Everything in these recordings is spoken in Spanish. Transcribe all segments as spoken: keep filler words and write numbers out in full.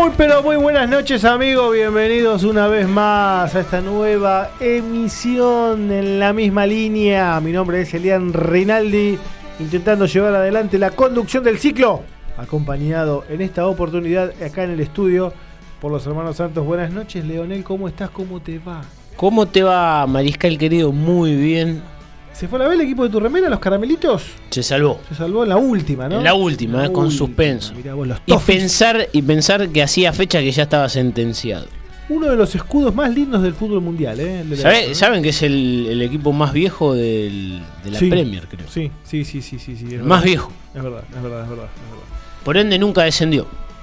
Muy pero muy buenas noches, amigos, bienvenidos una vez más a esta nueva emisión en la misma línea. Mi nombre es Elian Rinaldi, intentando llevar adelante la conducción del ciclo, acompañado en esta oportunidad acá en el estudio por los hermanos Santos. Buenas noches, Leonel, ¿cómo estás? ¿Cómo te va? ¿Cómo te va, Mariscal querido? Muy bien. ¿Se fue a la vez el equipo de tu remera, los caramelitos? Se salvó. Se salvó en la última, ¿no? En la última, la eh, con última. suspenso. Mirá vos, los y Toffees. pensar y pensar que hacía fecha que ya estaba sentenciado. Uno de los escudos más lindos del fútbol mundial, ¿eh? El de la- ¿Sabe, ¿Saben que es el, el equipo más viejo del, de la Sí. Premier, creo? Sí, sí, sí, sí, sí, sí, es El verdad. más viejo. Es verdad, es verdad, es verdad, es verdad. Por ende, nunca descendió.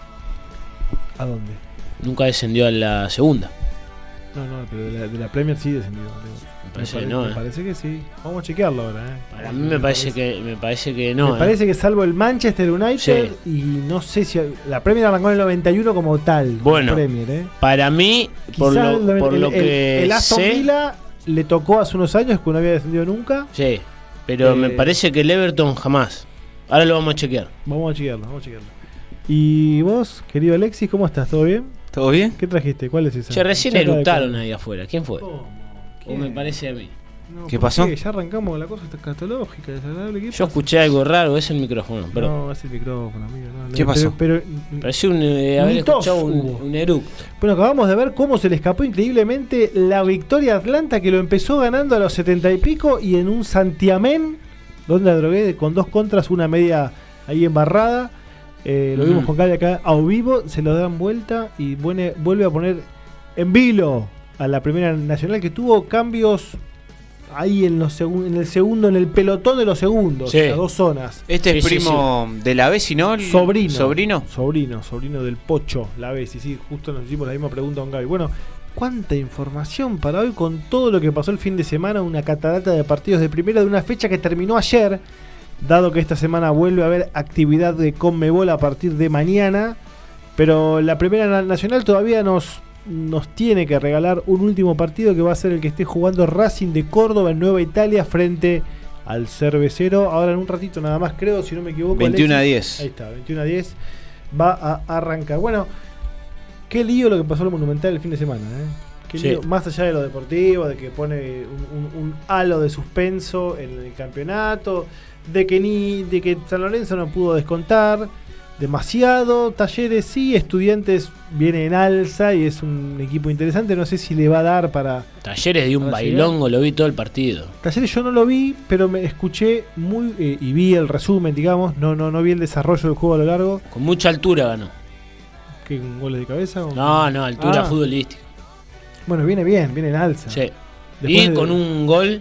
¿A dónde? Nunca descendió a la segunda. No, no, pero de la, de la Premier sí descendió. Me parece me que pare- no, me eh. parece que sí. Vamos a chequearlo ahora, ¿eh? Para mí me parece que, me parece que no. Me eh. parece que salvo el Manchester United Sí. y no sé si la Premier arrancó en el noventa y uno como tal. Bueno, la Premier, ¿eh? Para mí, por Quizás lo, por el, lo el- que el Aston sé, Villa le tocó hace unos años que no había descendido nunca. sí, pero Eh, me parece que el Everton jamás. Ahora lo vamos a chequear. Vamos a chequearlo, vamos a chequearlo. ¿Y vos, querido Alexis, cómo estás? ¿Todo bien? ¿Todo bien? ¿Qué trajiste? ¿Cuál es esa? Che, recién Chaca de eructaron cuero. ahí afuera. ¿Quién fue? ¿Cómo? O me parece a mí. No, ¿Qué ¿por pasó? Ya arrancamos con la cosa escatológica, desagradable. ¿Qué Yo pasa? escuché algo raro, es el micrófono, pero No, es el micrófono, amigo. No, ¿Qué no, pasó? Pero, pero- pareció un, eh, haber Un tos escuchado un, hubo. un eructo. bueno, acabamos de ver cómo se le escapó increíblemente la victoria a Atlanta, que lo empezó ganando a los setenta y pico, y en un santiamén, donde la drogué con dos contras, una media ahí embarrada. Eh, lo Ujú. vimos con Cali acá a vivo, se lo dan vuelta y vuelve, vuelve a poner en vilo a la Primera Nacional, que tuvo cambios ahí en, los segun- en el segundo, en el pelotón de los segundos, Sí. en las dos zonas. Este Sí, es sí, primo de la B, si no, el Sobrino. ¿Sobrino? Sobrino, sobrino del Pocho, la vez. Y sí, justo nos hicimos la misma pregunta con Gaby. Bueno, cuánta información para hoy con todo lo que pasó el fin de semana. Una catarata de partidos de primera de una fecha que terminó ayer, dado que esta semana vuelve a haber actividad de Conmebol a partir de mañana. Pero la Primera Na- Nacional todavía nos, nos tiene que regalar un último partido, que va a ser el que esté jugando Racing de Córdoba en Nueva Italia frente al Cervecero. Ahora en un ratito nada más, creo, si no me equivoco. veintiuno a Alexis. diez. Ahí está, veintiuno a diez. Va a arrancar. Bueno, qué lío lo que pasó en el Monumental el fin de semana, ¿eh? Qué Sí. lío, más allá de lo deportivo, de que pone un, un- un halo de suspenso en el campeonato, de que ni de que San Lorenzo no pudo descontar demasiado. Talleres sí, Estudiantes viene en alza y es un equipo interesante. No sé si le va a dar para... Talleres dio un Ahora sí, bailongo, lo vi todo el partido. Talleres yo no lo vi, pero me escuché muy eh, y vi el resumen, digamos. No, no, no vi el desarrollo del juego a lo largo. Con mucha altura ganó. ¿Qué, con goles de cabeza? o- No, no, altura Ah. futbolística. Bueno, viene bien, viene en alza. Sí. Después Y de- con un gol,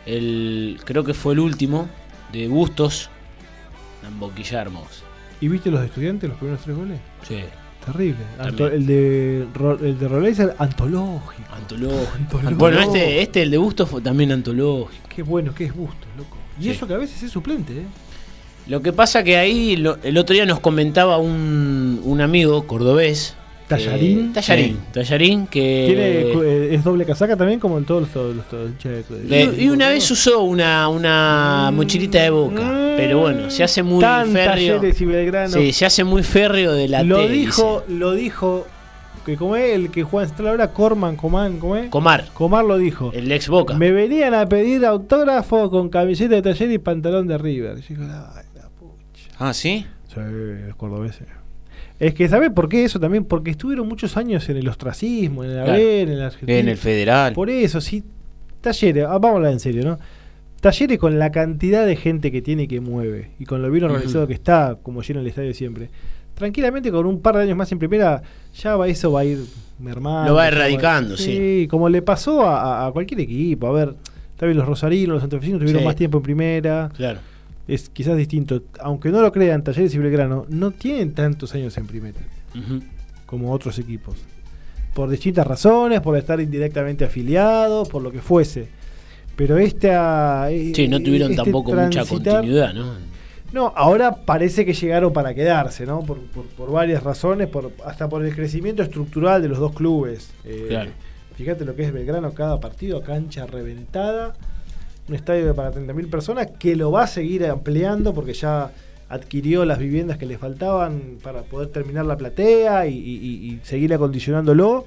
el creo que fue el último, de Bustos, en boquilla hermosa. ¿Y viste los de Estudiantes, los primeros tres goles? Sí. Terrible. También. Anto- el de Ro- el de Roleiser, antológico. Antológico. Antológico. Bueno, este, este, el de Bustos, fue también antológico. Qué bueno que es Bustos, loco. Y Sí. eso que a veces es suplente, ¿eh? Lo que pasa que ahí, lo- el otro día nos comentaba un, un amigo cordobés. Tallarín. eh, Tallarín. Sí. Tallarín, que... Tiene, eh, es doble casaca también, como en todos los, todos los- todos los hinchas de- de- Y, y una vez usó una, una mochilita de Boca, Mm. pero bueno, se hace muy Tan férreo. Talleres y Belgrano. Sí, se hace muy férreo de la lo T, dijo, dice. lo dijo, que como es el que juega en Central ahora, Corman, Coman, ¿cómo es? Comar, Comar lo dijo. el ex Boca. Me venían a pedir autógrafo con camiseta de Talleres y pantalón de River. Y yo digo, "Ay, la pucha". Ah, ¿sí? Sí, los cordobeses. Es que, ¿sabes por qué eso también? Porque estuvieron muchos años en el ostracismo, en el Claro. haber, en la Argentina. En el Federal. Por eso, sí. Talleres, ah, vamos a hablar en serio, ¿no? Talleres, con la cantidad de gente que tiene y que mueve, y con lo bien organizado Ujú. que está, como llena el estadio siempre, tranquilamente con un par de años más en primera, ya va, eso va a ir mermando. Lo va ya erradicando, sí. Sí, como le pasó a, a- a cualquier equipo. A ver, está bien, los rosarinos, los santafesinos tuvieron Sí. más tiempo en primera. Claro. Es quizás distinto. Aunque no lo crean, Talleres y Belgrano no tienen tantos años en primera Ujú. como otros equipos. Por distintas razones, por estar indirectamente afiliados, por lo que fuese. Pero esta... Sí, no tuvieron este tampoco mucha transitar- continuidad, ¿no? No, ahora parece que llegaron para quedarse, ¿no? Por, por, por varias razones, por, hasta por el crecimiento estructural de los dos clubes. Eh, Claro. Fíjate lo que es Belgrano, cada partido, cancha reventada, un estadio de para treinta mil personas que lo va a seguir ampliando porque ya adquirió las viviendas que le faltaban para poder terminar la platea y, y, y seguir acondicionándolo.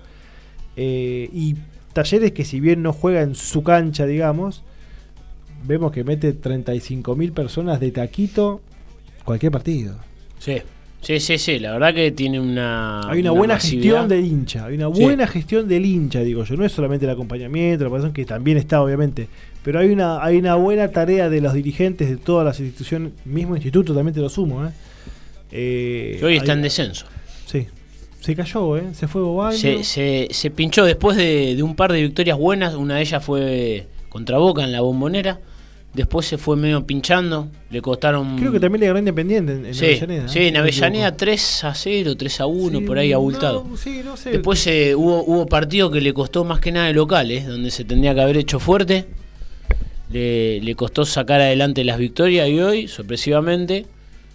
Eh, y Talleres, que si bien no juega en su cancha, digamos, vemos que mete treinta y cinco mil personas de taquito cualquier partido. Sí. Sí, sí, sí, la verdad que tiene una... Hay una, una buena masividad. Gestión del hincha, hay una buena sí. gestión del hincha, digo yo. No es solamente el acompañamiento, la pasión, que también está, obviamente, pero hay una hay una buena tarea de los dirigentes de todas las instituciones, mismo instituto, también te lo sumo. ¿eh? Eh, que hoy está hay, en descenso. Sí, se cayó, ¿eh? Se fue Bobaño. Se, se, se pinchó después de, de un par de victorias buenas, una de ellas fue contra Boca en la Bombonera. Después se fue medio pinchando, le costaron... Creo que también le ganó Independiente en, en sí, Avellaneda. Sí, ¿eh? En Avellaneda tres a cero, tres a uno, sí, por ahí abultado. No, sí, no sé. Después eh, hubo, hubo partido que le costó más que nada de locales, donde se tendría que haber hecho fuerte. Le, le costó sacar adelante las victorias y hoy, sorpresivamente,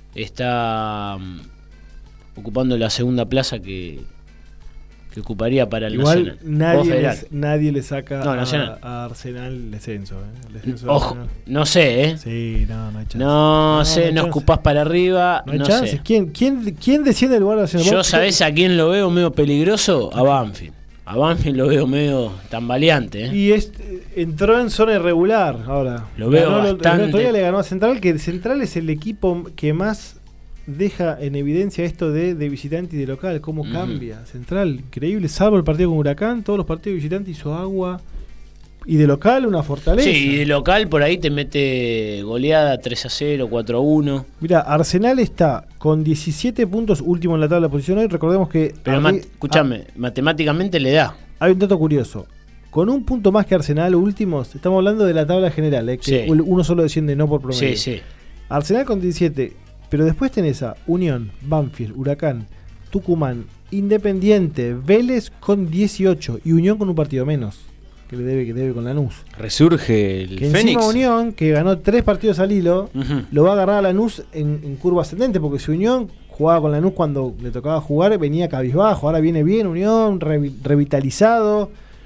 está um, ocupando la segunda plaza que... que ocuparía para el Igual Nacional. Nadie, les, nadie le saca no, a, a Arsenal el descenso. ¿eh? El descenso Ojo, de no sé, ¿eh? Sí, no, no hay chance. No, no sé, no, no escupás para arriba. No hay no chance. Sé. ¿Quién, quién, ¿Quién desciende del lugar de Arsenal? Yo, ¿sabés a quién lo veo medio peligroso? A Banfield. A Banfield lo veo medio tambaleante. ¿eh? Y es, entró en zona irregular ahora. Lo veo ganó, bastante. El otro día le ganó a Central, que Central es el equipo que más deja en evidencia esto de, de visitante y de local, cómo mm. cambia Central, increíble, salvo el partido con Huracán, todos los partidos de visitante hizo agua, y de local una fortaleza. Sí, y de local por ahí te mete goleada tres a cero, cuatro a uno. Mira, Arsenal está con diecisiete puntos, último en la tabla de posición hoy, recordemos que... Pero mat- escúchame, ah, matemáticamente le da. Hay un dato curioso, con un punto más que Arsenal, últimos, estamos hablando de la tabla general, eh, que sí. uno solo desciende, no por promedio. Sí, sí. Arsenal con diecisiete. Pero después tenés a Unión, Banfield, Huracán, Tucumán, Independiente, Vélez con dieciocho y Unión con un partido menos que le debe que debe con Lanús. Resurge el que Fénix. Encima Unión, que ganó tres partidos al hilo, uh-huh. lo va a agarrar a Lanús en, en curva ascendente, porque si Unión jugaba con Lanús cuando le tocaba jugar, venía cabizbajo, ahora viene bien Unión, revi- revitalizado,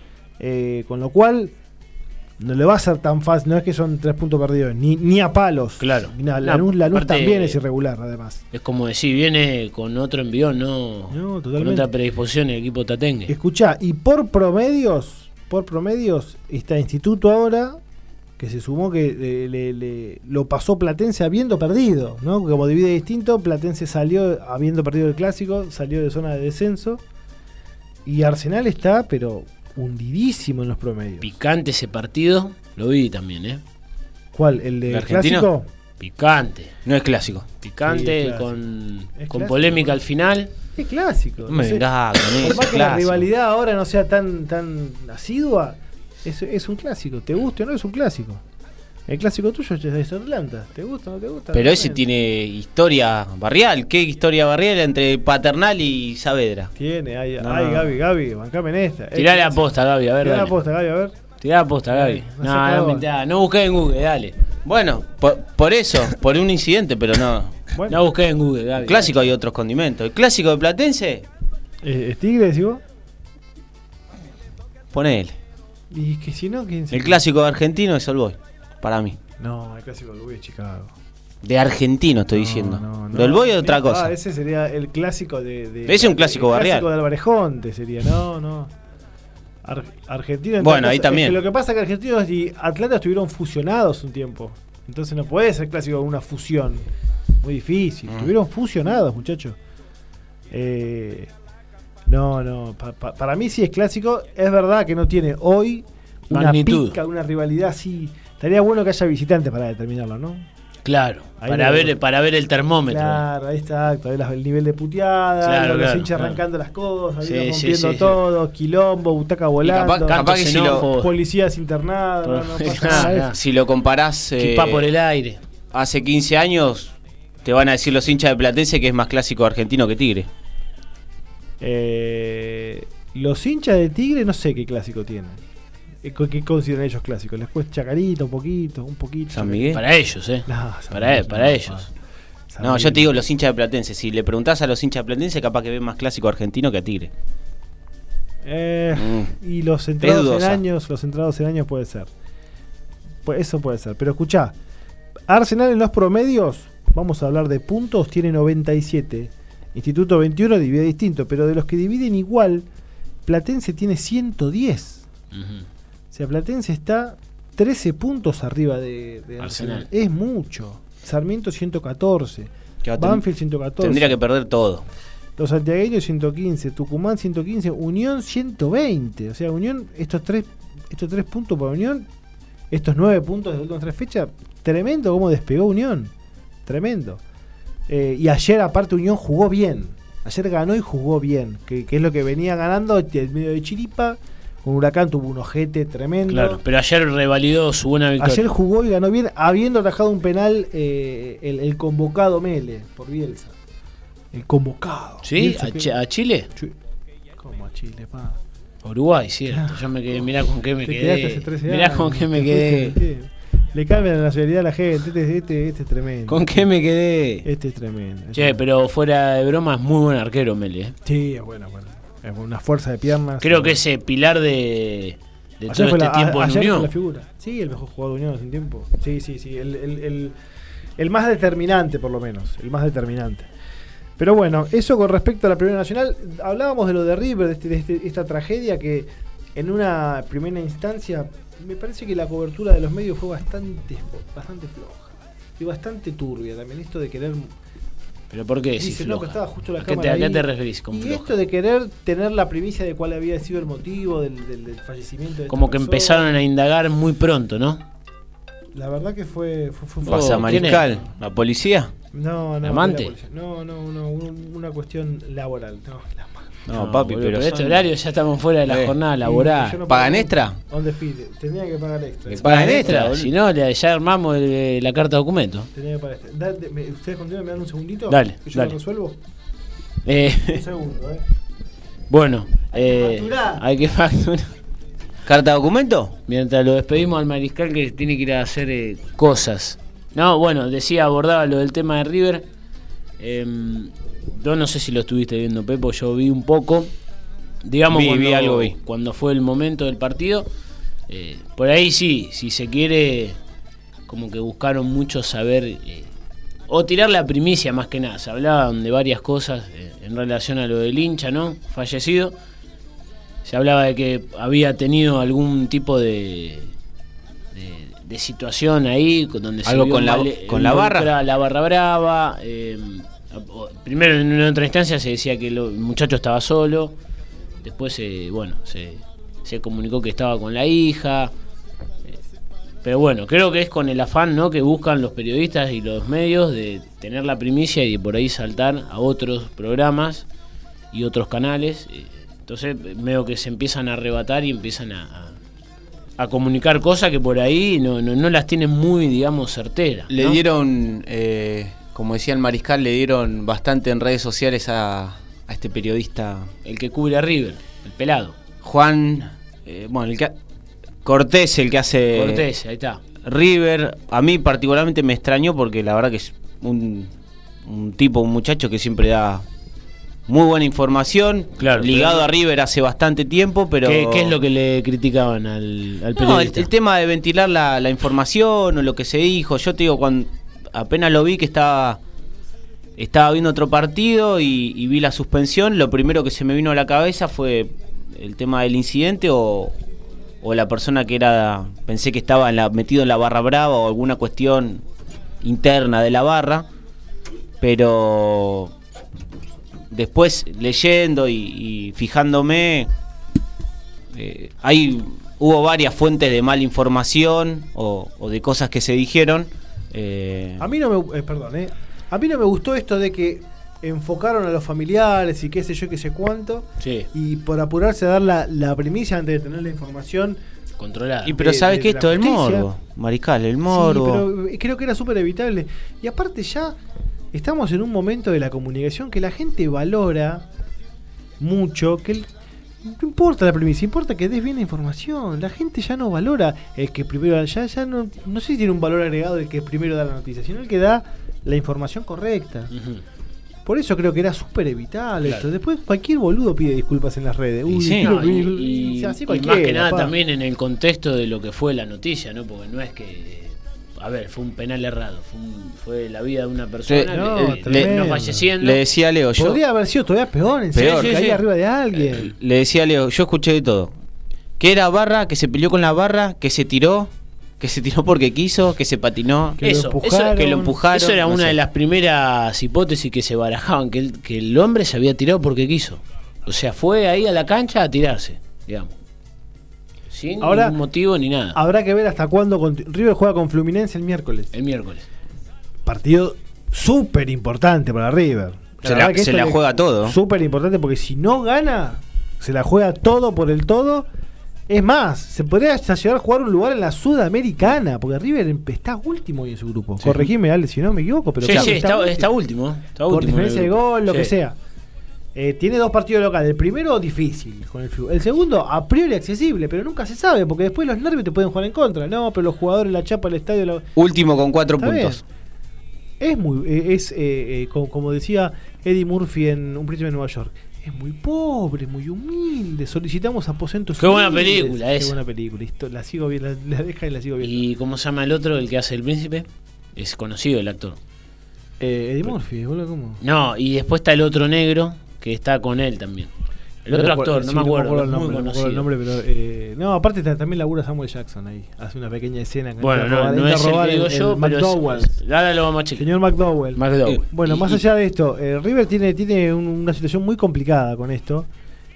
eh, con lo cual... no le va a ser tan fácil, no es que son tres puntos perdidos, ni, ni a palos. Claro. No, Lanús, Lanús también es irregular, además. Es como decir, viene con otro envión, no, no con otra predisposición el equipo tatengue. Escuchá, y por promedios, por promedios, está Instituto ahora, que se sumó que le, le, le, lo pasó Platense habiendo perdido, ¿no? Como divide distinto, Platense salió habiendo perdido el clásico, salió de zona de descenso, y Arsenal está, pero... hundidísimo en los promedios. Picante ese partido, lo vi también, ¿eh? ¿Cuál? ¿El de clásico? Picante. No es clásico. Picante, sí, es clásico. con, es con clásico, polémica ¿no? al final. Es clásico. No me venga con eso. Por más que clásico. la rivalidad ahora no sea tan, tan asidua, es, es un clásico. ¿Te guste o no? Es un clásico. El clásico tuyo es de Atlanta. ¿Te gusta o no te gusta? Pero ese tiene historia barrial. ¿Qué historia barrial entre Paternal y Saavedra? Tiene, ay, no. ay Gaby, Gaby, bancame en esta. Tirá la aposta, Gaby, a ver. Tirá la aposta, Gaby, a ver. Tirá la aposta, Gaby. No, no, no, no, no, no busqué en Google, dale. Bueno, por, por eso, por un incidente, pero no. Bueno. No busqué en Google, Gaby. El clásico hay otros condimentos. El clásico de Platense. ¿Es, es Tigre, decís vos? Ponele. Y que si no, ¿quién se El clásico de argentino es All Boy, para mí. No, el clásico del Boy es Chicago. De argentino estoy no, diciendo. No, no. Del Boy es otra ah, cosa. Ese sería el clásico de. de ese es un clásico el barrial. El clásico de Alvarejonte sería, no, no. Ar- Argentina. Bueno, ahí es también. Que lo que pasa es que Argentinos y Atlanta estuvieron fusionados un tiempo. Entonces no puede ser clásico de una fusión. Muy difícil. Mm. Estuvieron fusionados, muchachos. Eh, no, no. Pa, pa, para mí sí es clásico. Es verdad que no tiene hoy una magnitud, pica, una rivalidad así. Estaría bueno que haya visitantes para determinarlo, ¿no? Claro, ahí para ver, lo... para ver el termómetro. Claro, ahí está, el nivel de puteada, claro, los claro, hinchas claro. arrancando las cosas, Sí, rompiendo sí, sí, todo, sí. Quilombo, butaca volando, capaz, capaz que si lo, policías internados, no, no pasa nada. nada. Si lo comparás eh, por el aire. Hace quince años, te van a decir los hinchas de Platense que es más clásico argentino que Tigre. Eh, los hinchas de Tigre no sé qué clásico tienen. ¿Qué consideran ellos clásicos? ¿Les cuesta Chacarita un poquito? Un poquito. San Miguel. Para ellos, ¿eh? No, para Miguel, para no, ellos. No, no yo te digo los hinchas de Platense. Si le preguntás a los hinchas de Platense, capaz que ven más clásico argentino que a Tigre. Eh, mm. Y los centrados en años, los centrados en años puede ser. Pues eso puede ser. Pero escuchá, Arsenal en los promedios vamos a hablar de puntos, tiene noventa y siete. Instituto veintiuno divide distinto, pero de los que dividen igual, Platense tiene ciento diez. Uh-huh. O sea, Platense está trece puntos arriba de, de Arsenal. Arsenal. Es mucho. Sarmiento ciento catorce. Banfield ciento catorce. Tendría que perder todo. Los santiagueños ciento quince, Tucumán ciento quince, Unión ciento veinte. O sea, Unión, estos tres, estos tres puntos para Unión, estos nueve puntos de las últimas tres fechas, tremendo cómo despegó Unión. Tremendo. Eh, y ayer, aparte, Unión jugó bien. Ayer ganó y jugó bien. Que, que es lo que venía ganando en medio de chiripa. Con Huracán tuvo un ojete tremendo. Claro, pero ayer revalidó su buena victoria. Ayer jugó y ganó bien, habiendo atajado un penal eh, el, el convocado Mele por Bielsa. El convocado. ¿Sí? ¿A, Ch- ¿A Chile? ¿Cómo a Chile, pa? Uruguay, cierto. Yo me quedé, mirá con qué me quedé. Mirá con qué me quedé. Le cambian la nacionalidad a la gente. Este, este, este es tremendo. ¿Con qué me quedé? Este es tremendo. Este che, pero fuera de broma, es muy buen arquero, Mele. ¿eh? Sí, es bueno, bueno. Es una fuerza de piernas. Creo que ese pilar de, de todo este la, tiempo a, en Unión. La figura. Sí, el mejor jugador de Unión hace un tiempo. Sí, sí, sí. El, el, el, el más determinante, por lo menos. El más determinante. Pero bueno, eso con respecto a la Primera Nacional. Hablábamos de lo de River, de, este, de este, esta tragedia que en una primera instancia me parece que la cobertura de los medios fue bastante, bastante floja. Y bastante turbia también. Esto de querer... ¿Pero por qué decís Dice, floja? No, que estaba justo la ¿A qué te, ¿A qué te referís con y floja? Esto de querer tener la primicia de cuál había sido el motivo del, del, del fallecimiento de como que persona. Empezaron a indagar muy pronto, ¿no? La verdad que fue... fue, fue, fue ¿Pasa Mariscal? ¿La policía? No, no. ¿Amante? No, no, no, una cuestión laboral. No, la No, no, papi, boludo, pero, pero este son... horario ya estamos fuera de la eh. jornada laboral. No ¿Pagan extra? ¿Dónde file? Tenía que pagar extra. ¿Pagan, ¿Pagan extra? extra? Si no, ya armamos el, la carta de documento. Tenía que pagar extra. Dale, me, ¿Ustedes continúan? ¿Me dan un segundito? Dale, que yo dale. lo resuelvo. Eh, un segundo, eh. Bueno, hay eh, que facturar. Hay que facturar. ¿Carta de documento? Mientras lo despedimos al Mariscal que tiene que ir a hacer eh, cosas. No, bueno, decía, abordaba lo del tema de River. Eh, yo no sé si lo estuviste viendo, Pepo, yo vi un poco. Digamos, vi, cuando, vi algo, vi. cuando fue el momento del partido. Eh, por ahí sí, si se quiere, como que buscaron mucho saber, eh, o tirar la primicia más que nada. Se hablaban de varias cosas eh, en relación a lo del hincha, ¿no? Fallecido. Se hablaba de que había tenido algún tipo de... de de situación ahí donde algo se con la vale, con la barra la barra brava eh, primero en una otra instancia se decía que lo, el muchacho estaba solo, después eh, bueno se, se comunicó que estaba con la hija, eh, pero bueno, creo que es con el afán, ¿no?, que buscan los periodistas y los medios de tener la primicia y de por ahí saltar a otros programas y otros canales, eh, entonces veo que se empiezan a arrebatar y empiezan a, a a comunicar cosas que por ahí no, no, no las tienen muy, digamos, certeras, ¿no? Le dieron, eh, como decía el Mariscal, le dieron bastante en redes sociales a, a este periodista. El que cubre a River, el pelado. Juan, eh, bueno, el que, Cortés, el que hace... Cortés, ahí está. River, a mí particularmente me extrañó porque la verdad que es un, un tipo, un muchacho que siempre da... muy buena información, claro, ligado pero... a River hace bastante tiempo, pero... ¿Qué, qué es lo que le criticaban al, al periodista? No, el, el tema de ventilar la, la información o lo que se dijo. Yo te digo, cuando apenas lo vi que estaba estaba viendo otro partido y, y vi la suspensión, lo primero que se me vino a la cabeza fue el tema del incidente o, o la persona que era... Pensé que estaba en la, metido en la barra brava o alguna cuestión interna de la barra, pero... Después, leyendo y, y fijándome, eh, hay, hubo varias fuentes de mala información o, o de cosas que se dijeron. Eh. A mí no me, eh, perdón, eh, a mí no me gustó esto de que enfocaron a los familiares y qué sé yo, qué sé cuánto, sí. Y por apurarse a dar la, la primicia antes de tener la información controlada. Y pero de, ¿sabes de, qué? de Esto del justicia. morbo, Mariscal, el morbo. Sí, pero creo que era súper evitable. Y aparte ya... Estamos en un momento de la comunicación que la gente valora mucho, que el, no importa la premisa, importa que des bien la información. La gente ya no valora el que primero, ya, ya no, no sé si tiene un valor agregado el que primero da la noticia, sino el que da la información correcta. Uh-huh. Por eso creo que era súper evitable claro. Esto. Después cualquier boludo pide disculpas en las redes. Uy, y, sí, no, y, y, y, así y más que nada pa. También en el contexto de lo que fue la noticia, ¿no? Porque no es que a ver, fue un penal errado, fue, un, fue la vida de una persona, Sí, no, le, le, tremendo. no falleciendo. Le decía a Leo, yo Podría haber sido todavía peor, en Peor. serio, Sí, que sí, ahí sí. arriba de alguien. le decía a Leo, yo escuché de todo. Que era barra, que se peleó con la barra, que se tiró, que se tiró porque quiso, que se patinó, Que lo eso, empujaron. eso, que lo empujaron. eso era no una sé. de las primeras hipótesis que se barajaban, que el, que el hombre se había tirado porque quiso. O sea, fue ahí a la cancha a tirarse, digamos. Sin Ahora- ningún motivo ni nada. Habrá que ver hasta cuándo. con- River juega con Fluminense el miércoles. El miércoles. Partido súper importante para River. Se la- verdad que se esto la le- juega todo. Súper importante porque si no gana, se la juega todo por el todo. Es más, se podría hasta llegar a jugar un lugar en la Sudamericana, porque River em- está último hoy en su grupo. Sí. Corregime, Ale, si no me equivoco, pero sí, creo sí, que está, último. está último. Está Por último en el diferencia de grupo. gol, lo Sí. que sea. Eh, tiene dos partidos locales. El primero difícil con el Flu. El segundo a priori accesible, pero nunca se sabe, porque después los nervios te pueden jugar en contra. No, pero los jugadores la chapa al estadio. la- Último con cuatro Está puntos. Es muy, eh, es eh, eh, como, como decía Eddie Murphy en Un Príncipe de Nueva York. Es muy pobre, muy humilde. Solicitamos aposentos. Qué buena humildes. película Qué esa. buena película. Listo, la sigo viendo, la, la deja y la sigo viendo. ¿Y cómo se llama el otro, el que hace el príncipe? Es conocido el actor. Eh, Eddie Murphy, boludo, ¿cómo? No, y después está el otro negro que está con él también. El otro actor, no Sí, me acuerdo, el es muy nombre, no me acuerdo conocido. el nombre, pero eh, no, aparte ta- también labura Samuel Jackson ahí. Hace una pequeña escena que Bueno, entra a no, robar- no entra a es el robar que digo el- yo, el pero McDowell. es, es- ahora lo vamos a chequear. Señor McDowell. McDowell. Bueno, Y- más y- allá de esto, eh, River tiene, tiene un- una situación muy complicada con esto.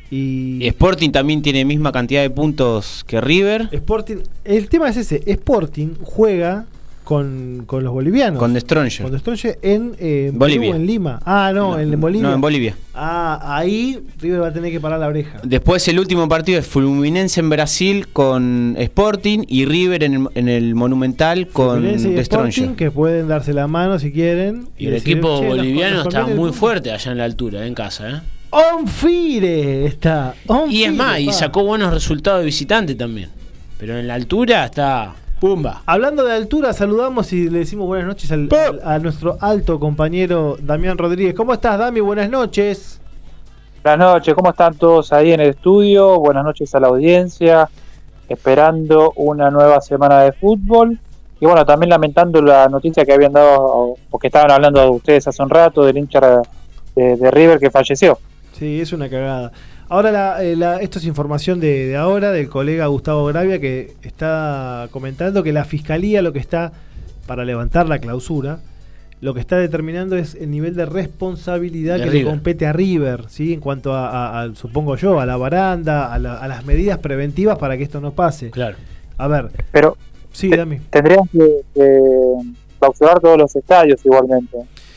Y Y Sporting también tiene misma cantidad de puntos que River, Sporting, el tema es ese, Sporting juega con, con los bolivianos. con The Stranger. Con The Stranger en eh, Bolivia. Perú, en Lima. Ah, no, en, en Bolivia. No, en Bolivia. Ah, ahí River va a tener que parar la oreja. Después el último partido es Fluminense en Brasil con Sporting y River en el, en el Monumental con Fluminense y The Sporting, Stranger. que pueden darse la mano si quieren. Y el decir, equipo "Che, nos- boliviano nos está conviene muy el- fuerte allá en la altura, en casa. ¿eh? On fire está. On Y es fire, más, y pa. sacó buenos resultados de visitante también. Pero en la altura está pumba. Hablando de altura, saludamos y le decimos buenas noches al- al- a nuestro alto compañero Damián Rodríguez. ¿Cómo estás, Dami? Buenas noches. Buenas noches, ¿cómo están todos ahí en el estudio? Buenas noches a la audiencia, esperando una nueva semana de fútbol. Y bueno, también lamentando la noticia que habían dado, porque estaban hablando ustedes hace un rato, del hincha de, de River que falleció. Sí, es una cagada. Ahora, la, eh, la- esto es información de, de ahora, del colega Gustavo Gravia, que está comentando que la Fiscalía lo que está, para levantar la clausura, lo que está determinando es el nivel de responsabilidad De que River. le compete a River, ¿sí? En cuanto a, a- a, supongo yo, a la baranda, a, la- a las medidas preventivas para que esto no pase. Claro. A ver, Pero sí, te- Dami. tendrían que, que clausurar todos los estadios igualmente.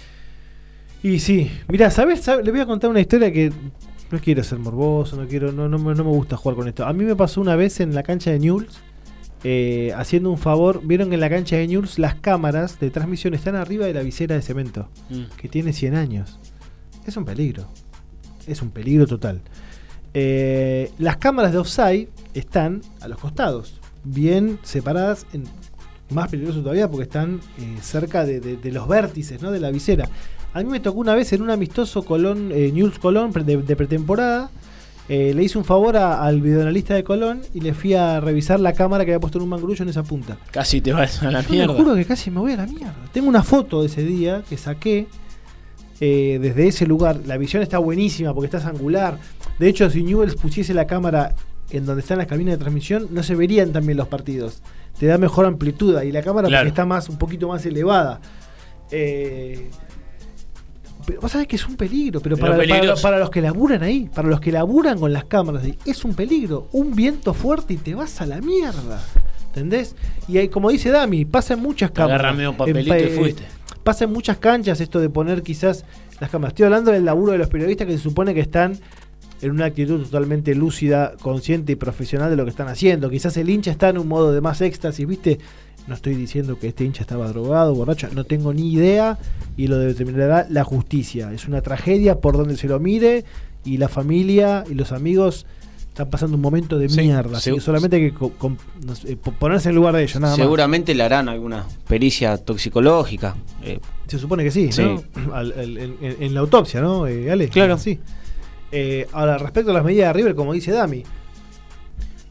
Y sí, mira, ¿sabes? ¿sabes? Le voy a contar una historia que no quiero ser morboso, no quiero, no, no, me- no me gusta jugar con esto. A mí me pasó una vez en la cancha de Newell's, eh, haciendo un favor. Vieron que en la cancha de Newell's las cámaras de transmisión están arriba de la visera de cemento, Mm. que tiene cien años. Es un peligro, es un peligro total. Eh, las cámaras de offside están a los costados, bien separadas, en, más peligroso todavía porque están eh, cerca de, de- de los vértices, ¿no? De la visera. A mí me tocó una vez en un amistoso Colón, eh, Newell's Colón pre- de, de pretemporada. Eh, le hice un favor a- al videoanalista de Colón y le fui a revisar la cámara que había puesto en un mangrullo en esa punta. Casi te vas a la Yo mierda. te juro que casi me voy a la mierda. Tengo una foto de ese día que saqué eh, desde ese lugar. La visión está buenísima porque estás angular. De hecho, si Newell's pusiese la cámara en donde están las cabinas de transmisión, no se verían también los partidos. Te da mejor amplitud y la cámara Claro. porque está más, un poquito más elevada. Eh, pero vos sabés que es un peligro, pero, Pero para, para, peligroso. para los que laburan ahí, para los que laburan con las cámaras, ahí, es un peligro. Un viento fuerte y te vas a la mierda. ¿Entendés? Y ahí, como dice Dami, pasa en muchas cámaras. Agarra medio papelito En y pa- fuiste. Pasa en muchas canchas esto de poner quizás las cámaras. Estoy hablando del laburo de los periodistas que se supone que están en una actitud totalmente lúcida, consciente y profesional de lo que están haciendo. Quizás el hincha está en un modo de más éxtasis, ¿viste? No estoy diciendo que este hincha estaba drogado, borracho, no tengo ni idea y lo determinará la justicia. Es una tragedia por donde se lo mire y la familia y los amigos están pasando un momento de Sí, mierda. Así segu- que solamente hay que co- com- no sé, po- ponerse en lugar de ellos, nada más. Seguramente le harán alguna pericia toxicológica. eh, Se supone que sí, Sí. ¿no? Al- al- en, en- en la autopsia, ¿no, eh, Ale? Claro. Sí. Eh, ahora, respecto a las medidas de River, como dice Dami,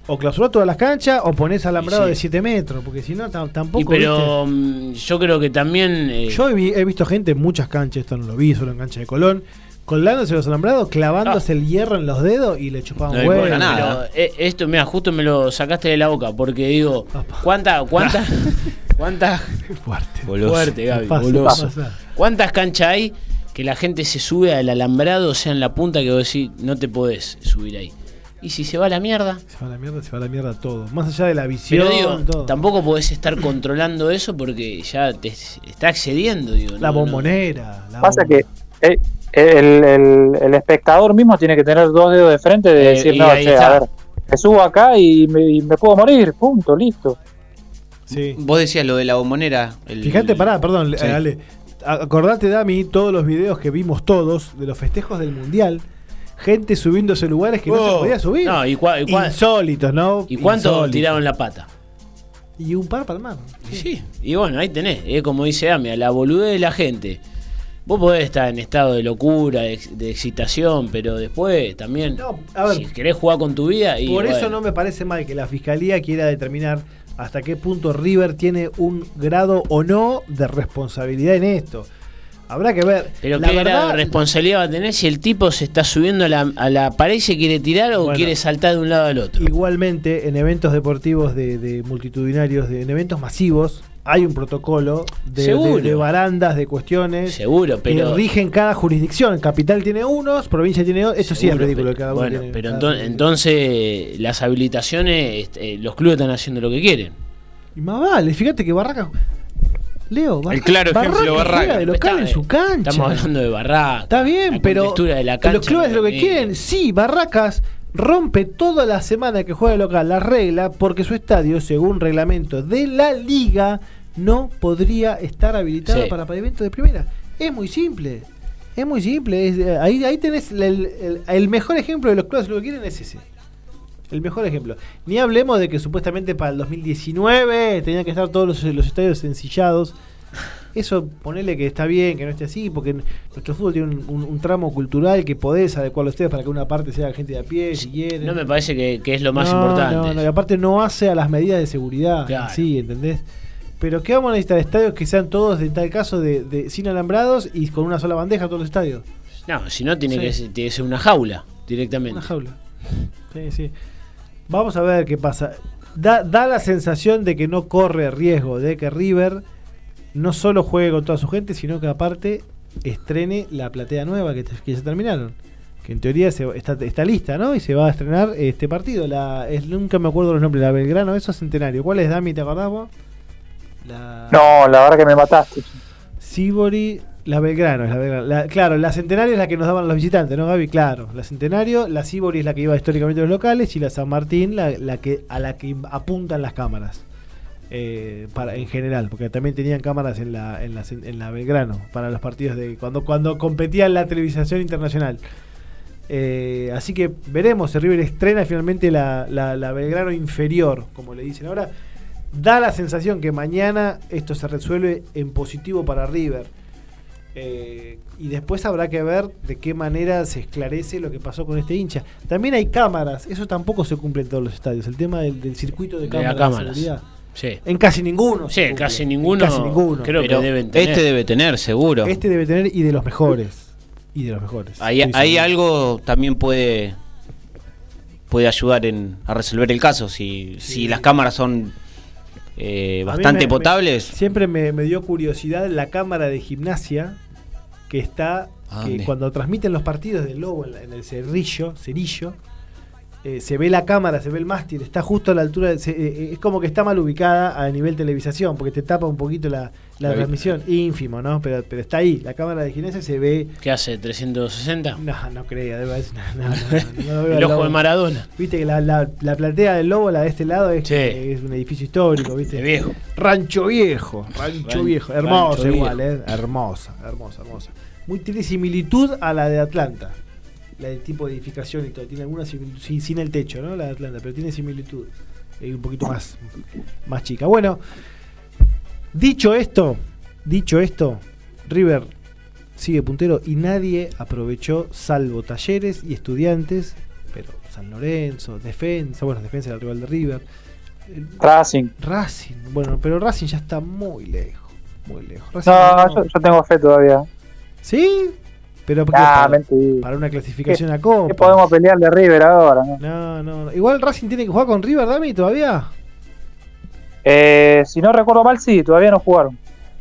O clausurás todas las canchas o ponés alambrado Sí. de siete metros, porque si no tam- tampoco. Y pero mm, yo creo que también. eh, ¿viste? Yo he, vi- he visto gente en muchas canchas, esto no lo vi, solo en cancha de Colón, colgándose los alambrados, clavándose el hierro en los dedos y le chupaban No le huevo. importa nada. Pero eh, esto, mira, justo me lo sacaste de la boca, porque digo, Papá. ¿cuánta, cuánta, cuánta, Qué fuerte. Goloso. fuerte, Gaby, Pasa, goloso. pasa. ¿Cuántas canchas hay que la gente se sube al alambrado, o sea, en la punta que vos decís, no te podés subir ahí? Y si se va a la mierda, Se va a la mierda, se va a la mierda todo. Más allá de la visión, pero digo, todo. tampoco podés estar controlando eso porque ya te está excediendo, digo. La no, no. bombonera. La Pasa bom- que eh, el, el, el espectador mismo tiene que tener dos dedos de frente de Eh, decir, y no, ahí che, está. a ver, me subo acá y me, y me puedo morir, punto, listo. Sí. Vos decías lo de la bombonera. el- Fíjate, pará, perdón, Sí. eh, Ale. Acordate, Dami, todos los videos que vimos todos de los festejos del Mundial. Gente subiéndose lugares que no se Oh. podía subir. No, y, cua- y cua- Insólitos, ¿no? ¿y cuánto Insólitos. tiraron la pata? Y un par para el mar. Y sí, y bueno, ahí tenés, es como dice Ami, a la boludez de la gente. Vos podés estar en estado de locura, de, ex- de excitación, pero después también, No, a ver. si querés jugar con tu vida. Y Por eso bueno, no me parece mal que la fiscalía quiera determinar hasta qué punto River tiene un grado o no de responsabilidad en esto. Habrá que ver. Pero La qué verdad- grado de responsabilidad va a tener si el tipo se está subiendo a la, a la pared y se quiere tirar o Bueno. quiere saltar de un lado al otro. Igualmente, en eventos deportivos de, de multitudinarios, de, en eventos masivos, hay un protocolo de, Seguro. de- de barandas, de cuestiones Seguro, pero. que rigen cada jurisdicción. Capital tiene unos, provincia tiene otros. Esto sí es seguro, ridículo. pero- que cada uno bueno, tiene- pero cada enton- uno- entonces las habilitaciones, este, los clubes están haciendo lo que quieren. Y más vale, fíjate que Barraca. Leo, Barraca, claro ejemplo, Barraca Barraca. juega de local en su cancha. Estamos hablando de Barraca. Está bien, la pero contextura de la cancha, los clubes no lo que es mismo. quieren, sí, Barracas rompe toda la semana que juega local la regla porque su estadio, según reglamento de la liga, no podría estar habilitado Sí. para eventos de primera. Es muy simple, es muy simple. es- eh, ahí, ahí tenés el, el- el mejor ejemplo de los clubes lo que quieren es ese. El mejor ejemplo. Ni hablemos de que supuestamente para el dos mil diecinueve tenían que estar todos los, los estadios ensillados. Eso, ponele que está bien, que no esté así, porque nuestro fútbol tiene un, un- un tramo cultural que podés adecuarlo a ustedes para que una parte sea gente de a pie, si quieren. No me parece que, que es lo más No, importante. No, no, y aparte no hace a las medidas de seguridad. Claro. Sí, ¿entendés? Pero ¿qué vamos a necesitar? Estadios que sean todos, en tal caso, de, de sin alambrados y con una sola bandeja todos los estadios. No, si no, tiene, Sí. que ser, tiene que ser una jaula directamente. Una jaula. Sí, sí. Vamos a ver qué pasa. Da, da la sensación de que no corre riesgo de que River no solo juegue con toda su gente, sino que aparte estrene la platea nueva que, que ya terminaron. Que en teoría se, está, está lista, ¿no? Y se va a estrenar este partido. La, es, nunca me acuerdo los nombres. La Belgrano, eso es Centenario. ¿Cuál es, Dami? ¿Te acordás vos? La No, la verdad que me mataste. Sibori, la Belgrano, es la Belgrano. La- claro, la Centenario es la que nos daban los visitantes, ¿no, Gaby? Claro, la Centenario, la Sibori es la que iba históricamente a los locales y la San Martín la, la que a la que apuntan las cámaras. Eh, para, en general, porque también tenían cámaras en la, en la, en la Belgrano para los partidos de cuando, cuando competía en la televisación internacional. Eh, así que veremos si River estrena finalmente la, la, la Belgrano inferior, como le dicen ahora. Da la sensación que mañana esto se resuelve en positivo para River. Eh, y después habrá que ver de qué manera se esclarece lo que pasó con este hincha. También hay cámaras, eso tampoco se cumple en todos los estadios. El tema del, del circuito de De la cámaras de, cámaras. seguridad. Sí. En casi ninguno. Sí, se cumple. casi En ninguno. casi ninguno. Creo Pero que deben tener. este debe tener, seguro. Este debe tener y de los mejores. Y de los mejores. Ahí, Estoy ahí seguro. algo también puede puede ayudar en, a resolver el caso. Si, Sí. si las cámaras son eh, A mí bastante me- potables. me- siempre me, me dio curiosidad la cámara de gimnasia que está, ¿A que dónde? cuando transmiten los partidos del Lobo en, la- en el cerrillo, cerillo, eh, se ve la cámara, se ve el mástil, está justo a la altura, de- se- eh, es como que está mal ubicada a nivel televisación, porque te tapa un poquito la, la La vi- transmisión, ínfimo, ¿no? Pero, pero está ahí, la cámara de gimnasia se ve. ¿Qué hace? ¿trescientos sesenta? No, no creo, debe ser- no, no, no, no, no lo veo El al ojo Lobo. de Maradona. Viste que la, la, la platea del Lobo, la de este lado, es, Sí. es un edificio histórico, ¿viste? De viejo. Rancho Viejo, Rancho Ran- Viejo, hermosa Rancho igual, ¿eh? Hermosa, hermosa, hermosa. Muy tiene similitud a la de Atlanta, la del tipo de edificación y todo. Tiene alguna similitud, sí, sin el techo, ¿no? La de Atlanta, pero tiene similitud. Y un poquito más, más chica. Bueno, dicho esto, dicho esto, River sigue puntero y nadie aprovechó, salvo Talleres y Estudiantes, pero San Lorenzo, Defensa, bueno, Defensa era el rival de River. Racing. Racing, bueno, pero Racing ya está muy lejos, muy lejos. Racing No, no- yo, yo tengo fe todavía. ¿Sí? Pero ¿por qué? Ah, para, mentira. para una clasificación a Copa. ¿Qué podemos pelear de River ahora? ¿No? No, no, no. Igual Racing tiene que jugar con River, Dami, todavía. Eh, si no recuerdo mal, sí, todavía no jugaron.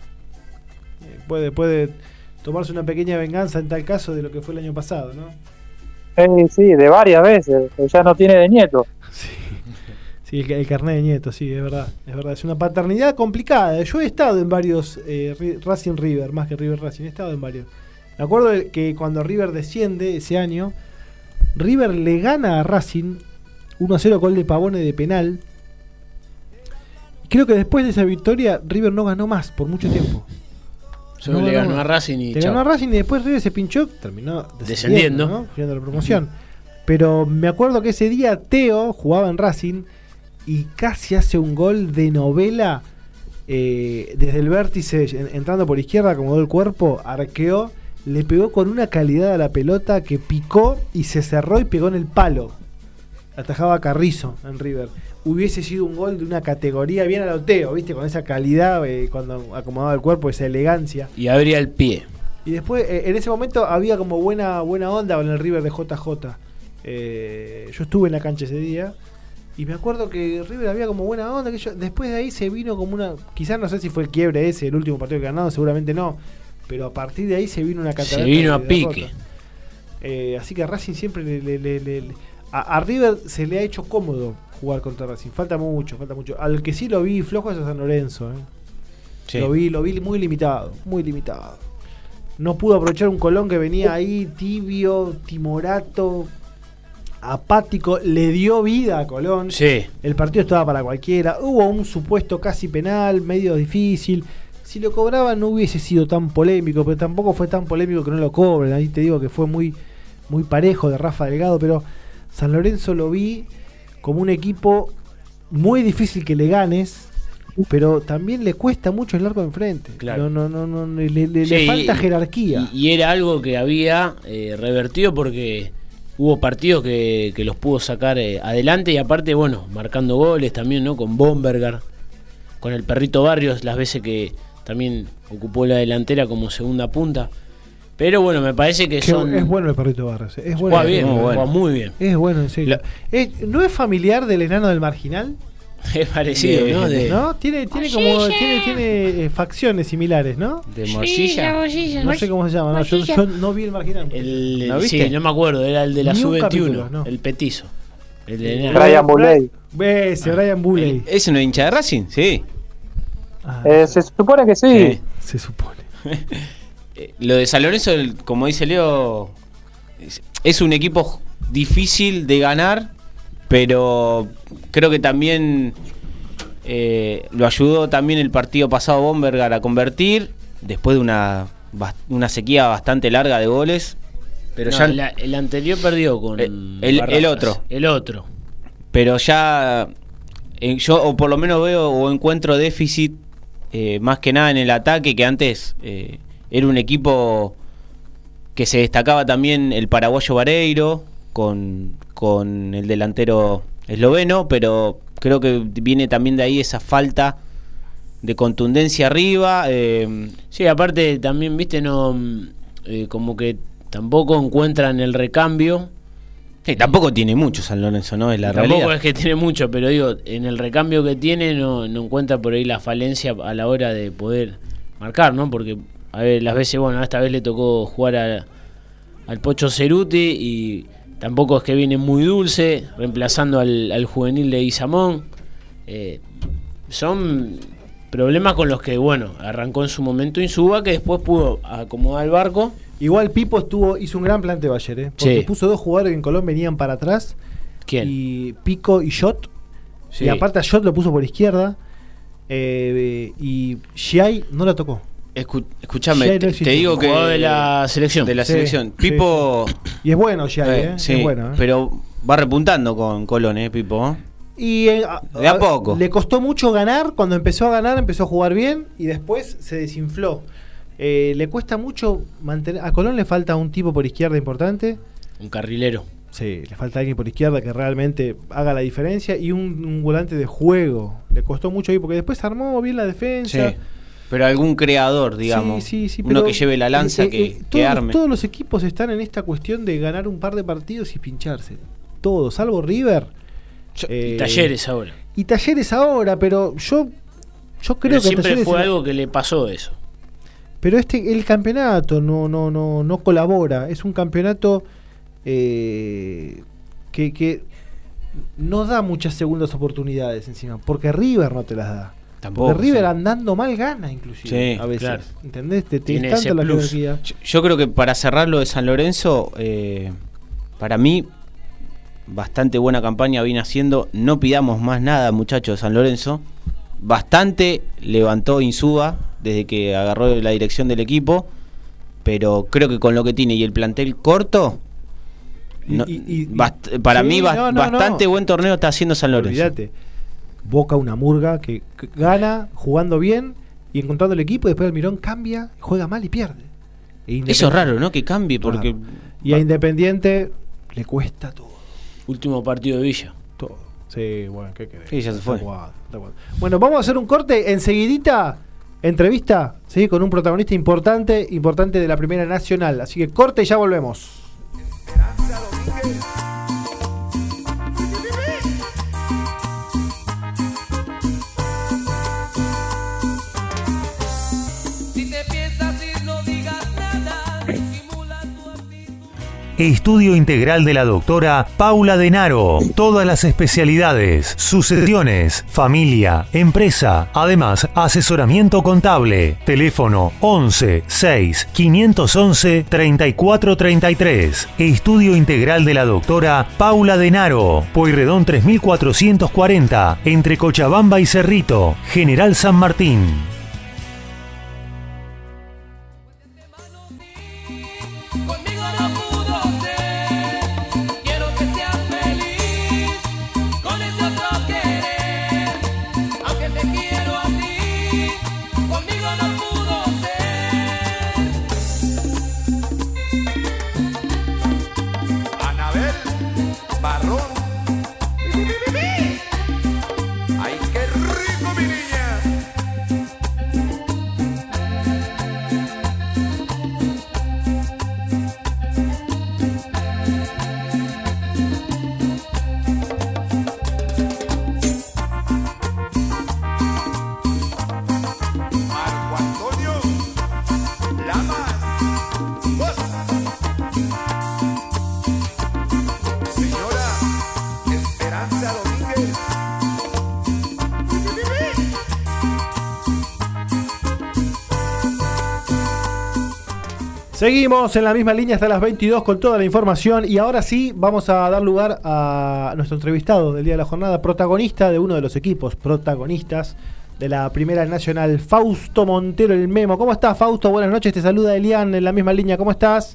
Eh, Puede, puede tomarse una pequeña venganza en tal caso de lo que fue el año pasado, ¿no? Eh, sí, de varias veces. Ya no tiene de nieto. Sí, sí, el, el carnet de nieto, sí, es verdad, es verdad. Es una paternidad complicada. Yo he estado en varios eh, Ri- Racing River, más que River Racing, he estado en varios. Me acuerdo de que cuando River desciende ese año, River le gana a Racing uno a cero gol de Pavone de penal. Creo que después de esa victoria, River no ganó más por mucho tiempo. Solo No le ganó ganó más. a Racing y Te chao. ganó a Racing y después River se pinchó, terminó descendiendo, Descendiendo. ¿no? Jugando la promoción. Pero me acuerdo que ese día Teo jugaba en Racing y casi hace un gol de novela eh, desde el vértice, en- entrando por izquierda, acomodó el cuerpo, arqueó, le pegó con una calidad a la pelota que picó y se cerró y pegó en el palo. Atajaba a Carrizo en River. Hubiese sido un gol de una categoría bien a lo Teo, ¿viste? Con esa calidad, eh, cuando acomodaba el cuerpo, esa elegancia. Y abría el pie. Y después, eh, en ese momento había como buena buena onda con el River de J J. Eh, yo estuve en la cancha ese día y me acuerdo que River había como buena onda. Que yo, después de ahí se vino como una. Quizás no sé si fue el quiebre ese, el último partido que ganaron, seguramente no. Pero a partir de ahí se vino una catarata. Se vino de a derrota. pique. Eh, así que a Racing siempre le. le- le- le- le- a, a River se le ha hecho cómodo jugar contra Racing. Falta mucho, falta mucho. Al que sí lo vi flojo es a San Lorenzo. Eh. Sí. Lo vi, lo vi muy limitado, muy limitado. No pudo aprovechar un Colón que venía ahí tibio, timorato, apático. Le dio vida a Colón. Sí. El partido estaba para cualquiera. Hubo un supuesto casi penal, medio difícil. Si lo cobraban no hubiese sido tan polémico, pero tampoco fue tan polémico que no lo cobren. Ahí te digo que fue muy, muy parejo de Rafa Delgado, pero San Lorenzo lo vi como un equipo muy difícil que le ganes, pero también le cuesta mucho el arco de enfrente. Claro. No, no, no, no, le, le- le Sí, falta y- jerarquía. Y, y era algo que había eh, revertido porque hubo partidos que, que los pudo sacar eh, adelante y aparte, bueno, marcando goles también, ¿no? Con Bombergar, con el Perrito Barrios, las veces que también ocupó la delantera como segunda punta. Pero bueno, me parece que Que son... es bueno el Perrito Barros. Es bueno. Juega bien, muy juega bueno. muy bien. Es bueno, en serio. La- Es- ¿No es familiar del enano del marginal? Es parecido, De- ¿no? De, ¿No? Tiene, tiene como Morcilla. tiene, tiene eh, facciones similares, ¿no? De Sí, la morcilla. morcilla. No sé cómo se llama. No, yo, Morcilla. yo no vi el marginal. el, ¿Lo sí, viste? no me acuerdo, era el de la Ni un sub veintiuno, capítulo, no. el petizo. El de Brian Bulley. Ese, Brian Bulley. ¿Es una hincha de Racing? Sí. Ah, Eh, se supone que sí. Sí. se supone. Eh, Lo de San Lorenzo, el- como dice Leo, es, es un equipo difícil de ganar, pero creo que también eh, lo ayudó también el partido pasado Bombergar a convertir, después de una, bas- una sequía bastante larga de goles. Pero No, ya, la- el anterior perdió con El- el- Barracas. el otro. El otro. pero ya eh, yo o por lo menos veo o encuentro déficit eh, más que nada en el ataque, que antes eh, era un equipo que se destacaba también el paraguayo Vareiro con, con el delantero esloveno, pero creo que viene también de ahí esa falta de contundencia arriba. eh, Sí, aparte también, viste, no mm, eh, como que tampoco encuentran el recambio. sí, tampoco tiene mucho San Lorenzo, ¿no? Es la Tampoco realidad. es que tiene mucho, pero digo, en el recambio que tiene no, no encuentra por ahí la falencia a la hora de poder marcar, ¿no? Porque a ver, las veces, bueno, esta vez le tocó jugar a- al Pocho Ceruti y tampoco es que viene muy dulce, reemplazando al, al juvenil de Isamón. Eh, son problemas con los que, bueno, arrancó en su momento Insuba, que después pudo acomodar el barco. Igual Pipo estuvo, hizo un gran planteo ayer, ¿eh? Porque Sí. puso dos jugadores que en Colón venían para atrás. ¿Quién? Y Pico y Shot. Sí. Y aparte a Shot lo puso por izquierda. Eh, y Giai no la tocó. Escu- escúchame, Ya no te, existe. te digo que Jugador de la selección. de la Sí, selección. sí, Pipo Y es bueno Giai, Eh, ¿eh? sí, es bueno, ¿eh? pero va repuntando con Colón, ¿eh, Pipo? Y eh, a- De a poco. Le costó mucho ganar. Cuando empezó a ganar, empezó a jugar bien. Y después se desinfló. Eh, le cuesta mucho mantener. A Colón le falta un tipo por izquierda importante. Un carrilero. Sí, le falta alguien por izquierda que realmente haga la diferencia y un, un volante de juego. Le costó mucho ahí porque después armó bien la defensa. Sí. Pero algún creador, digamos. Sí, sí, sí, uno pero, que lleve la lanza, eh, eh, que, eh, que todos, arme. Todos los equipos están en esta cuestión de ganar un par de partidos y pincharse. Todos, salvo River. Yo, eh, y Talleres ahora. Y Talleres ahora, pero yo, yo creo Pero que siempre Talleres fue era- algo que le pasó eso. Pero este, el campeonato no, no, no, no colabora. Es un campeonato eh, que, que no da muchas segundas oportunidades encima. Porque River no te las da. Tampoco. Porque River sí. andando mal gana inclusive. Sí, a veces. claro. ¿Entendés? Te, te Tiene es tanta ese la plus. jerarquía. Yo, yo creo que para cerrar lo de San Lorenzo, eh, para mí, bastante buena campaña viene haciendo. No pidamos más nada, muchachos, de San Lorenzo. Bastante levantó Insúa desde que agarró la dirección del equipo. Pero creo que con lo que tiene y el plantel corto, Y- no- y- y- bast- para sí, mí bas- no, no, bastante no. buen torneo está haciendo San Lorenzo. Olvídate. Boca una murga que, que gana jugando bien y encontrando el equipo. Y después Almirón cambia, juega mal y pierde. E Eso es Independiente- raro, ¿no? Que cambie, porque Claro. Y a Independiente le cuesta todo. Último partido de Villa. Todo. Sí, bueno, ¿qué querés? Sí, ya se Está fue. jugado, está jugado. Bueno, vamos a hacer un corte enseguidita. Entrevista, ¿sí? Con un protagonista importante, importante de la Primera Nacional. Así que corte y ya volvemos. Si te piensas ir, no digas nada. Simula tu actitud. Estudio Integral de la doctora Paula Denaro. Todas las especialidades, sucesiones, familia, empresa. Además, asesoramiento contable. Teléfono once seis quinientos once treinta y cuatro treinta y tres. Estudio Integral de la doctora Paula Denaro. Pueyrredón tres mil cuatrocientos cuarenta. Entre Cochabamba y Cerrito. General San Martín. Conmigo no pudo ser. Quiero que seas feliz con ese otro querer. Aunque te quiero a ti, conmigo no pudo ser. Anabel Barrón. ¡Ay, qué rico, mi niña! Marco Antonio Lamas. ¡Vos! Señora Esperanza Domínguez. Seguimos en la misma línea hasta las veintidós con toda la información. Y ahora sí, vamos a dar lugar a nuestro entrevistado del día de la jornada, protagonista de uno de los equipos protagonistas de la Primera Nacional, Fausto Montero, el Memo. ¿Cómo estás, Fausto? Buenas noches, te saluda Elian en la misma línea. ¿Cómo estás?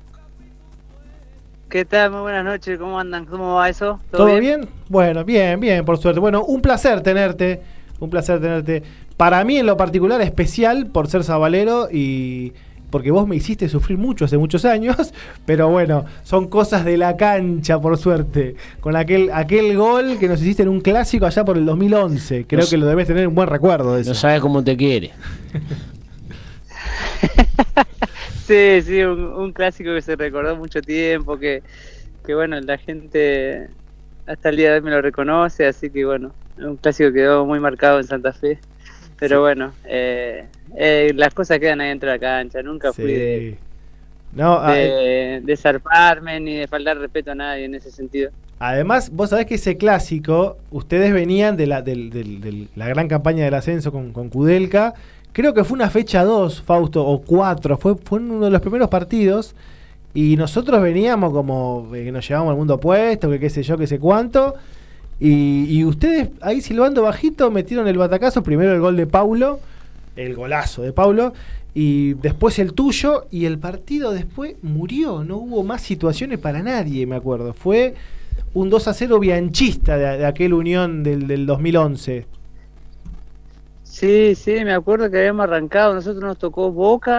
¿Qué tal? Muy buenas noches, ¿cómo andan? ¿Cómo va eso? ¿Todo, bien? Bueno, bien, bien, por suerte. Bueno, un placer tenerte, un placer tenerte. Para mí en lo particular especial por ser sabalero y porque vos me hiciste sufrir mucho hace muchos años, pero bueno, son cosas de la cancha, por suerte. Con aquel aquel gol que nos hiciste en un clásico allá por el dos mil once. Creo No que lo debes tener un buen recuerdo de eso. No sabes cómo te quiere. Sí, sí, un, un clásico que se recordó mucho tiempo, que, que bueno, la gente hasta el día de hoy me lo reconoce, así que bueno, un clásico que quedó muy marcado en Santa Fe. Pero Sí. bueno, eh, eh, las cosas quedan ahí dentro de la cancha, nunca Sí. fui de, No, a- de, de zarparme ni de faltar respeto a nadie en ese sentido. Además, vos sabés que ese clásico, ustedes venían de la, del- del- del- la gran campaña del ascenso con, con Kudelka. Creo que fue una fecha dos, Fausto, o cuatro. Fue, fue uno de los primeros partidos. Y nosotros veníamos como eh, que nos llevamos al mundo opuesto, que qué sé yo, qué sé cuánto. Y, y ustedes ahí silbando bajito metieron el batacazo. Primero el gol de Paulo, el golazo de Paulo. Y después el tuyo. Y el partido después murió. No hubo más situaciones para nadie, me acuerdo. Fue un dos a cero bianchista de, de aquel Unión del, del dos mil once. Sí, sí, me acuerdo que habíamos arrancado, nosotros nos tocó Boca,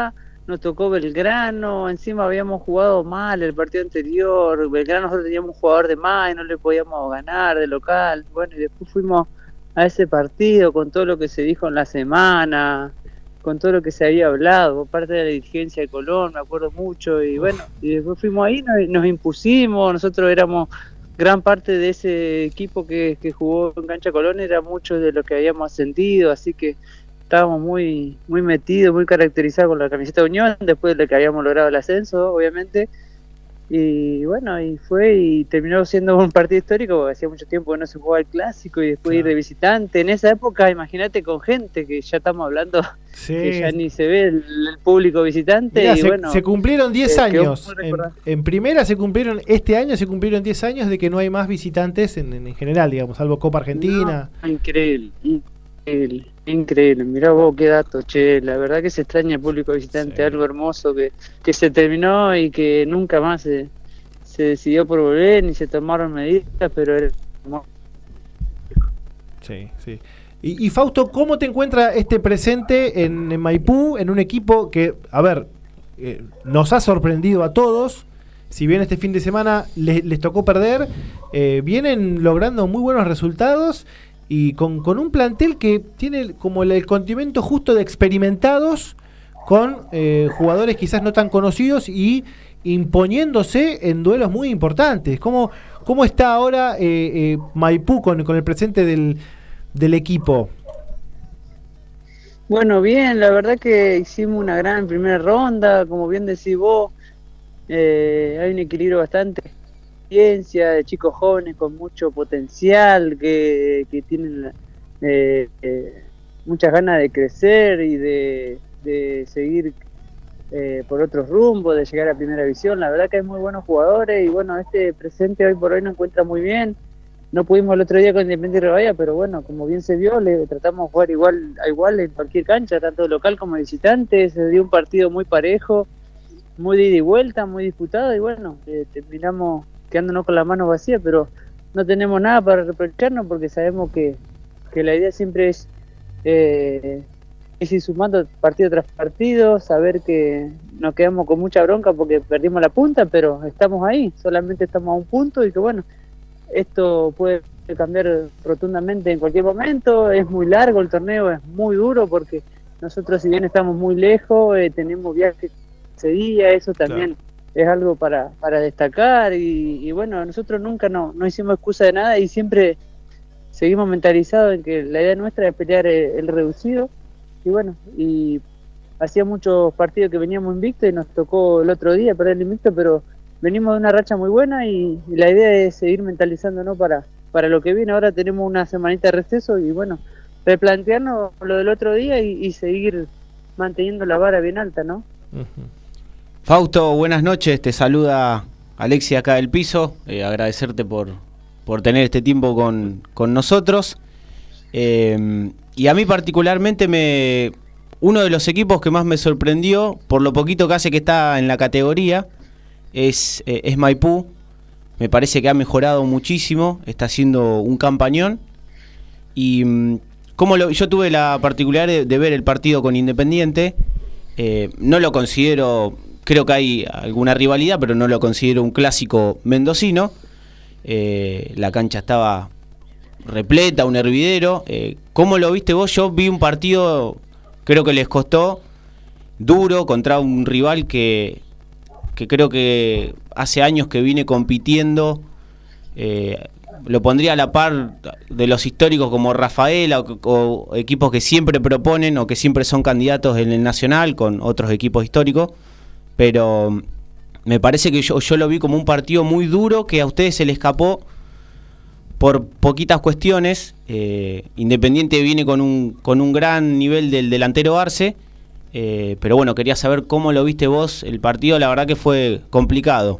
nos tocó Belgrano, encima habíamos jugado mal el partido anterior, Belgrano nosotros teníamos un jugador de más y no le podíamos ganar de local, bueno, y después fuimos a ese partido con todo lo que se dijo en la semana, con todo lo que se había hablado por parte de la dirigencia de Colón, me acuerdo mucho, y bueno, y después fuimos ahí, nos, nos impusimos, nosotros éramos gran parte de ese equipo que, que jugó en Cancha Colón, era muchos de los que habíamos ascendido, así que estábamos muy muy metidos, muy caracterizados con la camiseta de Unión, después de lo que habíamos logrado el ascenso, obviamente, y bueno, y fue y terminó siendo un partido histórico, porque hacía mucho tiempo que no se jugaba el clásico, y después claro. ir de visitante, en esa época, imagínate, con gente, que ya estamos hablando, sí. que ya ni se ve el, el público visitante. Mirá, y se, bueno, se cumplieron diez eh, años, en, en primera se cumplieron, este año se cumplieron diez años de que no hay más visitantes en, en general, digamos, salvo Copa Argentina. No, increíble, increíble. Increíble, mirá vos qué dato, che, la verdad que se extraña el público visitante, sí. algo hermoso que, que se terminó y que nunca más se, se decidió por volver ni se tomaron medidas, pero era hermoso. Sí, sí. Y, y Fausto, ¿cómo te encuentra este presente en, en Maipú, en un equipo que, a ver, eh, nos ha sorprendido a todos? Si bien este fin de semana les, les tocó perder, eh, vienen logrando muy buenos resultados. Y con, con un plantel que tiene como el, el condimento justo de experimentados con eh, jugadores quizás no tan conocidos y imponiéndose en duelos muy importantes. ¿Cómo, cómo está ahora eh, eh, Maipú con, con el presente del, del equipo? Bueno, bien, la verdad que hicimos una gran primera ronda, como bien decís vos, eh, hay un equilibrio bastante experiencia, de chicos jóvenes con mucho potencial, que, que tienen eh, eh, muchas ganas de crecer y de, de seguir eh, por otros rumbos, de llegar a primera división. La verdad que hay muy buenos jugadores y bueno, este presente hoy por hoy nos encuentra muy bien. No pudimos el otro día con Independiente de Rivadavia, pero bueno, como bien se vio, le tratamos de jugar igual a igual en cualquier cancha, tanto local como visitante. Se dio un partido muy parejo, muy de ida y vuelta, muy disputado y bueno, eh, terminamos quedándonos con la mano vacía, pero no tenemos nada para reprocharnos porque sabemos que, que la idea siempre es, eh, es ir sumando partido tras partido, saber que nos quedamos con mucha bronca porque perdimos la punta, pero estamos ahí, solamente estamos a un punto y que bueno, esto puede cambiar rotundamente en cualquier momento. Es muy largo el torneo, es muy duro porque nosotros, si bien estamos muy lejos, eh, tenemos viajes ese día, eso también claro. es algo para, para destacar y, y bueno, nosotros nunca no, no hicimos excusa de nada y siempre seguimos mentalizados en que la idea nuestra es pelear el, el reducido y bueno, y hacía muchos partidos que veníamos invictos y nos tocó el otro día perder el invicto, pero venimos de una racha muy buena y, y la idea es seguir mentalizándonos para, para lo que viene. Ahora tenemos una semanita de receso y bueno, replantearnos lo del otro día y, y seguir manteniendo la vara bien alta, ¿no? Uh-huh. Fausto, buenas noches, te saluda Alexia acá del piso, eh, agradecerte por, por tener este tiempo con, con nosotros, eh, y a mí particularmente me uno de los equipos que más me sorprendió, por lo poquito que hace que está en la categoría, es, eh, es Maipú. Me parece que ha mejorado muchísimo, está haciendo un campañón, y como lo, yo tuve la particularidad de, de ver el partido con Independiente, eh, no lo considero... Creo que hay alguna rivalidad, pero no lo considero un clásico mendocino. Eh, la cancha estaba repleta, un hervidero. Eh, ¿Cómo lo viste vos? Yo vi un partido, creo que les costó, duro, contra un rival que, que creo que hace años que viene compitiendo. Eh, lo pondría a la par de los históricos como Rafaela o, o equipos que siempre proponen o que siempre son candidatos en el Nacional con otros equipos históricos. Pero me parece que yo, yo lo vi como un partido muy duro que a ustedes se le escapó por poquitas cuestiones. eh, Independiente viene con un con un gran nivel del delantero Arce, eh, pero bueno, quería saber cómo lo viste vos el partido. La verdad que fue complicado.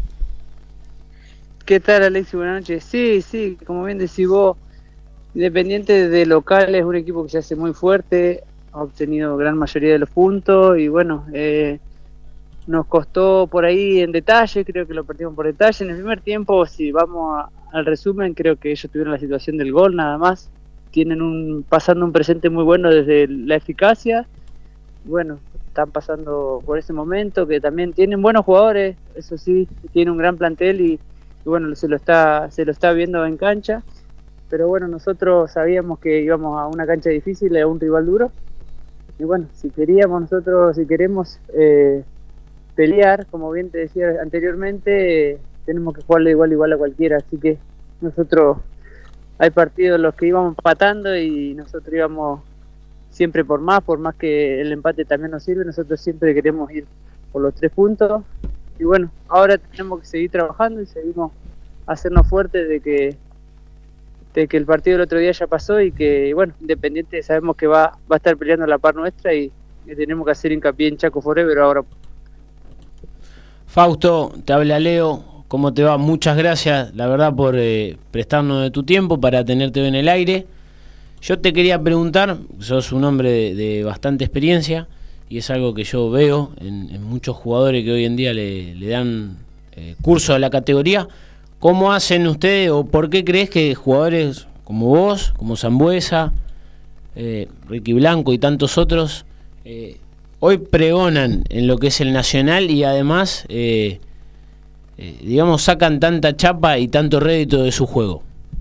¿Qué tal, Alexi? Buenas noches. Sí, sí, como bien decís vos, Independiente de local es un equipo que se hace muy fuerte, ha obtenido gran mayoría de los puntos y bueno, eh, nos costó por ahí en detalle, creo que lo perdimos por detalle. En el primer tiempo, si vamos a, al resumen, creo que ellos tuvieron la situación del gol nada más. Tienen un pasando un presente muy bueno desde la eficacia. Bueno, están pasando por ese momento, que también tienen buenos jugadores, eso sí, tiene un gran plantel y, y bueno, se lo está se lo está viendo en cancha, pero bueno, nosotros sabíamos que íbamos a una cancha difícil, a un rival duro, y bueno, si queríamos nosotros, si queremos eh, pelear, como bien te decía anteriormente, eh, tenemos que jugarle igual igual a cualquiera, así que nosotros, hay partidos en los que íbamos empatando y nosotros íbamos siempre por más, por más que el empate también nos sirve, nosotros siempre queremos ir por los tres puntos, y bueno, ahora tenemos que seguir trabajando y seguimos a hacernos fuertes de que de que el partido del otro día ya pasó y que, bueno, Independiente sabemos que va, va a estar peleando a la par nuestra y, y tenemos que hacer hincapié en Chaco Forever ahora. Fausto, te habla Leo, ¿cómo te va? Muchas gracias, la verdad, por eh, prestarnos de tu tiempo para tenerte hoy en el aire. Yo te quería preguntar, sos un hombre de, de bastante experiencia y es algo que yo veo en, en muchos jugadores que hoy en día le, le dan eh, curso a la categoría. ¿Cómo hacen ustedes o por qué crees que jugadores como vos, como Sambuesa, eh, Ricky Blanco y tantos otros, eh, hoy pregonan en lo que es el Nacional y además, eh, eh, digamos, sacan tanta chapa y tanto rédito de su juego?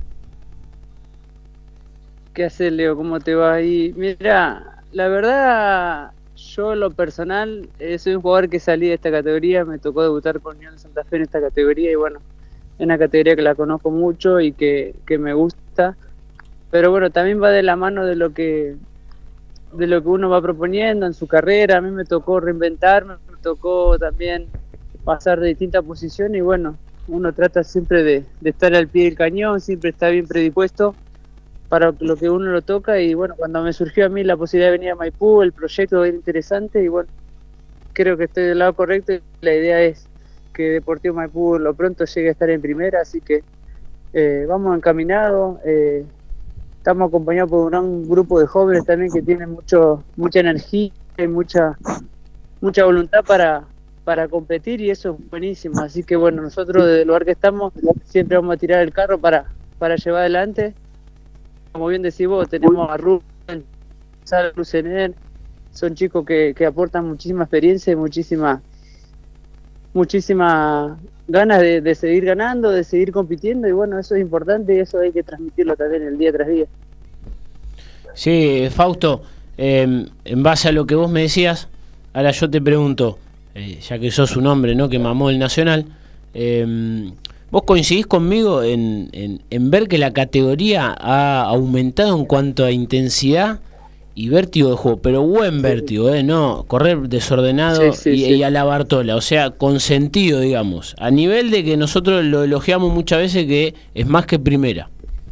¿Qué haces, Leo? ¿Cómo te va ahí? Mira, la verdad, yo en lo personal eh, soy un jugador que salí de esta categoría, me tocó debutar con Unión de Santa Fe en esta categoría y bueno, es una categoría que la conozco mucho y que, que me gusta, pero bueno, también va de la mano de lo que de lo que uno va proponiendo en su carrera. A mí me tocó reinventarme, me tocó también pasar de distintas posiciones y bueno, uno trata siempre de, de estar al pie del cañón, siempre está bien predispuesto para lo que uno lo toca y bueno, cuando me surgió a mí la posibilidad de venir a Maipú, el proyecto era interesante y bueno, creo que estoy del lado correcto y la idea es que Deportivo Maipú lo pronto llegue a estar en primera, así que eh, vamos encaminados, eh, estamos acompañados por un gran grupo de jóvenes también que tienen mucho mucha energía y mucha mucha voluntad para, para competir y eso es buenísimo, así que bueno, nosotros desde el lugar que estamos siempre vamos a tirar el carro para, para llevar adelante. Como bien decís vos, tenemos a Rubén, Sara, Lucener, son chicos que, que aportan muchísima experiencia y muchísima muchísimas ganas de, de seguir ganando, de seguir compitiendo y bueno, eso es importante y eso hay que transmitirlo también el día tras día. Sí, Fausto, eh, en base a lo que vos me decías, ahora yo te pregunto, eh, ya que sos un hombre, ¿no?, que mamó el Nacional, eh, ¿vos coincidís conmigo en, en, en ver que la categoría ha aumentado en cuanto a intensidad y vértigo de juego, pero buen vértigo, ¿eh? No correr desordenado sí, sí, y, sí. y a la Bartola, o sea, con sentido, digamos, a nivel de que nosotros lo elogiamos muchas veces que es más que primera.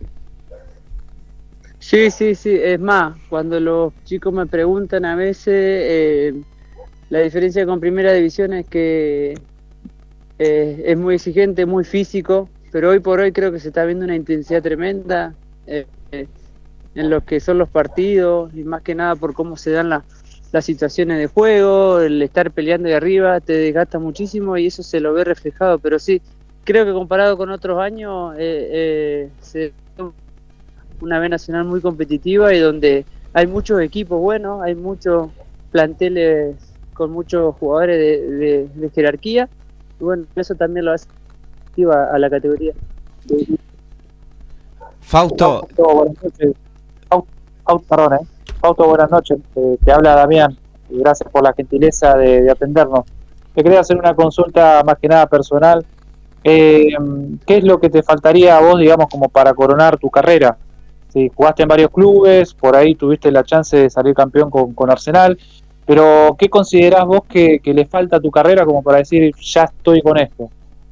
Sí, sí, sí, es más, cuando los chicos me preguntan a veces, eh, la diferencia con primera división es que eh, es muy exigente, muy físico, pero hoy por hoy creo que se está viendo una intensidad tremenda, eh, eh, en lo que son los partidos y más que nada por cómo se dan la, las situaciones de juego, el estar peleando de arriba te desgasta muchísimo y eso se lo ve reflejado, pero sí, creo que comparado con otros años eh, eh, se una B Nacional muy competitiva y donde hay muchos equipos buenos, hay muchos planteles con muchos jugadores de, de, de jerarquía y bueno, eso también lo hace a la categoría. Fausto, Fausto, buenas noches. Fausto, Fausto, perdón, eh. Fausto, buenas noches. Eh, te habla Damián y gracias por la gentileza de, de atendernos. Te quería hacer una consulta más que nada personal. Eh, ¿Qué es lo que te faltaría a vos, digamos, como para coronar tu carrera? Si jugaste en varios clubes, por ahí tuviste la chance de salir campeón con, con Arsenal, pero ¿qué considerás vos que, que le falta a tu carrera como para decir, ya estoy con esto?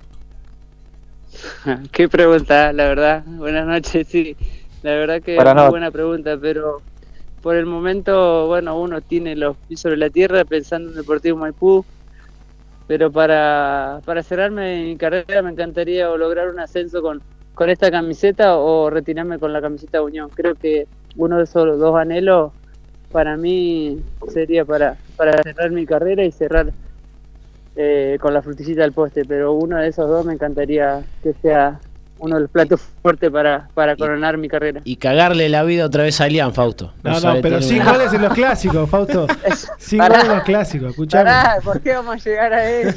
Qué pregunta, la verdad. Buenas noches, sí. La verdad que es una buena pregunta, pero por el momento, bueno, uno tiene los pies sobre la tierra pensando en Deportivo Maipú, pero para, para cerrarme mi carrera me encantaría o lograr un ascenso con, con esta camiseta o retirarme con la camiseta de Unión. Creo que uno de esos dos anhelos para mí sería para, para cerrar mi carrera y cerrar eh, con la frutillita del poste, pero uno de esos dos me encantaría que sea uno de los platos fuertes para, para coronar mi carrera. Y cagarle la vida otra vez a Elian, Fausto. No, no, sabe pero tener sin una- goles en los clásicos, Fausto. Sin Pará. goles en los clásicos, escuchame. Pará, ¿por qué vamos a llegar a eso?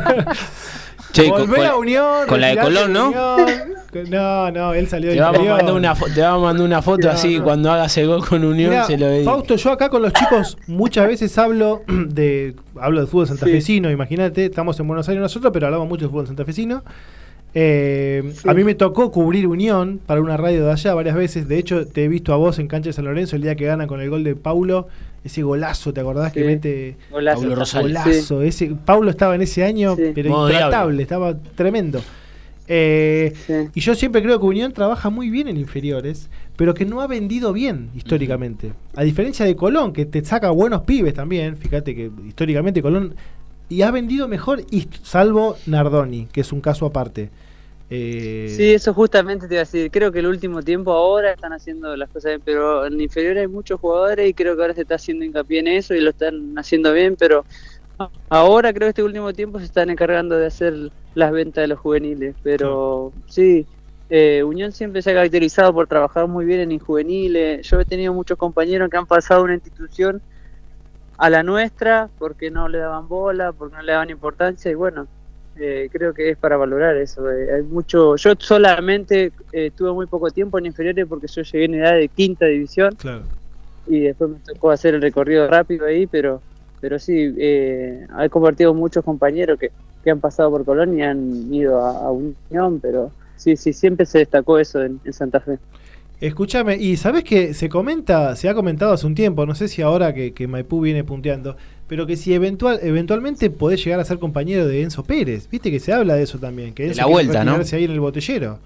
Che, con, Volvé con- a Unión. con la de retirate Colón, ¿no? Unión. No, no, él salió Te de vamos, a inferior. mandar una fo- te vamos a mandar una foto No, así, no. cuando hagas el gol con Unión Mirá, se lo dedico. Fausto, yo acá con los chicos muchas veces hablo de hablo de fútbol santafesino, imagínate, estamos en Buenos Aires nosotros, pero hablamos mucho de fútbol santafesino. Eh, Sí. A mí me tocó cubrir Unión para una radio de allá varias veces. De hecho, te he visto a vos en cancha de San Lorenzo el día que gana con el gol de Paulo. Ese golazo, ¿te acordás que Sí. mete? Golazo. Paulo Rosales. Golazo. Ese, Paulo estaba en ese año, Sí. pero Modo intratable, estaba tremendo. Eh, Sí. y yo siempre creo que Unión trabaja muy bien en inferiores, pero que no ha vendido bien históricamente. A diferencia de Colón, que te saca buenos pibes también. Fíjate que históricamente Colón y ha vendido mejor, y salvo Nardoni, que es un caso aparte. Eh, Sí, eso justamente te iba a decir. Creo que el último tiempo ahora están haciendo las cosas bien, pero en inferior hay muchos jugadores y creo que ahora se está haciendo hincapié en eso y lo están haciendo bien, pero ahora creo que este último tiempo se están encargando de hacer las ventas de los juveniles. Pero sí, eh, Unión siempre se ha caracterizado por trabajar muy bien en juveniles. Yo he tenido muchos compañeros que han pasado de una institución a la nuestra porque no le daban bola, porque no le daban importancia y bueno. Eh, creo que es para valorar eso. Eh, hay mucho. Yo solamente eh, tuve muy poco tiempo en inferiores porque yo llegué en edad de quinta división Claro. y después me tocó hacer el recorrido rápido ahí, pero pero sí, eh, he compartido muchos compañeros que, que han pasado por Colón y han ido a, a Unión, pero sí, sí, siempre se destacó eso en, en Santa Fe. Escúchame, y sabes que se comenta, se ha comentado hace un tiempo, no sé si ahora que, que Maipú viene punteando, pero que si eventual, eventualmente podés llegar a ser compañero de Enzo Pérez. Viste que se habla de eso también, que De Enzo la quiere vuelta, ¿no? retirarse ahí en el botellero.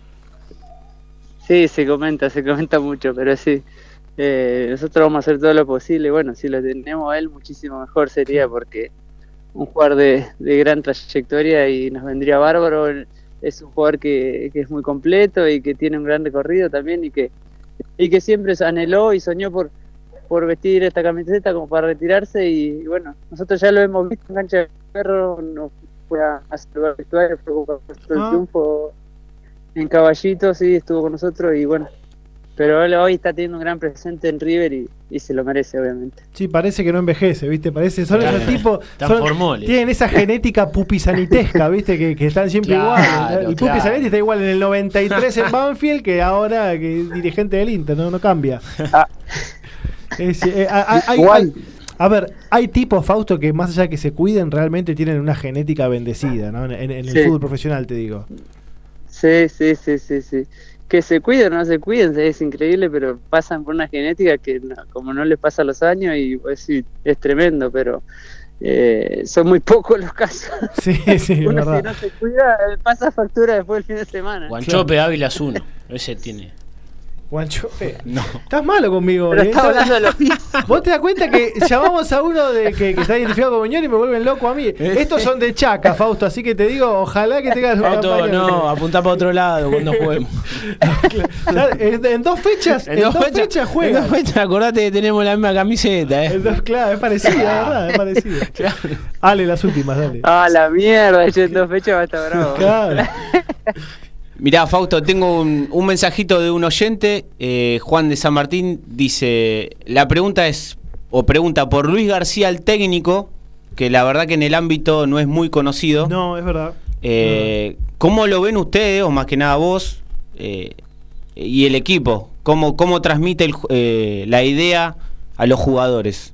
Sí, se comenta, se comenta mucho, pero sí. Eh, nosotros vamos a hacer todo lo posible. Bueno, si lo tenemos a él, muchísimo mejor sería porque un jugador de, de gran trayectoria y nos vendría bárbaro. Es un jugador que, que es muy completo y que tiene un gran recorrido también y que y que siempre anheló y soñó por por vestir esta camiseta como para retirarse y, y bueno, nosotros ya lo hemos visto en cancha de perro, nos fue a, a saludar al vestuario, fue con el Ah. triunfo en Caballito, sí, estuvo con nosotros y bueno, pero él hoy está teniendo un gran presente en River y, y se lo merece obviamente. Sí, parece que no envejece, ¿viste? Parece, son Claro. esos tipos, Están son- formoles. tienen esa genética pupisanitesca, ¿viste? Que, que están siempre Claro, iguales. ¿no? Y Pupi claro. Zanetti está igual en el noventa y tres en Banfield que ahora que es dirigente del Inter, no, no cambia. Ah. Es, eh, hay- hay- Igual. hay- a ver, hay tipos, Fausto, que más allá de que se cuiden, realmente tienen una genética bendecida, ¿no? En, en- en el Sí. fútbol profesional, te digo. Sí, sí, sí, sí, sí. Que se cuiden o no se cuiden, es increíble, pero pasan por una genética que no- como no les pasa los años y pues, sí, es tremendo, pero eh, son muy pocos los casos. Sí, sí, es Uno verdad. si no se cuida eh, pasa factura después del fin de semana. Guanchope Ávila es uno. Ese tiene. Guanchope. No. Estás malo conmigo, Pero ¿eh? está hablando de los Vos te das cuenta que llamamos a uno de que, que está identificado con Muñoz y me vuelven loco a mí. Estos son de Chaca, Fausto, así que te digo, ojalá que tengas una Fausto, campaña. no, apunta para otro lado cuando juguemos. Claro, en, en dos fechas, en, dos fechas, juega. En dos fechas, acordate que tenemos la misma camiseta, eh. En dos- claro, es parecido, la verdad, es parecido. Ale, las últimas, dale. Ah, la mierda, yo en dos fechas va a estar bravo. Claro. Mirá, Fausto, tengo un, un mensajito de un oyente, eh, Juan de San Martín, dice, la pregunta es, o pregunta por Luis García, el técnico, que la verdad que en el ámbito no es muy conocido. No, es verdad. Eh, ¿Cómo lo ven ustedes, o más que nada vos, eh, y el equipo? ¿Cómo, cómo transmite el, eh, la idea a los jugadores?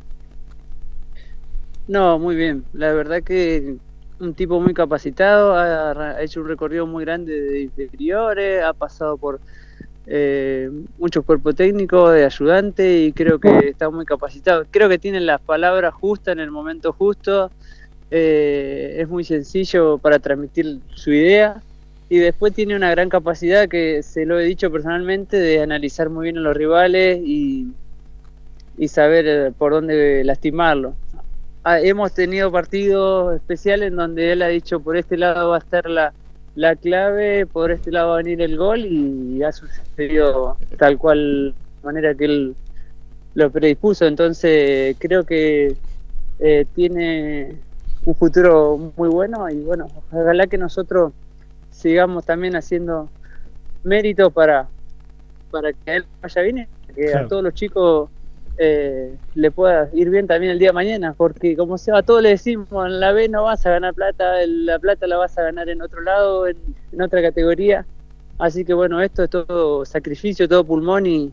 No, muy bien. La verdad que un tipo muy capacitado, ha, ha hecho un recorrido muy grande de inferiores, ha pasado por eh, muchos cuerpos técnicos, de ayudante y creo que está muy capacitado. Creo que tiene las palabras justas en el momento justo, eh, es muy sencillo para transmitir su idea y después tiene una gran capacidad que se lo he dicho personalmente de analizar muy bien a los rivales y, y saber eh, por dónde lastimarlo. Ah, hemos tenido partidos especiales en donde él ha dicho por este lado va a estar la, la clave, por este lado va a venir el gol y ha sucedido tal cual manera que él lo predispuso. Entonces creo que eh, tiene un futuro muy bueno y bueno, ojalá que nosotros sigamos también haciendo mérito para, para que él vaya bien y que Claro. a todos los chicos eh, le pueda ir bien también el día de mañana, porque como sea, a todos le decimos, en la B no vas a ganar plata, en la plata la vas a ganar en otro lado, en, en otra categoría, así que bueno, esto es todo sacrificio, todo pulmón y,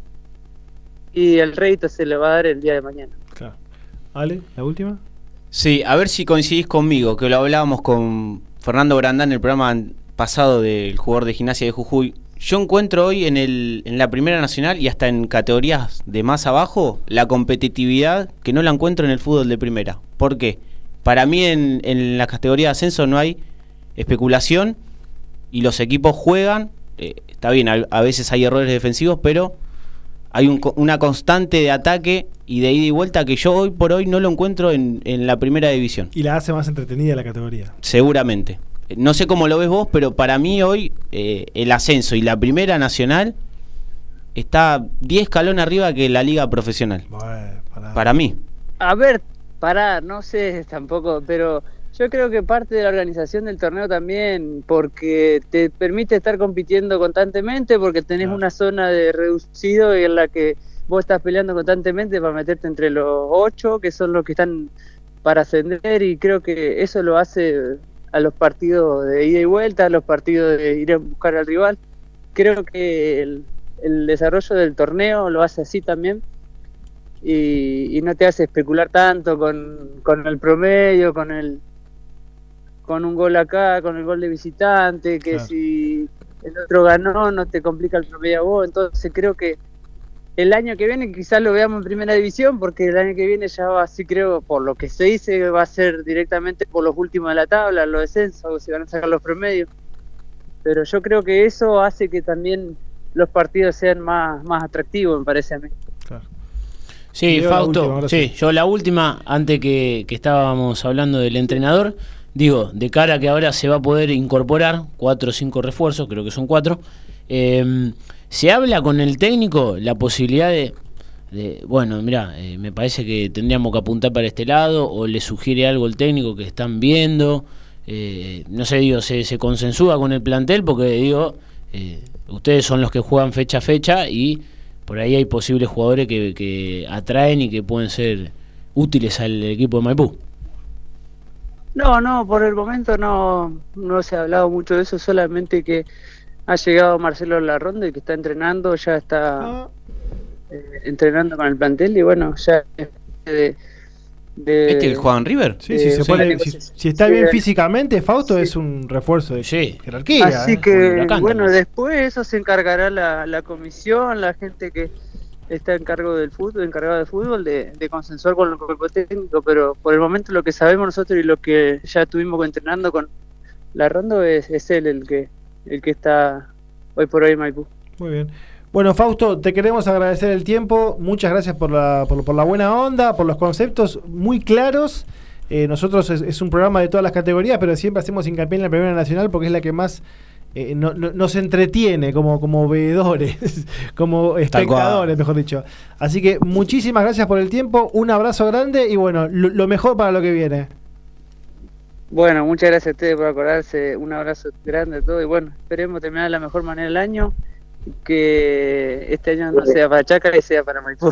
y el rédito se le va a dar el día de mañana. Claro. Ale, la última. Sí, a ver si coincidís conmigo, que lo hablábamos con Fernando Brandán en el programa pasado del jugador de Gimnasia de Jujuy. Yo encuentro hoy en, el, en la Primera Nacional y hasta en categorías de más abajo la competitividad que no la encuentro en el fútbol de primera. ¿Por qué? Para mí en, en la categoría de ascenso no hay especulación y los equipos juegan, eh, está bien, a, a veces hay errores defensivos, pero hay un, una constante de ataque y de ida y vuelta que yo hoy por hoy no lo encuentro en, en la primera división. Y la hace más entretenida la categoría. Seguramente. No sé cómo lo ves vos, pero para mí hoy eh, el ascenso y la Primera Nacional está diez escalones arriba que la liga profesional. Bueno, para... Para mí. A ver, pará, no sé tampoco, pero yo creo que parte de la organización del torneo también, porque te permite estar compitiendo constantemente, porque tenés Claro. una zona de reducido en la que vos estás peleando constantemente para meterte entre los ocho, que son los que están para ascender, y creo que eso lo hace a los partidos de ida y vuelta, a los partidos de ir a buscar al rival. Creo que el, el desarrollo del torneo lo hace así también. Y, y no te hace especular tanto con, con el promedio, con el con un gol acá, con el gol de visitante, que Claro. si el otro ganó no te complica el promedio a vos. Entonces creo que el año que viene quizás lo veamos en primera división, porque el año que viene ya va, así creo, por lo que se dice, va a ser directamente por los últimos de la tabla, los descensos, se van a sacar los promedios. Pero yo creo que eso hace que también los partidos sean más, más atractivos, me parece a mí. Claro. Sí, Leo, la Fausto, última, ahora sí, sí. yo la última, antes que, que estábamos hablando del entrenador, digo, de cara a que ahora se va a poder incorporar cuatro o cinco refuerzos, creo que son cuatro, eh, se habla con el técnico la posibilidad de, de bueno, mira, eh, me parece que tendríamos que apuntar para este lado, o le sugiere algo el técnico que están viendo, eh, no sé, digo, se, se consensúa con el plantel, porque digo, eh, ustedes son los que juegan fecha a fecha y por ahí hay posibles jugadores que, que atraen y que pueden ser útiles al equipo de Maipú. No, no, por el momento no, no se ha hablado mucho de eso, solamente que ha llegado Marcelo Larronde, que está entrenando, ya está Ah, eh, entrenando con el plantel y bueno, ya de, de ¿Este que juega en River? sí, sí, Eh, se sí, pone, sí, si, sí, si está sí, bien sí. físicamente, Fausto Sí. es un refuerzo de Sí. jerarquía. Así ¿eh? que, Huracán bueno, también. después eso se encargará la, la comisión, la gente que está en cargo del fútbol, encargada de fútbol, de, de consensuar con el cuerpo técnico, pero por el momento lo que sabemos nosotros y lo que ya estuvimos entrenando con la Rondo es, es él el que el que está hoy por hoy en Maipú. Muy bien. Bueno, Fausto, te queremos agradecer el tiempo. Muchas gracias por la, por, por la buena onda, por los conceptos muy claros. Eh, nosotros es, es un programa de todas las categorías, pero siempre hacemos hincapié en la Primera Nacional porque es la que más eh, no, no, nos entretiene como, como veedores, como espectadores, mejor dicho. Así que muchísimas gracias por el tiempo, un abrazo grande y bueno, lo, lo mejor para lo que viene. Bueno, muchas gracias a ustedes por acordarse, un abrazo grande a todos y bueno, esperemos terminar de la mejor manera el año, que este año no sea para Chaca y sea para Maipú.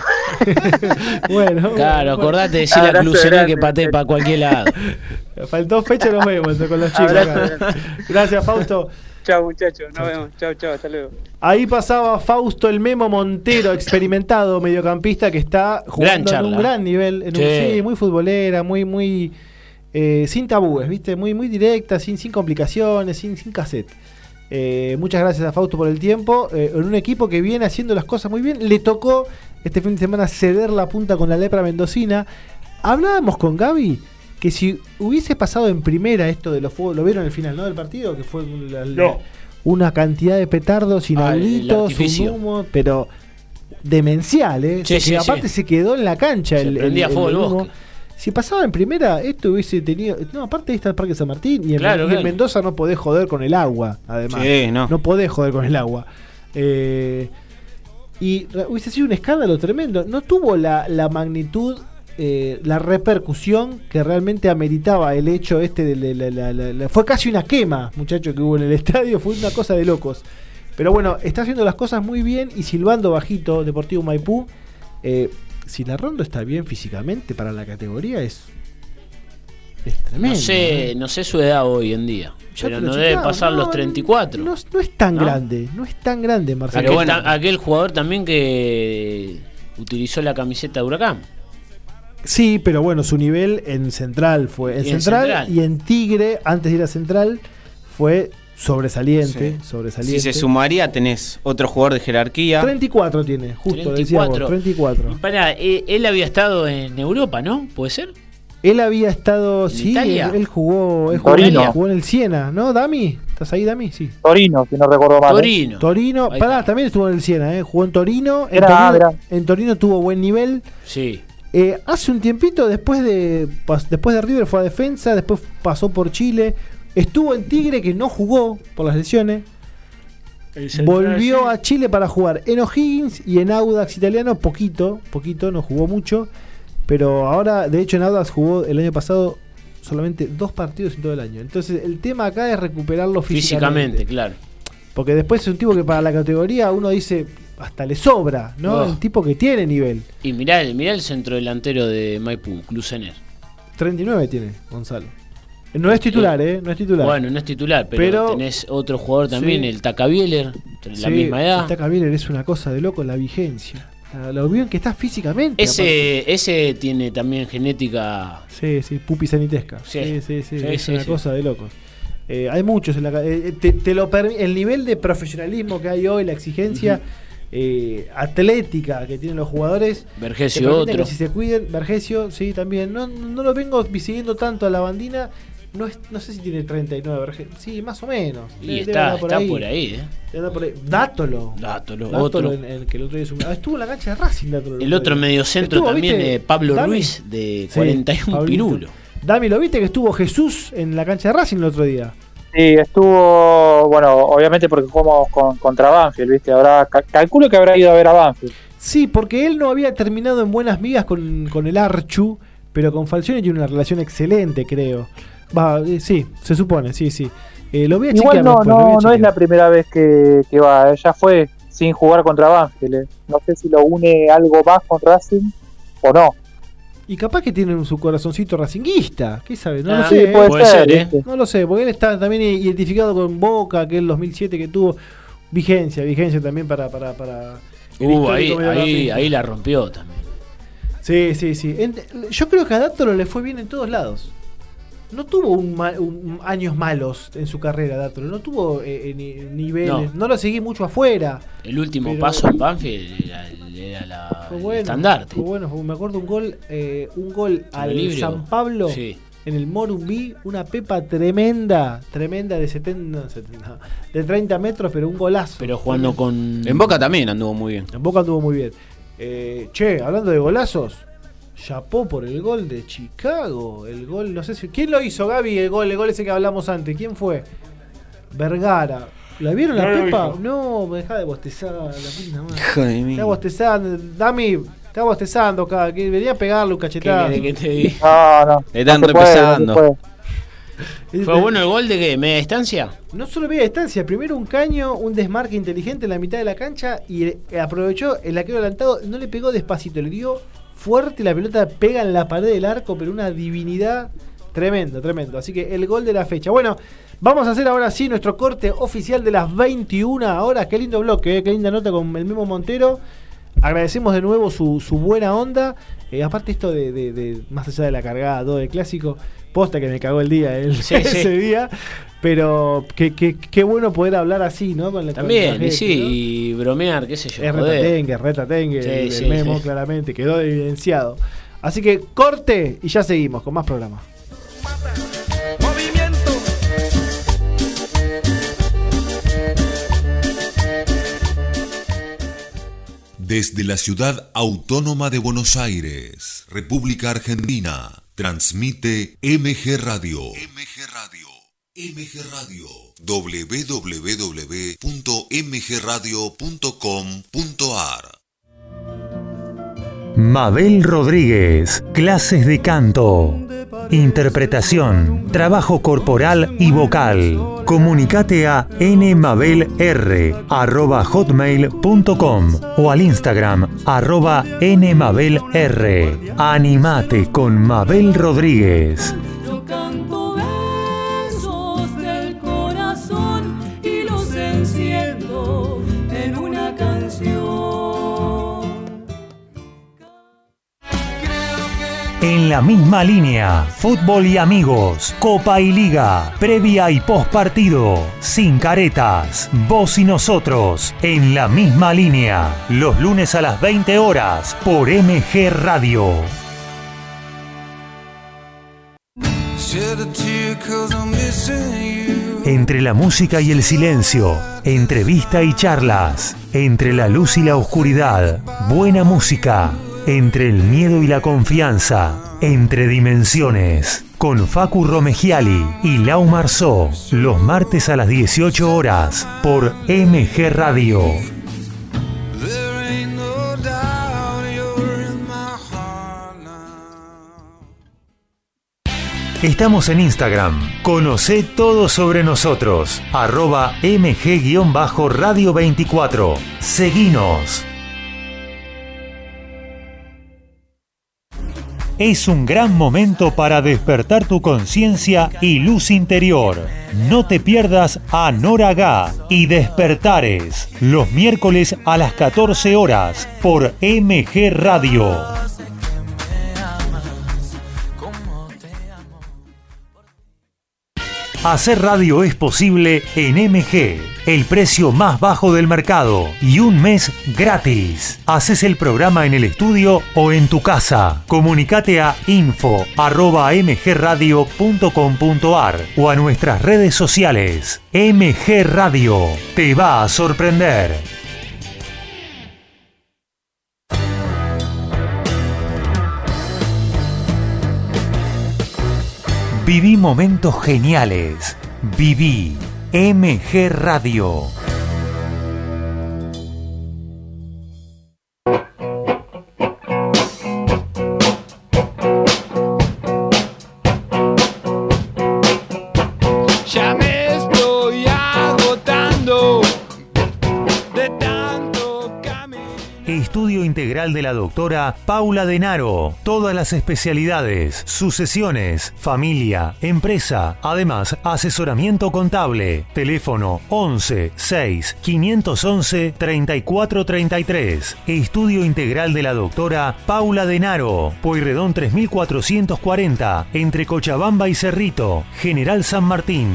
Bueno, Claro, bueno, acordate de decirle a Abrazo Clusené grande. que patee para cualquier lado. faltó fecha, nos vemos con los chicos. Abrazo acá. Gracias, Fausto. Chao muchachos, nos vemos, chao, chao, hasta luego. Ahí pasaba Fausto el Memo Montero, experimentado mediocampista que está jugando Gran en un charla. gran nivel, en un- Sí. sí, muy futbolera, muy, muy eh, sin tabúes, viste, muy, muy directa, sin, sin complicaciones, sin, sin cassette. Eh, muchas gracias a Fausto por el tiempo. Eh, en un equipo que viene haciendo las cosas muy bien, le tocó este fin de semana ceder la punta con la lepra mendocina. Hablábamos con Gaby que si hubiese pasado en primera esto de los fuegos, lo vieron al final, ¿no? Del partido, que fue la- la- No. una cantidad de petardos Ah, el inauditos, un artificio. humo, pero demencial, ¿eh? Sí, Que sí, aparte sí. se quedó en la cancha Se el, prendía el- fuego el el humo. bosque. Si pasaba en primera, esto hubiese tenido. No, aparte ahí está el Parque San Martín y en, Claro, y en claro. Mendoza no podés joder con el agua, además. Sí, no. No podés joder con el agua. Eh, y re- hubiese sido un escándalo tremendo. No tuvo la, la magnitud, eh, la repercusión que realmente ameritaba el hecho este de la, la- la- la- la- fue casi una quema, muchacho, que hubo en el estadio. Fue una cosa de locos. Pero bueno, está haciendo las cosas muy bien y silbando bajito Deportivo Maipú. Eh, si Larrondo está bien físicamente para la categoría, es, es tremendo. No sé, ¿eh? no sé su edad hoy en día. Ya Pero te lo no debe chequeaba, pasar no, los treinta y cuatro. No, no es tan ¿No? grande, no es tan grande, Marcelo. Aquel, bueno. ta- aquel jugador también que utilizó la camiseta de Huracán. Sí, pero bueno, su nivel en Central fue. En Y en Central, Central. y en Tigre, antes de ir a Central, fue sobresaliente. Sí. sobresaliente. Si se sumaría, tenés otro jugador de jerarquía. treinta y cuatro tiene, justo, treinta y decía vos, cuatro. treinta y cuatro. Pará, eh, él había estado en Europa, ¿no? ¿Puede ser? Él había estado, ¿En sí, Italia? él, él jugó, él jugó, Torino. jugó en el Siena, ¿no, Dami? ¿Estás ahí, Dami? Sí. Torino, si no recuerdo mal. ¿eh? Torino. Torino, Ahí pará, está. también estuvo en el Siena, ¿eh? Jugó en Torino. En, Era, Torino mirá. en Torino tuvo buen nivel. Sí. Eh, hace un tiempito, después de pas- después de River, fue a defensa, después pasó por Chile. Estuvo en Tigre, que no jugó por las lesiones. Volvió a Chile para jugar en O'Higgins y en Audax Italiano, poquito, poquito, no jugó mucho. Pero ahora, de hecho, en Audax jugó el año pasado solamente dos partidos en todo el año. Entonces, el tema acá es recuperarlo físicamente. Físicamente, claro. Porque después es un tipo que para la categoría uno dice, hasta le sobra, ¿no? Oh. El tipo que tiene nivel. Y mirá, el- mirá el centro delantero de Maipú, Clusener. treinta y nueve tiene Gonzalo. No es titular, ¿eh? No es titular. Bueno, no es titular, pero, Pero- tenés otro jugador también, Sí. el Takabieler, la Sí, misma edad. el Taka Bieler es una cosa de loco la vigencia. La- Lo bien que está físicamente. aparte. Ese, ese tiene también genética. Sí, sí, pupi sanitesca. Sí, Sí. sí, sí. Sí, es sí, una sí. cosa de locos. Eh, hay muchos en la ca- eh, te, te lo permi- el nivel de profesionalismo que hay hoy, la exigencia eh, atlética que tienen los jugadores. te Vergesio permiten otro. que si se cuiden, Vergesio, sí, también. No, no lo vengo siguiendo tanto a la bandina. No, es, no sé si tiene treinta y nueve, Vergesio. Sí, más o menos. Y Debe- debe está, andar está por ahí, ¿eh? Debe andar por ahí. Dátolo. Dátolo, Dátolo, otro. en- en que el otro día es un- ah, estuvo en la cancha de Racing, Dátolo. El otro mediocentro Estuvo, también, ¿viste? eh, Pablo Dami. Ruiz, de Sí, cuarenta y uno Pablito. pirulo. Dami, ¿lo viste que estuvo Jesús en la cancha de Racing el otro día? Sí, estuvo, bueno, obviamente porque jugamos con, contra Banfield, ¿viste? Habrá, ca- calculo que habrá ido a ver a Banfield. Sí, porque él no había terminado en buenas migas con, con el Archu, pero con Falcioni tiene una relación excelente, creo. Va, eh, sí, se supone, sí, sí. Eh, lo voy a Igual chequear no, después, lo voy a no, no es chequear. la primera vez que, que va, eh, ya fue sin jugar contra Banfield. eh. No sé si lo une algo más con Racing o no. Y capaz que tiene su corazoncito racinguista, ¿qué sabe? No Ah, lo Sí, sé, ¿eh? puede, puede ser, ser, ¿eh? ¿viste? No lo sé, porque él está también identificado con Boca, aquel dos mil siete que tuvo vigencia, vigencia también para... para, para el Uh, ahí, histórico ahí, mediocampista. ahí la rompió también. Sí, sí, sí. En- yo creo que a Dátolo le fue bien en todos lados. No tuvo un ma- un- años malos en su carrera, Dátolo. No tuvo eh, eh, ni- niveles. No. No. lo seguí mucho afuera. El último Pero- paso en Banfield era, era la, Fue el bueno. estandarte. Fue bueno. fue- me acuerdo un gol, eh, un gol al Equilibrio. San Pablo Sí. en el Morumbí. Una pepa tremenda, tremenda de setenta, setenta, de treinta metros, pero un golazo. Pero jugando con. En Boca también anduvo muy bien. En Boca anduvo muy bien. Eh, che, hablando de golazos, chapó por el gol de Chicago. El gol, no sé si. ¿Quién lo hizo, Gaby? El gol, el gol ese que hablamos antes. ¿Quién fue? Vergara. ¿La vieron la No lo Pepa? hizo. No, me deja de bostezar, la puta madre. Hijo de mí. Está bostezando, Dami, está bostezando acá. Que venía a pegarle un ¿Qué cachetazo. querés que te diga? No, no. Le están no se puede, repesando. no se puede. ¿Fue bueno el gol de qué? ¿Media distancia? No solo media distancia, primero un caño, un desmarque inteligente en la mitad de la cancha y eh, aprovechó el arquero adelantado, no le pegó despacito, le dio fuerte, la pelota pega en la pared del arco, pero una divinidad tremendo, tremendo. Así que el gol de la fecha. Bueno, vamos a hacer ahora sí nuestro corte oficial de las veintiuna horas. Qué lindo bloque, eh, qué linda nota con el mismo Montero. Agradecemos de nuevo su, su buena onda. Eh, aparte esto de, de- de- más allá de la cargada, todo el clásico, posta que me cagó el día el, Sí, ese sí. día. Pero qué qué- qué bueno poder hablar así, ¿no? Con la, con la También, gente, y sí, ¿no? y bromear, qué sé yo. Es joder. retatengue, es retatengue, Sí, el, el sí, memo sí. claramente, quedó evidenciado. Así que corte y ya seguimos con más programa. Movimiento. Desde la ciudad autónoma de Buenos Aires, República Argentina, transmite M G Radio. M G Radio. M G Radio. w w w punto m g radio punto com punto a r. Mabel Rodríguez, clases de canto. interpretación, trabajo corporal y vocal. Comunicate a nmabelr arroba hotmail punto com o al Instagram arroba nmabelr. Animate con Mabel Rodríguez. Yo canto versos del corazón y los enciendo en una canción. En la misma línea, fútbol y amigos, Copa y Liga, previa y post partido, sin caretas, vos y nosotros, en la misma línea, los lunes a las veinte horas, por M G Radio. Entre la música y el silencio, entrevista y charlas, entre la luz y la oscuridad, buena música. Entre el miedo y la confianza, entre dimensiones, con Facu Romegiali y Lau Marzó, los martes a las dieciocho horas, por M G Radio. Estamos en Instagram. Conocé todo sobre nosotros. Arroba mg-radio veinticuatro. Seguinos. Es un gran momento para despertar tu conciencia y luz interior. No te pierdas a Nora Gá y Despertares, los miércoles a las catorce horas por M G Radio. Hacer radio es posible en M G. El precio más bajo del mercado y un mes gratis. Haces el programa en el estudio o en tu casa. Comunicate a info arroba mgradio punto com punto ar o a nuestras redes sociales. M G Radio te va a sorprender. Viví momentos geniales. Viví M G Radio. Ya me estoy agotando de tanto caminar. Estudio integral de la doctora Paula Denaro. Todas las especialidades, sucesiones, familia, empresa. Además, asesoramiento contable. Teléfono once seis quinientos once treinta y cuatro treinta y tres. Estudio integral de la doctora Paula Denaro. Pueyrredón tres mil cuatrocientos cuarenta. Entre Cochabamba y Cerrito. General San Martín.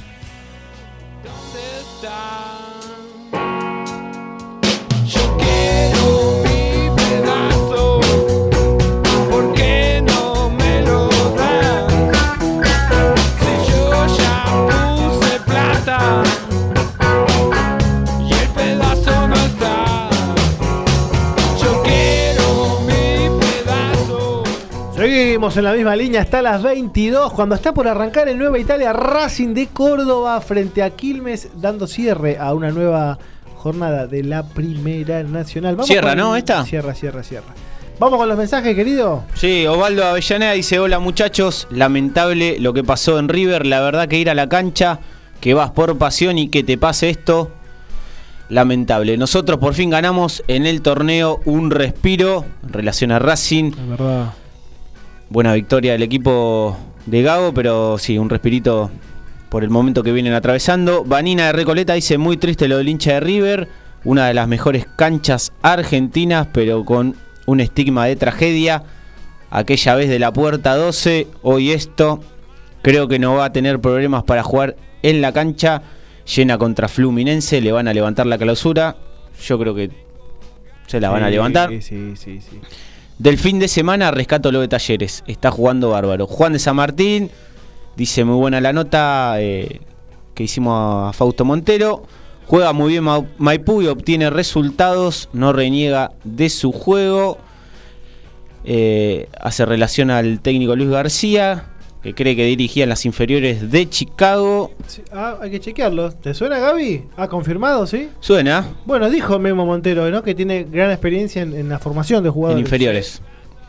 Seguimos en la misma línea hasta las veintidós, cuando está por arrancar el Nueva Italia Racing de Córdoba frente a Quilmes, dando cierre a una nueva jornada de la Primera Nacional. Vamos Cierra, con... ¿no? ¿Esta? Cierra, cierra, cierra. Vamos con los mensajes, querido. Sí, Osvaldo Avellaneda dice: hola muchachos, lamentable lo que pasó en River, la verdad que ir a la cancha, que vas por pasión y que te pase esto, lamentable. Nosotros por fin ganamos en el torneo, un respiro en relación a Racing. Es verdad. Buena victoria del equipo de Gago, pero sí, un respirito por el momento que vienen atravesando. Vanina de Recoleta dice: muy triste lo del hincha de River, una de las mejores canchas argentinas, pero con un estigma de tragedia. Aquella vez de la puerta doce, hoy esto. Creo que no va a tener problemas para jugar en la cancha llena contra Fluminense, le van a levantar la clausura. Yo creo que se la van a levantar. Sí, sí, sí, sí. Del fin de semana rescato lo de Talleres, está jugando bárbaro. Juan de San Martín dice: muy buena la nota eh, que hicimos a Fausto Montero. Juega muy bien Ma- Maipú y obtiene resultados, no reniega de su juego. Eh, hace relación al técnico Luis García, que cree que dirigía en las inferiores de Chicago. Sí, ah, hay que chequearlo. ¿Te suena, Gaby? ¿Ha confirmado, sí? Suena. Bueno, dijo Memo Montero, ¿no? Que tiene gran experiencia en, en la formación de jugadores. En inferiores.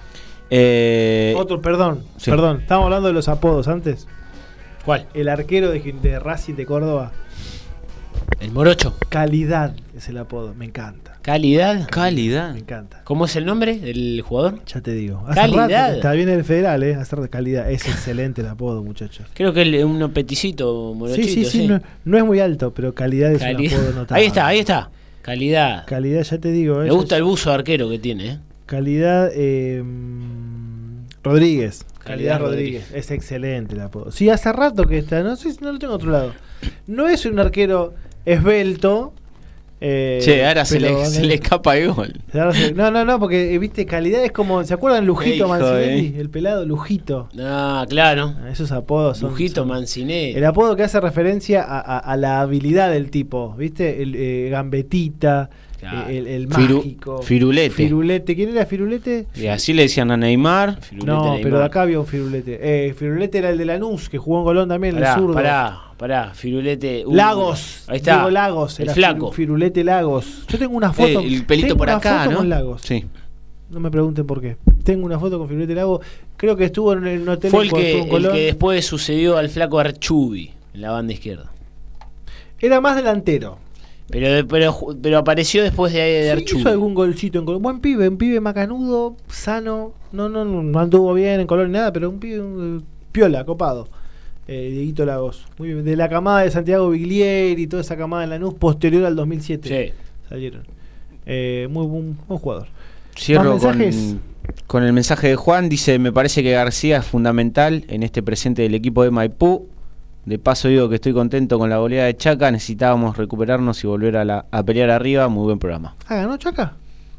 Eh, Otro, perdón, sí. perdón. Estábamos hablando de los apodos antes. ¿Cuál? El arquero de, de Racing de Córdoba. El Morocho. Calidad es el apodo, me encanta. ¿Calidad? Calidad. Me encanta. ¿Cómo es el nombre del jugador? Ya te digo. Hace Calidad. rato que está bien el federal, ¿eh? Hacer de calidad. Es excelente el apodo, muchachos. Creo que es un peticito, Morochito. Sí, sí, sí. No, no es muy alto, pero calidad es Calidad. un apodo notable. Ahí está, ahí está. Calidad. Calidad, ya te digo. Me eso gusta es- el buzo de arquero que tiene, ¿eh? Calidad eh, Rodríguez. Calidad, Calidad Rodríguez. Es excelente el apodo. Sí, hace rato que está. No sé si no lo tengo a otro lado. No es un arquero esbelto. Eh, Che, ahora se pero- le, se le escapa el gol. Ahora se- No, no, no, porque eh, viste, calidad es como. ¿Se acuerdan Lujito Hijo, Mancinelli? eh. El pelado Lujito. Ah, claro. Ah, Esos apodos son. Lujito son- Mancinelli. El apodo que hace referencia a, a- a la habilidad del tipo, ¿viste? El eh, gambetita, Claro. eh, el, el Firu- mágico. Firulete. Firulete. ¿Quién era Firulete? Y así le decían a Neymar. Firulete No, Neymar. pero de acá había un Firulete. Eh, Firulete era el de Lanús, que jugó en Colón también, Pará, el zurdo. pará, pará. Firulete. uh, Lagos. Ahí está. Diego Lagos. El era flaco. Firu- Firulete Lagos. Yo tengo una foto. Eh, el pelito tengo por una acá, foto ¿no? con Lagos. Sí. No me pregunten por qué. Tengo una foto con Firulete Lagos. Creo que estuvo en un hotel Fue en el cuando que, estuvo en el Colón. que después sucedió al flaco Archubi en la banda izquierda. Era más delantero. Pero, pero, ju- pero apareció después de, de Sí, Archubi. hizo algún golcito en Colón. Buen pibe, un pibe macanudo, sano. No, no, no, no anduvo bien en Colón ni nada, pero un pibe un, piola, copado. Eh, Dieguito Lagos. Muy bien. De la camada de Santiago Biglieri y toda esa camada en Lanús posterior al dos mil siete. Sí. Salieron. Eh, muy buen, buen jugador. Cierro ¿Más con, mensajes? con el mensaje de Juan. Dice: me parece que García es fundamental en este presente del equipo de Maipú. De paso digo que estoy contento con la goleada de Chaca. Necesitábamos recuperarnos y volver a, la, a pelear arriba. Muy buen programa. Ah, ganó Chaca.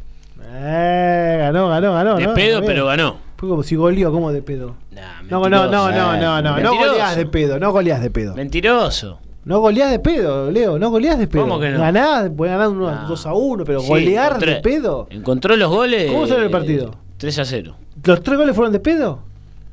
Eh, ganó, ganó, ganó. De ¿no? pedo, Está bien. pero ganó. Fue como si goleó, como de pedo. Nah, No, no, no, no, mentiroso. no, no, no, no Mentiroso. goleás de pedo, no goleás de pedo. Mentiroso. No goleás de pedo, Leo, no goleás de pedo. ¿Cómo que no? Ganás, podés ganar uno, No. dos a uno, pero Sí, golear encontré- de pedo. Encontró los goles. ¿Cómo salió el partido? tres a cero. ¿Los tres goles fueron de pedo?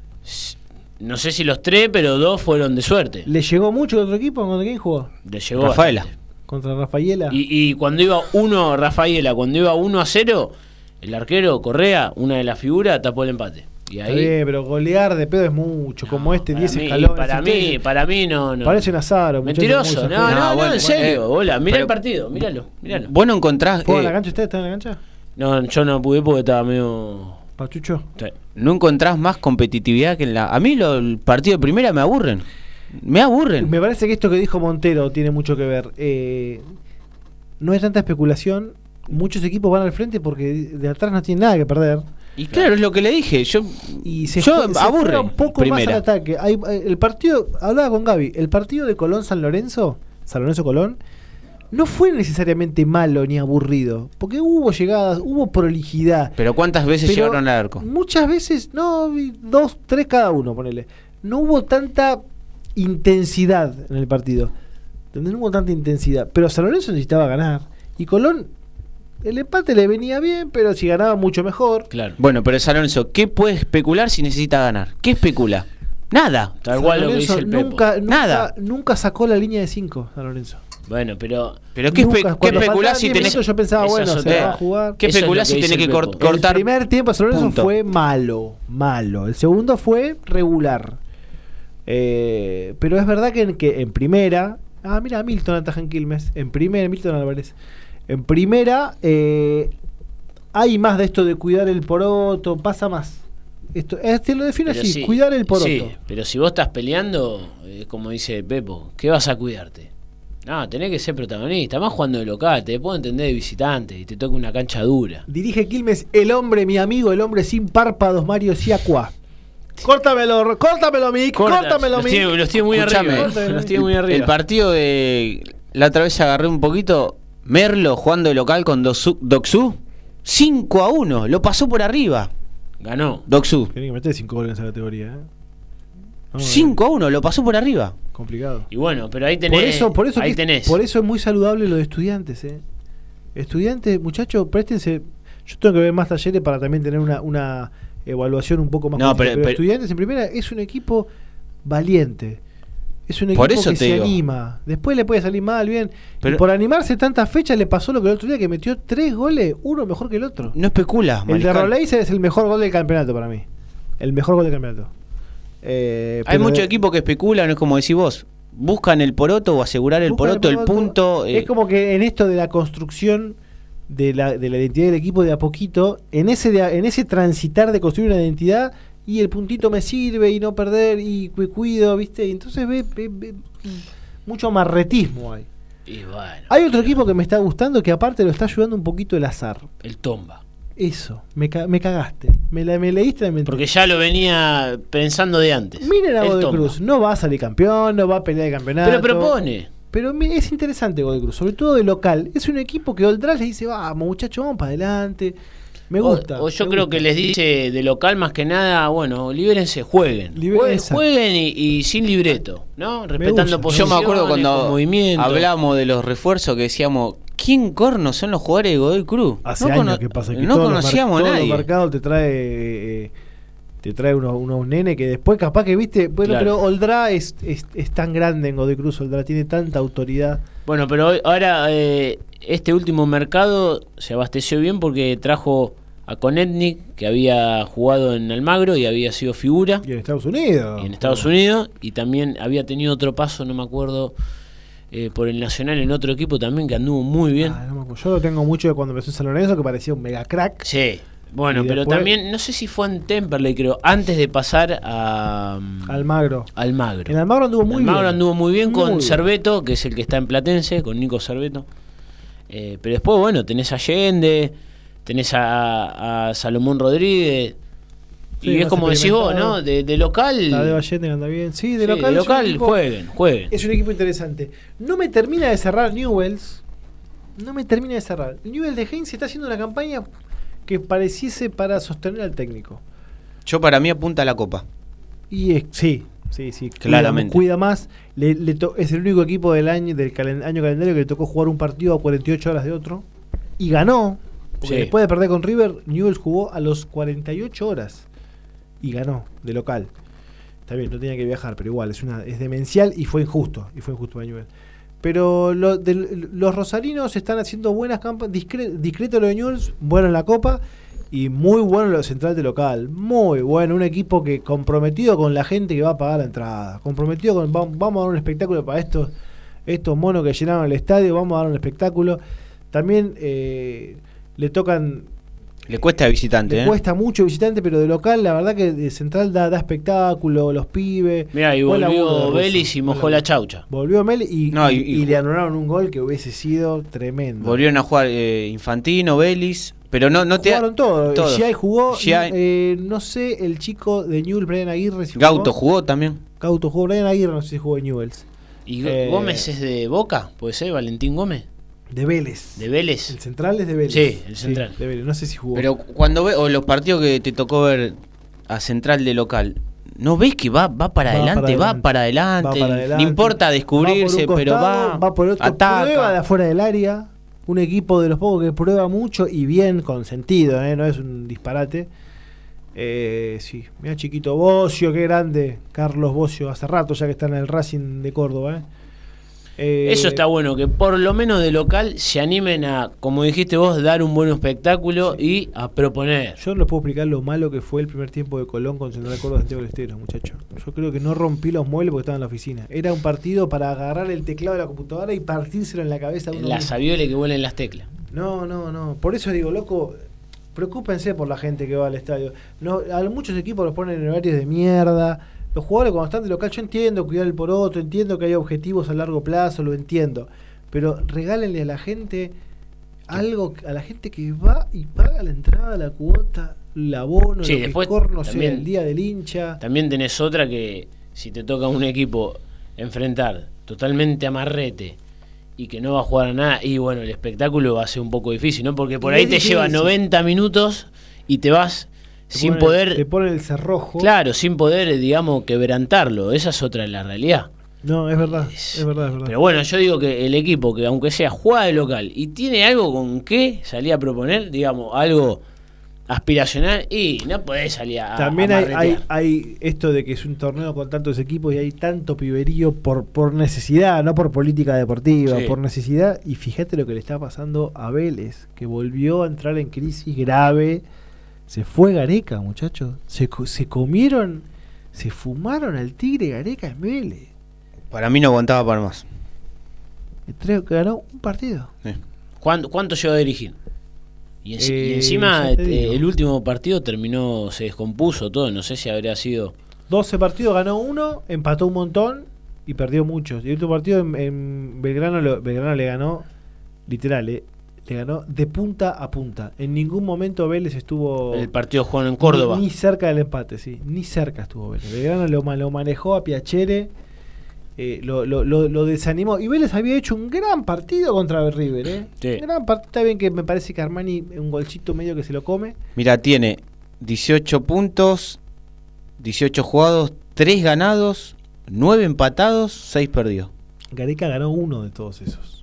No sé si los tres, pero dos fueron de suerte. ¿Le llegó mucho el otro equipo? ¿Contra quién jugó? Le llegó Rafaela. bastante. Contra Rafaela. Y, y cuando iba uno, Rafaela, cuando iba uno a cero, el arquero Correa, una de las figuras, tapó el empate. Y Está ahí. bien, pero golear de pedo es mucho, como este para diez mí, escalones. Para mí, Ustedes- para mí no, no. Parece un azar. Mentiroso, no, no, no, bueno, en serio, bueno, bola, mirá pero- el partido, míralo, míralo. Vos no encontrás. ¿Juega en eh, la cancha usted? ¿Está en la cancha? No, yo no pude porque estaba medio. Pachucho. Sí. no encontrás más competitividad que en la. A mí los el partido de primera me aburren. Me aburren. Me parece que esto que dijo Montero tiene mucho que ver. Eh, no hay tanta especulación. Muchos equipos van al frente porque de atrás no tienen nada que perder. Y claro, es lo que le dije. Yo, Y se, yo fue- se aburre. juega un poco más primera. al ataque. Hay, eh, el partido, hablaba con Gaby, el partido de Colón-San Lorenzo, San Lorenzo-Colón, no fue necesariamente malo ni aburrido. Porque hubo llegadas, hubo prolijidad. Pero ¿cuántas veces Pero llegaron al arco? Muchas veces, no, vi dos, tres cada uno, ponele. No hubo tanta intensidad en el partido. ¿Entendés? No hubo tanta intensidad. Pero San Lorenzo necesitaba ganar. Y Colón, el empate le venía bien, pero si ganaba mucho mejor. Claro. Bueno, pero San Lorenzo, ¿qué puede especular si necesita ganar? ¿Qué especula? Nada. Tal San cual lo que Lorenzo dice el Pepo. nunca, nunca, Nada. nunca sacó la línea de cinco San Lorenzo. Bueno, pero. Pero ¿qué, Nunca. espe- qué Cuando especular faltaban si diez tenés. minutos yo pensaba, Esa bueno, es se otra. va a jugar. ¿Qué Eso es especular lo que si dice tenés el que cort- Pepo. cortar? El primer tiempo de San Lorenzo punto. fue malo, malo. El segundo fue regular. Eh, pero es verdad que en, que en primera. Ah, mira, Milton ataja en Quilmes. En primera, Milton Álvarez. En primera, eh, hay más de esto de cuidar el poroto, pasa más. Esto, este lo define pero así: sí, cuidar el poroto. Sí, pero si vos estás peleando, eh, como dice Pepo, ¿qué vas a cuidarte? No, tenés que ser protagonista, más jugando de local, te puedo entender de visitante y te toca una cancha dura. Dirige Quilmes, el hombre, mi amigo, el hombre sin párpados, Mario Siacua. Córtamelo, córtamelo, Mick, Corta, córtamelo, los Mick. tiene, los tiene muy Escuchame, arriba. Los tiene muy El arriba. partido de. La otra vez agarré un poquito. Merlo jugando de local con Doxu. Doxu cinco a uno. Lo pasó por arriba. Ganó. Doxu. Tiene que meter cinco goles en esa categoría, ¿eh? No, cinco a uno. Lo pasó por arriba. complicado. Y bueno, pero ahí tenés. Por eso, por eso, ahí que- tenés. por eso es muy saludable lo de estudiantes, ¿eh? Estudiantes, muchachos, préstense. Yo tengo que ver más talleres para también tener una, una evaluación un poco más. No, completa, pero- pero- estudiantes en primera es un equipo valiente. Es un equipo Por eso que te se digo. anima. Después le puede salir mal, bien. Pero- y por animarse tantas fechas le pasó lo que el otro día, que metió tres goles, uno mejor que el otro. No especula. El de Mariscal. Roleiser es el mejor gol del campeonato para mí. El mejor gol del campeonato. Eh, Hay muchos equipos que especulan, es como decís vos, buscan el poroto o asegurar el poroto, el, el punto. Es eh. como que en esto de la construcción de la, de la identidad del equipo de a poquito, en ese, de, en ese transitar de construir una identidad, y el puntito me sirve y no perder y cuido, ¿viste? Y entonces ve, ve, ve mucho amarretismo hay. Y bueno, Hay otro equipo que me está gustando que aparte lo está ayudando un poquito el azar. el Tomba. Eso, me, ca me cagaste. Me, la, me leíste la mente. Porque ya lo venía pensando de antes. Miren a el Godoy Tomba. Cruz, no va a salir campeón, no va a pelear el campeonato. Pero propone. Pero me- es interesante Godoy Cruz, sobre todo de local. Es un equipo que Oldras le dice, vamos muchachos, vamos para adelante. Me gusta. O, o yo me creo gusta. que les dice de local más que nada, bueno, libérense, jueguen. Liber- Jueguen, exacto. jueguen y, y sin libreto, ¿no? Respetando gusta. posiciones, Yo me acuerdo con cuando movimiento. hablábamos de los refuerzos que decíamos, ¿quién corno son los jugadores de Godoy Cruz? Hace no años cono- que pasa que no todos los conocíamos mer- a todos los nadie. mercados te trae eh, te trae unos, unos nenes que después capaz que viste, bueno, Claro. pero Oldra es, es, es tan grande en Godoy Cruz, Oldra tiene tanta autoridad. Bueno, pero hoy- ahora eh, este último mercado se abasteció bien porque trajo a Konetnik, que había jugado en Almagro y había sido figura Y en Estados Unidos. y en Estados Unidos, y también había tenido otro paso, no me acuerdo, eh, por el Nacional en otro equipo también que anduvo muy bien. Ah, no me acuerdo. Yo lo tengo mucho de cuando empezó en San Lorenzo, que parecía un mega crack. Sí, bueno, Y pero después- también, no sé si fue en Temperley, creo, antes de pasar a um, Almagro. Almagro. En Almagro anduvo En muy Almagro bien. anduvo muy bien Muy con bien. Cerveto, que es el que está en Platense, con Nico Cerveto. Eh, pero después, bueno, tenés a Allende, tenés a, a Salomón Rodríguez. Sí, y es más como decís vos, experimentado. ¿no? De, de local. La de Allende que anda bien. Sí, de sí, local. de es un local equipo- jueguen, jueguen. Es un equipo interesante. No me termina de cerrar Newells. No me termina de cerrar. Newells de Heinz está haciendo una campaña que pareciese para sostener al técnico. Yo para mí apunta a la copa. Y es, sí, sí, sí. Claramente. Cuida, cuida más. Le, le to- es el único equipo del año del calen- año calendario que le tocó jugar un partido a cuarenta y ocho horas de otro. Y ganó. Porque Sí. después de perder con River, Newells jugó a los cuarenta y ocho horas. Y ganó, de local. Está bien, no tenía que viajar, pero igual, es una es demencial y fue injusto. Y fue injusto para Newell's. Pero lo, de, los rosarinos están haciendo buenas campañas. Discre, discreto lo de Newell's, bueno en la Copa. Y muy bueno lo central de local. Muy bueno. Un equipo que comprometido con la gente que va a pagar la entrada. Comprometido con. va- Vamos a dar un espectáculo para estos, estos monos que llenaron el estadio. Vamos a dar un espectáculo. También eh, le tocan. Le cuesta de visante, Le ¿eh? cuesta mucho visitante, pero de local, la verdad que de central da, da espectáculo. Los pibes. Mirá, y Buen laburo de volvió Russo. Vélez y Buen mojó laburo. la chaucha. Volvió Mel y, No, y, y- y- y le anularon un gol que hubiese sido tremendo. Volvieron a jugar eh, Infantino, Vélez, pero no, no te Jugaron todo. todos. Giai jugó. Giai- eh, no sé, el chico de Newell's, Brian Aguirre. Si Gauto jugó. jugó también. Gauto jugó. Brian Aguirre, no sé si jugó en Newell's. ¿Y Eh, Gómez es de Boca? ¿Puede ser? ¿Valentín Gómez? De Vélez. ¿De Vélez? El central es de Vélez. Sí, el central. de Vélez. No sé si jugó. Pero cuando ve, o los partidos que te tocó ver a Central de local, ¿no ves que va, va para Va adelante, para va adelante. para adelante? Va para adelante. No importa Va descubrirse, por un pero costado, va, va por otro. ataca. Prueba de afuera del área. Un equipo de los pocos que prueba mucho y bien, con sentido, ¿eh? No es un disparate. Eh, sí, mira chiquito Bocio, qué grande. Carlos Bocio, hace rato ya que está en el Racing de Córdoba. ¿eh? Eh, Eso está bueno, que por lo menos de local se animen a, como dijiste vos, dar un buen espectáculo y a proponer. Yo no les puedo explicar lo malo que fue el primer tiempo de Colón con Central Córdoba Santiago del Estero, muchachos. Yo creo que no rompí los muebles porque estaba en la oficina. Era un partido para agarrar el teclado de la computadora y partírselo en la cabeza a uno La mismo. sabiole que vuelen las teclas. No, no, no. Por eso digo, loco, preocúpense por la gente que va al estadio. No, a muchos equipos los ponen en horarios de mierda. Los jugadores cuando están de local, yo entiendo cuidar el poroto, entiendo que hay objetivos a largo plazo, lo entiendo. Pero regálenle a la gente algo, a la gente que va y paga la entrada, la cuota, el abono, Sí, lo que después corno sea también- el día del hincha. También tenés otra que si te toca un equipo enfrentar totalmente amarrete y que no va a jugar a nada, y bueno, el espectáculo va a ser un poco difícil, ¿no? Porque por Y ahí es te lleva difícil. noventa minutos y te vas Te sin ponen- poder, Te ponen el cerrojo. claro, sin poder, digamos, quebrantarlo. Esa es otra de la realidad. No, es verdad, Es- es verdad, es verdad. Pero bueno, yo digo que el equipo que aunque sea juega de local y tiene algo con qué salir a proponer, digamos, algo aspiracional, y no podés salir a También a hay, marretear. hay, hay esto de que es un torneo con tantos equipos y hay tanto piberío por, por necesidad, no por política deportiva, Sí. por necesidad. Y fíjate lo que le está pasando a Vélez, que volvió a entrar en crisis grave Se fue Gareca, muchachos. Se, co- se comieron, se fumaron al Tigre Gareca en Vélez. Para mí no aguantaba para más. Creo que ganó un partido. Sí. ¿Cuánto, cuánto llegó a dirigir? Y, enci- y Eh, encima ya te eh, digo. el último partido terminó, se descompuso todo, no sé si habría sido... doce partidos, ganó uno, empató un montón y perdió muchos. Y el último partido en, en Belgrano, lo- Belgrano le ganó, literal, eh, le ganó de punta a punta. En ningún momento Vélez estuvo... El partido jugó en Córdoba. Ni, ni cerca del empate, sí. Ni cerca estuvo Vélez. Belgrano lo, ma- lo manejó a Piacere, eh, lo, lo, lo, lo desanimó. Y Vélez había hecho un gran partido contra River, ¿eh? Sí. Un gran partido. Está bien que me parece que Armani, un golcito medio que se lo come. Mira, tiene dieciocho puntos, dieciocho jugados, tres ganados, nueve empatados, seis perdidos. Gareca ganó uno de todos esos.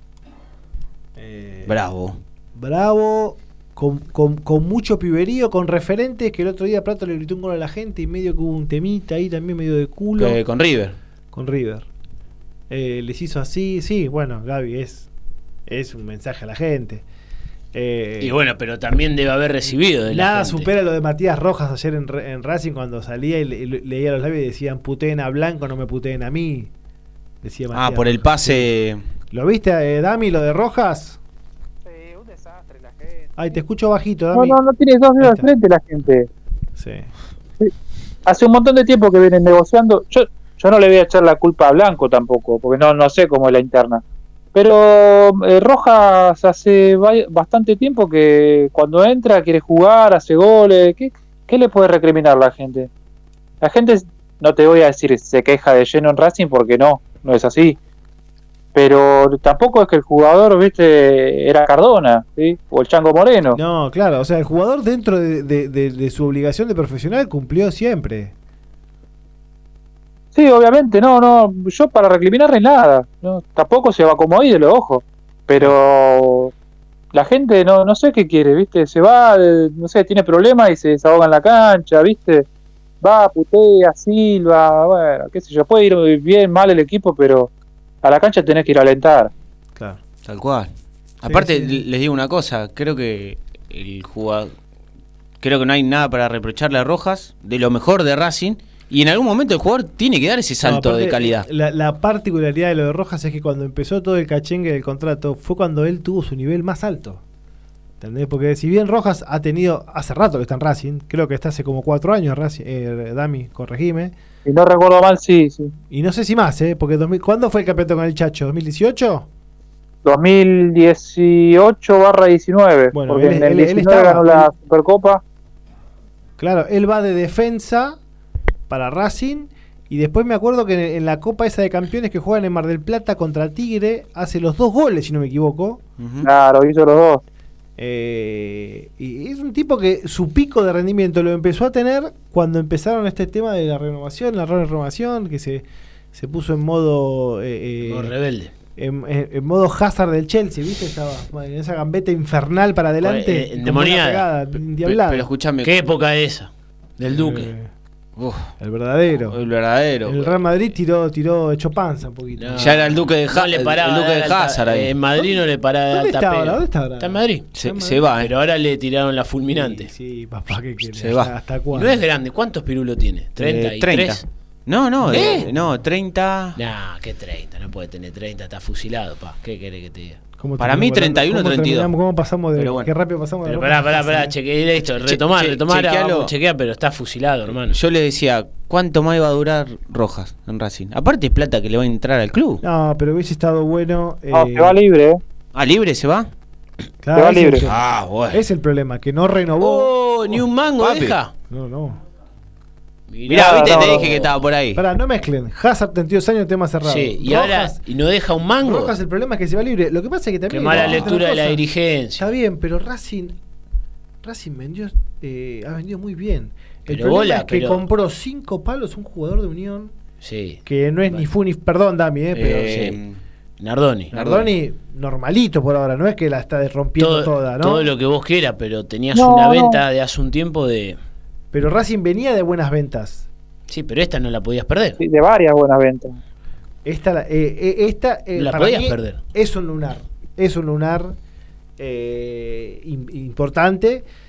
Eh, Bravo. Bravo, con, con, con mucho piberío, con referentes que el otro día Prato le gritó un gol a la gente y medio que hubo un temita ahí también medio de culo. Que con River. Con River. Eh, les hizo así, sí, bueno, Gaby, es, es un mensaje a la gente. Eh, Y bueno, pero también debe haber recibido de la nada gente. supera lo de Matías Rojas ayer en, Re- en Racing cuando salía y, le- y le- leía los labios y decían puteen a Blanco, no me puteen a mí. Decía Matías Ah, por el Rojas. pase. ¿Lo viste, eh, Dami, lo de Rojas? Sí, un desastre la gente. Ay, te escucho bajito, No, Dami. no, no tiene dos dedos Ahí al está. frente la gente. Sí. Hace un montón de tiempo que vienen negociando. Yo yo no le voy a echar la culpa a Blanco tampoco, porque no no sé cómo es la interna. Pero eh, Rojas hace ba- bastante tiempo que cuando entra quiere jugar, hace goles. ¿Qué, qué le puede recriminar la gente? La gente, no te voy a decir se queja de lleno en Racing porque no, no es así. Pero tampoco es que el jugador, viste, era Cardona, ¿sí? O el Chango Moreno. No, claro, o sea, el jugador dentro de, de- de- de su obligación de profesional cumplió siempre. Sí, obviamente, no, no, yo para recriminarle nada, no, tampoco se va como ídolo, ojo, pero la gente no, no sé qué quiere, viste, se va, eh, no sé, tiene problemas y se desahoga en la cancha, viste, va, putea, silba, bueno, qué sé yo, puede ir bien, mal el equipo, pero a la cancha tenés que ir a alentar. Claro. Tal cual. Aparte, sí. les digo una cosa, creo que el jugador, creo que no hay nada para reprocharle a Rojas, de lo mejor de Racing, y en algún momento el jugador tiene que dar ese salto No, aparte, de calidad. La, la particularidad de lo de Rojas es que cuando empezó todo el cachengue del contrato fue cuando él tuvo su nivel más alto. ¿Entendés? Porque si bien Rojas ha tenido, hace rato que está en Racing, creo que está hace como cuatro años, Racing, eh, Dami, corregime. Si no recuerdo mal, sí, sí. Y no sé si más, ¿eh? Porque dos mil, ¿cuándo fue el campeonato con el Chacho? ¿dos mil dieciocho? dos mil dieciocho barra diecinueve, Bueno, porque él- en el él- él diecinueve estaba- ganó la Supercopa. Claro, él va de defensa para Racing y después me acuerdo que en, en la Copa esa de Campeones que juegan en Mar del Plata contra Tigre hace los dos goles, si no me equivoco. Ujú. Claro, hizo los dos. Eh, y es un tipo que su pico de rendimiento lo empezó a tener cuando empezaron este tema de la renovación, la renovación, que se, se puso en modo eh, No, eh, rebelde. en, en- en modo Hazard del Chelsea, ¿viste? Estaba en esa gambeta infernal para adelante, Eh, eh, como endemoniada. una pegada, Pe- endiablada. Pero escúchame, ¿Qué época es esa? Del Duque. Eh, uf, el verdadero. el verdadero. El Real Madrid tiró, tiró hecho panza un poquito. No. Ya era el Duque de, No Ha- le el, paraba el Duque de de alta- Hazard ahí. En Madrid no le paraba de ¿Dónde alta está pega. ahora? ¿Dónde está ahora? Está en Madrid. se, se va, ¿eh? Pero ahora le tiraron la fulminante. Sí, sí, papá, ¿qué quiere? Se va. ¿Hasta Y cuándo? no es grande. ¿Cuántos pirulos tiene? ¿treinta Eh, y treinta. tres? No, no, ¿Eh? eh, no, treinta. Nah, ¿qué treinta? No puede tener treinta. Está fusilado, pa. ¿Qué querés que te diga? ¿Cómo Para mí, terminamos treinta y uno, hablando? ¿Cómo treinta y dos. terminamos? ¿Cómo pasamos de.? Pero bueno. Qué rápido pasamos de. Pero la pará, Roja pará, a pará. Hazard. Chequeé esto. Che- Retomar, che- retomar. chequealo. Vamos, chequea, pero está fusilado, hermano. Yo le decía, ¿cuánto más iba a durar Rojas en Racing? Aparte es plata que le va a entrar al club. No, pero hubiese estado bueno. No, eh, se va libre, ¿eh? Ah, libre se va. claro, se va ese libre. Es el, Ah, bueno. es el problema, que no renovó. Oh, ni un mango Papi. deja. No, no. Mirá, No, viste, no, te no. dije que estaba por ahí. Pará, no mezclen. Hazard, treinta y dos años, tema cerrado. Sí, y ahora. Rojas, Y no deja un mango. Rojas, el problema es que se va libre. Lo que pasa es que Qué también. mala hay otra lectura de la cosa. dirigencia. Está bien, pero Racing. Racing vendió. eh, ha vendido muy bien. El Pero problema bola, es que pero- compró cinco palos un jugador de Unión. Sí. Que no es ni fu ni. Perdón, Dami, eh, pero. Eh, sí. Nardoni. Nardoni, normalito por ahora, no es que la está rompiendo Todo, toda, ¿no? todo lo que vos quieras, pero tenías No, una no. venta de hace un tiempo de. Pero Racing venía de buenas ventas. Sí, pero esta no la podías perder. Sí, de varias buenas ventas. Esta, la- eh, eh, esta eh, La para podías mí perder. Es un lunar. Es un lunar eh, im- importante.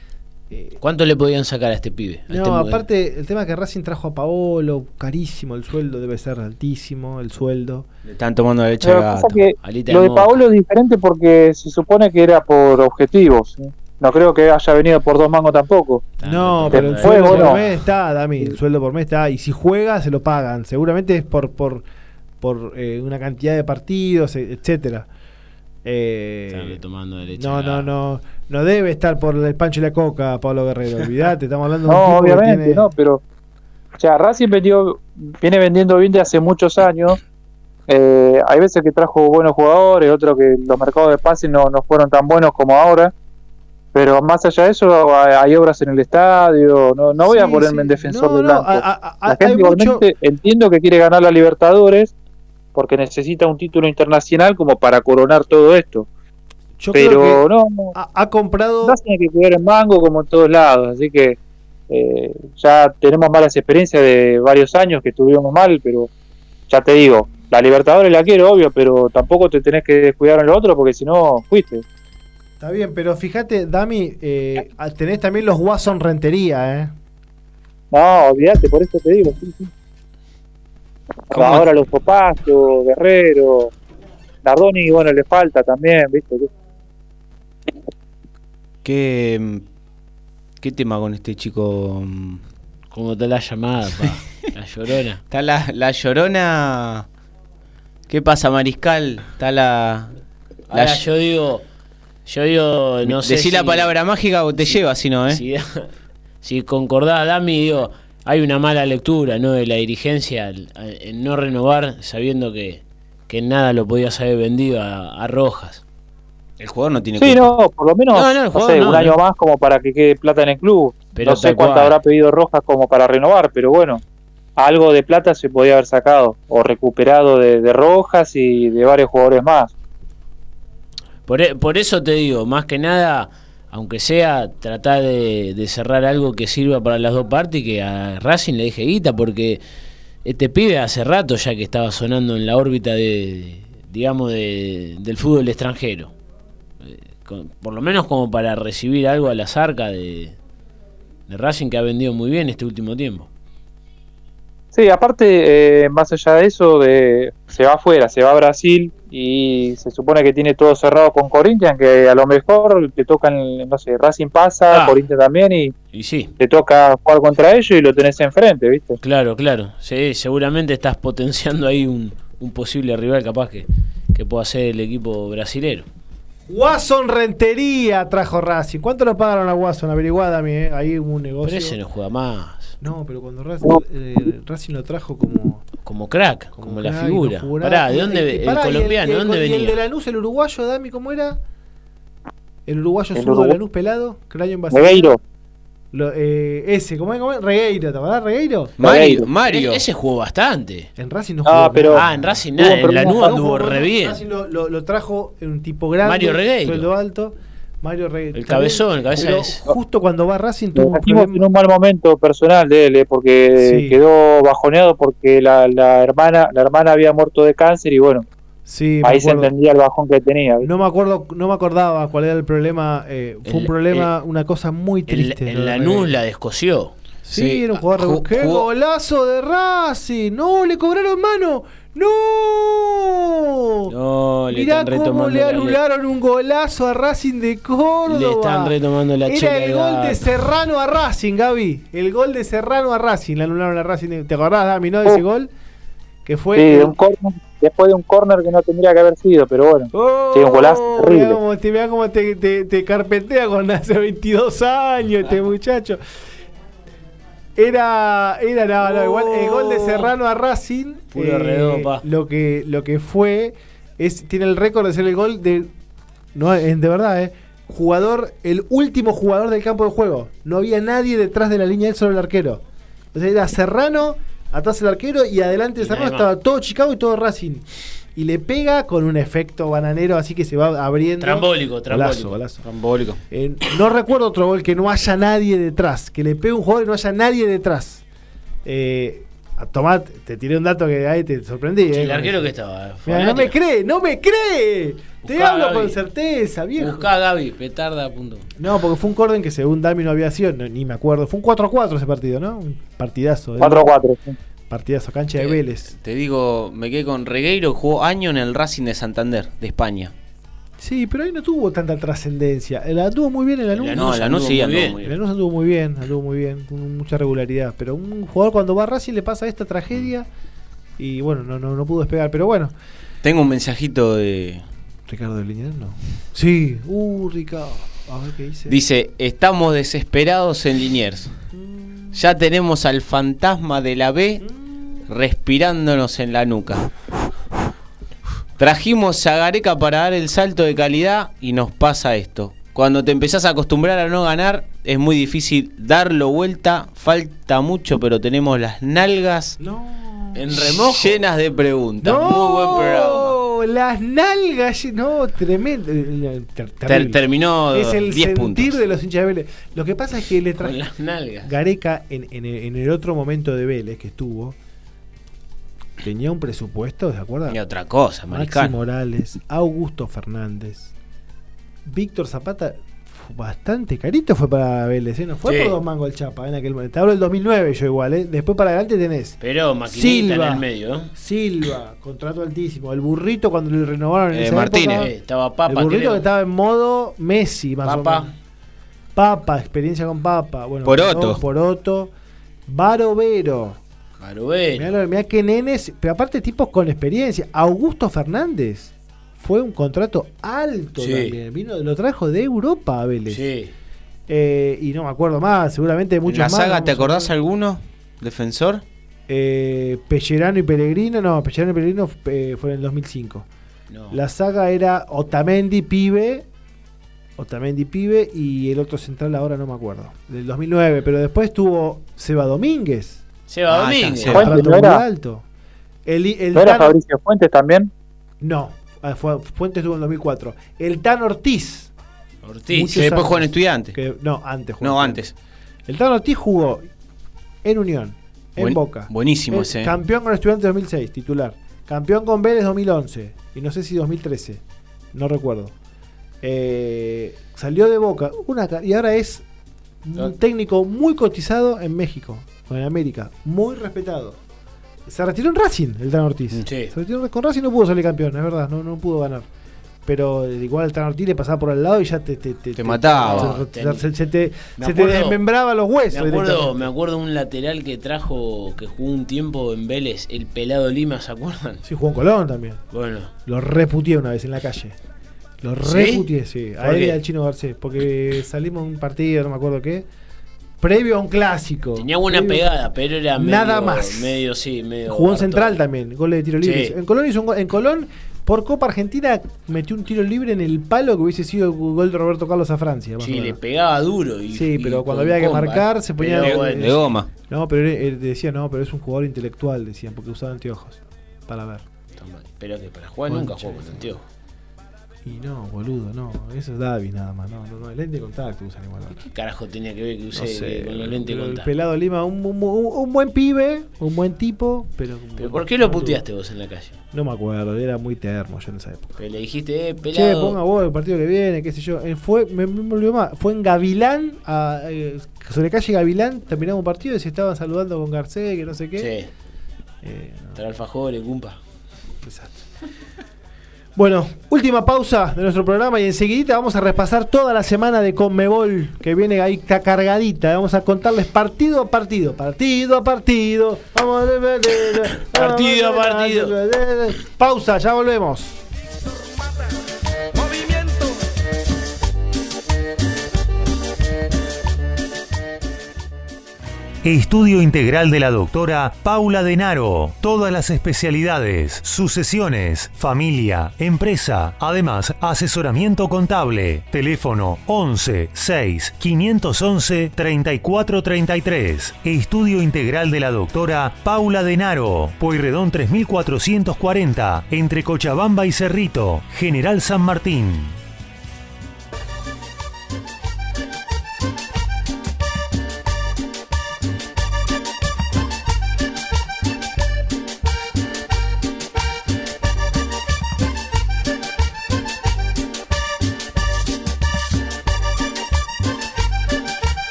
Eh, ¿Cuánto le podían sacar a este pibe? A no, este modelo? aparte, el tema es que Racing trajo a Paolo, carísimo, el sueldo debe ser altísimo, el sueldo. Le están tomando la leche Lo al que gato. pasa es que Alita lo de mosca. Paolo es diferente porque se supone que era por objetivos. ¿sí? No creo que haya venido por dos mangos tampoco. No, Está pero el Después, sueldo por bueno. mes está, Dami, el sueldo por mes está. Y si juega, se lo pagan. Seguramente es por por por eh, una cantidad de partidos, e- etcétera. Eh, Están tomando de leche no, al no, gato. no, no debe estar por el Pancho y la Coca, Pablo Guerrero. Olvídate, estamos hablando de un No, tipo que obviamente, tiene- no, pero. O sea, Racing vendió, viene vendiendo bien de hace muchos años. Eh, hay veces que trajo buenos jugadores, otros que los mercados de pase no, no fueron tan buenos como ahora. Pero más allá de eso, hay, hay obras en el estadio. No, no voy a Sí, ponerme sí. en defensor No, del no, blanco. a- a- a- La gente hay mucho- igualmente entiendo que quiere ganar la Libertadores porque necesita un título internacional como para coronar todo esto. Yo creo Pero que no, no, ha, ha comprado. Racing hay que cuidar el mango como en todos lados, así que eh, ya tenemos malas experiencias de varios años que estuvimos mal, pero ya te digo, la Libertadores la quiero, obvio, pero tampoco te tenés que descuidar en lo otro porque si no, fuiste. Está bien, pero fíjate, Dami, eh, tenés también los Watson Rentería, ¿eh? No, olvídate, por eso te digo, sí, sí. ¿Cómo? Ahora los Popazos, Guerrero, Nardoni, bueno, le falta también, ¿viste? ¿Qué, ¿Qué tema con este chico? ¿Cómo está la llamada, pa? La llorona. Está la, la llorona. ¿Qué pasa, Mariscal? Está la. la Ahora yo digo, yo digo, no sé. Decí la si- palabra mágica o te si- lleva, si no, ¿eh? Si, si concordás, Dami, digo, hay una mala lectura, ¿no? De la dirigencia al- al- en no renovar, sabiendo que, que nada lo podías haber vendido a, a Rojas. El jugador no tiene Sí, culpa. no, por lo menos, No, no, el no jugador sé, no, un no. año más como para que quede plata en el club. Pero no sé tal cuánto cual. habrá pedido Rojas como para renovar, pero bueno, algo de plata se podía haber sacado o recuperado de, de Rojas y de varios jugadores más. Por, e- por eso te digo, más que nada, aunque sea tratar de, de cerrar algo que sirva para las dos partes y que a Racing le deje guita, porque este pibe hace rato ya que estaba sonando en la órbita de, digamos, de, del fútbol extranjero. Eh, con- por lo menos como para recibir algo a la zarca de, de Racing, que ha vendido muy bien este último tiempo. Sí, aparte, eh, más allá de eso, de, se va afuera, se va a Brasil y se supone que tiene todo cerrado con Corinthians, que a lo mejor te tocan, no sé, Racing pasa, Ah. Corinthians también y Y sí, te toca jugar contra ellos y lo tenés enfrente, ¿viste? claro, claro. Sí, seguramente estás potenciando ahí un, un posible rival capaz que, que pueda ser el equipo brasilero. Watson Rentería trajo Racing. ¿Cuánto lo pagaron a Watson? Averiguá, Dami, ¿eh? Ahí hubo un negocio. Pero ese no juega más. No, pero cuando Racing, eh, Racing lo trajo como. Como crack, como, la crack, y figura. no jugó Pará, nada. ¿de Y- dónde y- ve- el pará, y colombiano, y ¿de dónde y venía? el de Lanús, el uruguayo, Dami, ¿cómo era? El uruguayo El zurdo de urugu- Lanús pelado, que el año en Barcelona. Regueiro, Lo, eh, ese, ¿cómo es? ¿Cómo es? Regueiro, ¿te acordás, Regueiro? Mario, Mario. E- ese jugó bastante. En Racing no Ah, jugó pero- nada. Ah, en Racing Tuvo nada, en problemas Lanús para anduvo Jugó, re no, bien. Racing lo, lo, lo trajo un tipo grande. Mario Regueiro. Sueldo alto. Mario Regueiro. El cabezón, el cabeza Pero ese. justo cuando va a Racing tuvo lo un trajimos en problema. un mal momento personal de él, eh, porque Sí. quedó bajoneado porque la, la hermana la hermana había muerto de cáncer y bueno, Sí, me ahí se acuerdo. entendía el bajón que tenía. ¿viste? No me acuerdo, no me acordaba cuál era el problema. eh, fue un El- problema, una cosa muy En, triste. en lo de Lanús Regueiro. la descoció. Sí, Sí, era un jugador ah, de ju- ¡qué jugó- golazo de Racing! ¡No! ¡Le cobraron mano! ¡No! No, le Mirá están cómo retomando le la- anularon un golazo a Racing de Córdoba. Le están retomando la Era chela el al gol gato. de Serrano a Racing, Gaby. El gol de Serrano a Racing. Le anularon a Racing. ¿Te acordás, Dami, no, de ese Oh. gol? Que fue. Sí, de el- un corner, después de un corner que no tendría que haber sido, pero bueno. Oh, Sí, un golazo terrible. Mirá cómo te, mirá cómo te, te- te carpetea con hace veintidós años este muchacho. Era, era no, no, igual el gol de Serrano a Racing, Puro redopa. lo que lo que fue es tiene el récord de ser el gol de no es de verdad, eh, jugador, el último jugador del campo de juego. No había nadie detrás de la línea, él solo el arquero. O sea, era Serrano, atrás el arquero y adelante de Y Serrano nadie más. estaba todo Chicago y todo Racing. Y le pega con un efecto bananero, así que se va abriendo. Trambólico, trambólico. Golazo, golazo. Trambólico. Eh, no recuerdo otro gol que no haya nadie detrás. Que le pegue un jugador y no haya nadie detrás. Eh, Tomá, te tiré un dato que ahí te sorprendí. Sí, eh, el arquero que estaba. Mirá, no me cree, no me cree. Te Buscá, hablo Gaby. con certeza, viejo. Buscá a Gaby, petarda. Punto. No, porque fue un corden que según Dami no había sido, no, ni me acuerdo. Fue un cuatro a cuatro ese partido, ¿no? Un partidazo. ¿eh? cuatro a cuatro. Sí. Partidazo, cancha de Vélez. Te digo, me quedé con Regueiro, jugó año en el Racing de Santander, de España. Sí, pero ahí no tuvo tanta trascendencia. La tuvo muy bien en la No, el Lanús sí anduvo muy El bien. Lanús anduvo muy bien, anduvo muy bien, con mucha regularidad. Pero un jugador cuando va a Racing le pasa esta tragedia y bueno, no, no, no pudo despegar. Pero bueno, Tengo un mensajito de... Ricardo de Liniers, no. Sí, uh, Ricardo. A ver qué dice. Dice, estamos desesperados en Liniers. Ya tenemos al fantasma de la B respirándonos en la nuca. Trajimos a Gareca para dar el salto de calidad y nos pasa esto. Cuando te empezás a acostumbrar a no ganar, es muy difícil darlo vuelta. Falta mucho, pero tenemos las nalgas En remojo. llenas de preguntas. No, Muy buen programa. las nalgas, no, tremendo. eh, ter- Ter- terrible. terminó Es el diez sentir puntos. de los hinchas de Vélez. Lo que pasa es que le Con traje las nalgas. Gareca en, en, el, en el otro momento de Vélez que estuvo. Tenía un presupuesto, ¿se acuerdan? Y otra cosa, Maxi Maricano. Morales, Augusto Fernández, Víctor Zapata, fu- bastante carito fue para Vélez, ¿eh? No fue Sí. por dos mangos el Chapa en aquel momento. Te hablo del dos mil nueve yo igual, ¿eh? Después para adelante tenés Pero maquinita Silva. en el medio, ¿eh? Silva, contrato altísimo. El burrito cuando le renovaron en Eh, esa Martínez. época, Eh, estaba Papa, el burrito creo. que estaba en modo Messi, más Papa. o menos. Papa, experiencia con Papa. Bueno, Poroto. no, Poroto. Barovero. Marubel. Mirá, mirá qué nenes, pero aparte tipos con experiencia. Augusto Fernández fue un contrato alto Sí. también. Vino, lo trajo de Europa a Vélez. Sí. Eh, y no me acuerdo más, seguramente muchos ¿En la más. saga vamos te a acordás ver. alguno? ¿Defensor? Eh, Pellerano y Pellegrino, no, Pellerano y Pellegrino eh, fue en el dos mil cinco. No. La saga era Otamendi, Pibe. Otamendi, Pibe y el otro central ahora no me acuerdo. Del dos mil nueve, pero después tuvo Seba Domínguez. Seba Ah, Domínguez. está, Fuentes, Contrato ¿no muy era? alto. El, el ¿No era Tan- Fabricio Fuentes también? No, ah, fue- Fuentes estuvo en dos mil cuatro. El Tan Ortiz. Ortiz. Muchos Que después años. jugó en Estudiantes. Que, no, antes jugó. No, antes. El Tan Ortiz jugó en Unión, en Buen- Boca. buenísimo Eh, ese. Campeón con Estudiantes dos mil seis, titular. Campeón con Vélez dos mil once. Y no sé si dos mil trece. No recuerdo. Eh, salió de Boca. Una, ca- y ahora es un técnico muy cotizado en México, o en América. Muy respetado. Se retiró en Racing el Tan Ortiz. Sí. Se retiró con Racing, no pudo salir campeón, es verdad, no, no pudo ganar. Pero eh, igual el Tan Ortiz le pasaba por al lado y ya te, te, te, Te mataba. Se, se- se- se te, Me se te acuerdo- desmembraba los huesos. Me acuerdo, directamente. me acuerdo un lateral que trajo, que jugó un tiempo en Vélez, el pelado Lima, ¿se acuerdan? Sí, jugó en Colón también. Bueno, Lo reputié una vez en la calle. Lo ¿Sí? reputié, sí. A ¿Por él y qué? al Chino Garcés. Porque salimos de un partido, no me acuerdo qué. Previo a un clásico. tenía buena Previo- pegada, pero era medio, Nada más. medio, sí, medio. Jugó en harto. Central también, goles de tiro libre. Sí. En Colón hizo un gol- en Colón, por Copa Argentina, metió un tiro libre en el palo que hubiese sido el gol de Roberto Carlos a Francia. más o Sí, le menos. pegaba duro. Y, Sí, y pero cuando con había que comba, marcar, ¿eh? se ponía Pero de- bueno, De goma. No, pero él, él decía, no, pero es un jugador intelectual, decían, porque usaba anteojos. Para ver. toma, pero que para jugar Concha nunca jugó con de- anteojos. Y no, boludo, no. Eso es Davis nada más. No, no, no. El lente de contacto usan igual. ahora. ¿Qué carajo tenía que ver que No usé sé, con los lentes de pero el contacto? pelado Lima, un, un- un- un buen pibe, un buen tipo, pero. ¿Pero por qué lo puteaste vos en la calle? No me acuerdo, era muy termo yo en esa época. Pero le dijiste, eh, Che, pelado. ponga vos el partido que viene, qué sé yo. Eh, Fue, me, me olvidó más, fue en Gavilán, a, eh, sobre calle Gavilán, terminamos un partido y se estaban saludando con Garcés, que no sé qué. Sí, Eh, no, trae alfajores, cumpa. exacto. Bueno, última pausa de nuestro programa y enseguidita vamos a repasar toda la semana de Conmebol que viene ahí ca- cargadita. Vamos a contarles partido a partido, partido a partido. Vamos a... Partido a partido. Pausa, ya volvemos. Movimiento. Estudio Integral de la doctora Paula Denaro. Todas las especialidades, sucesiones, familia, empresa. Además, asesoramiento contable. Teléfono once seis quinientos once treinta y cuatro treinta y tres. Estudio Integral de la doctora Paula Denaro. Pueyrredón tres mil cuatrocientos cuarenta. Entre Cochabamba y Cerrito. General San Martín.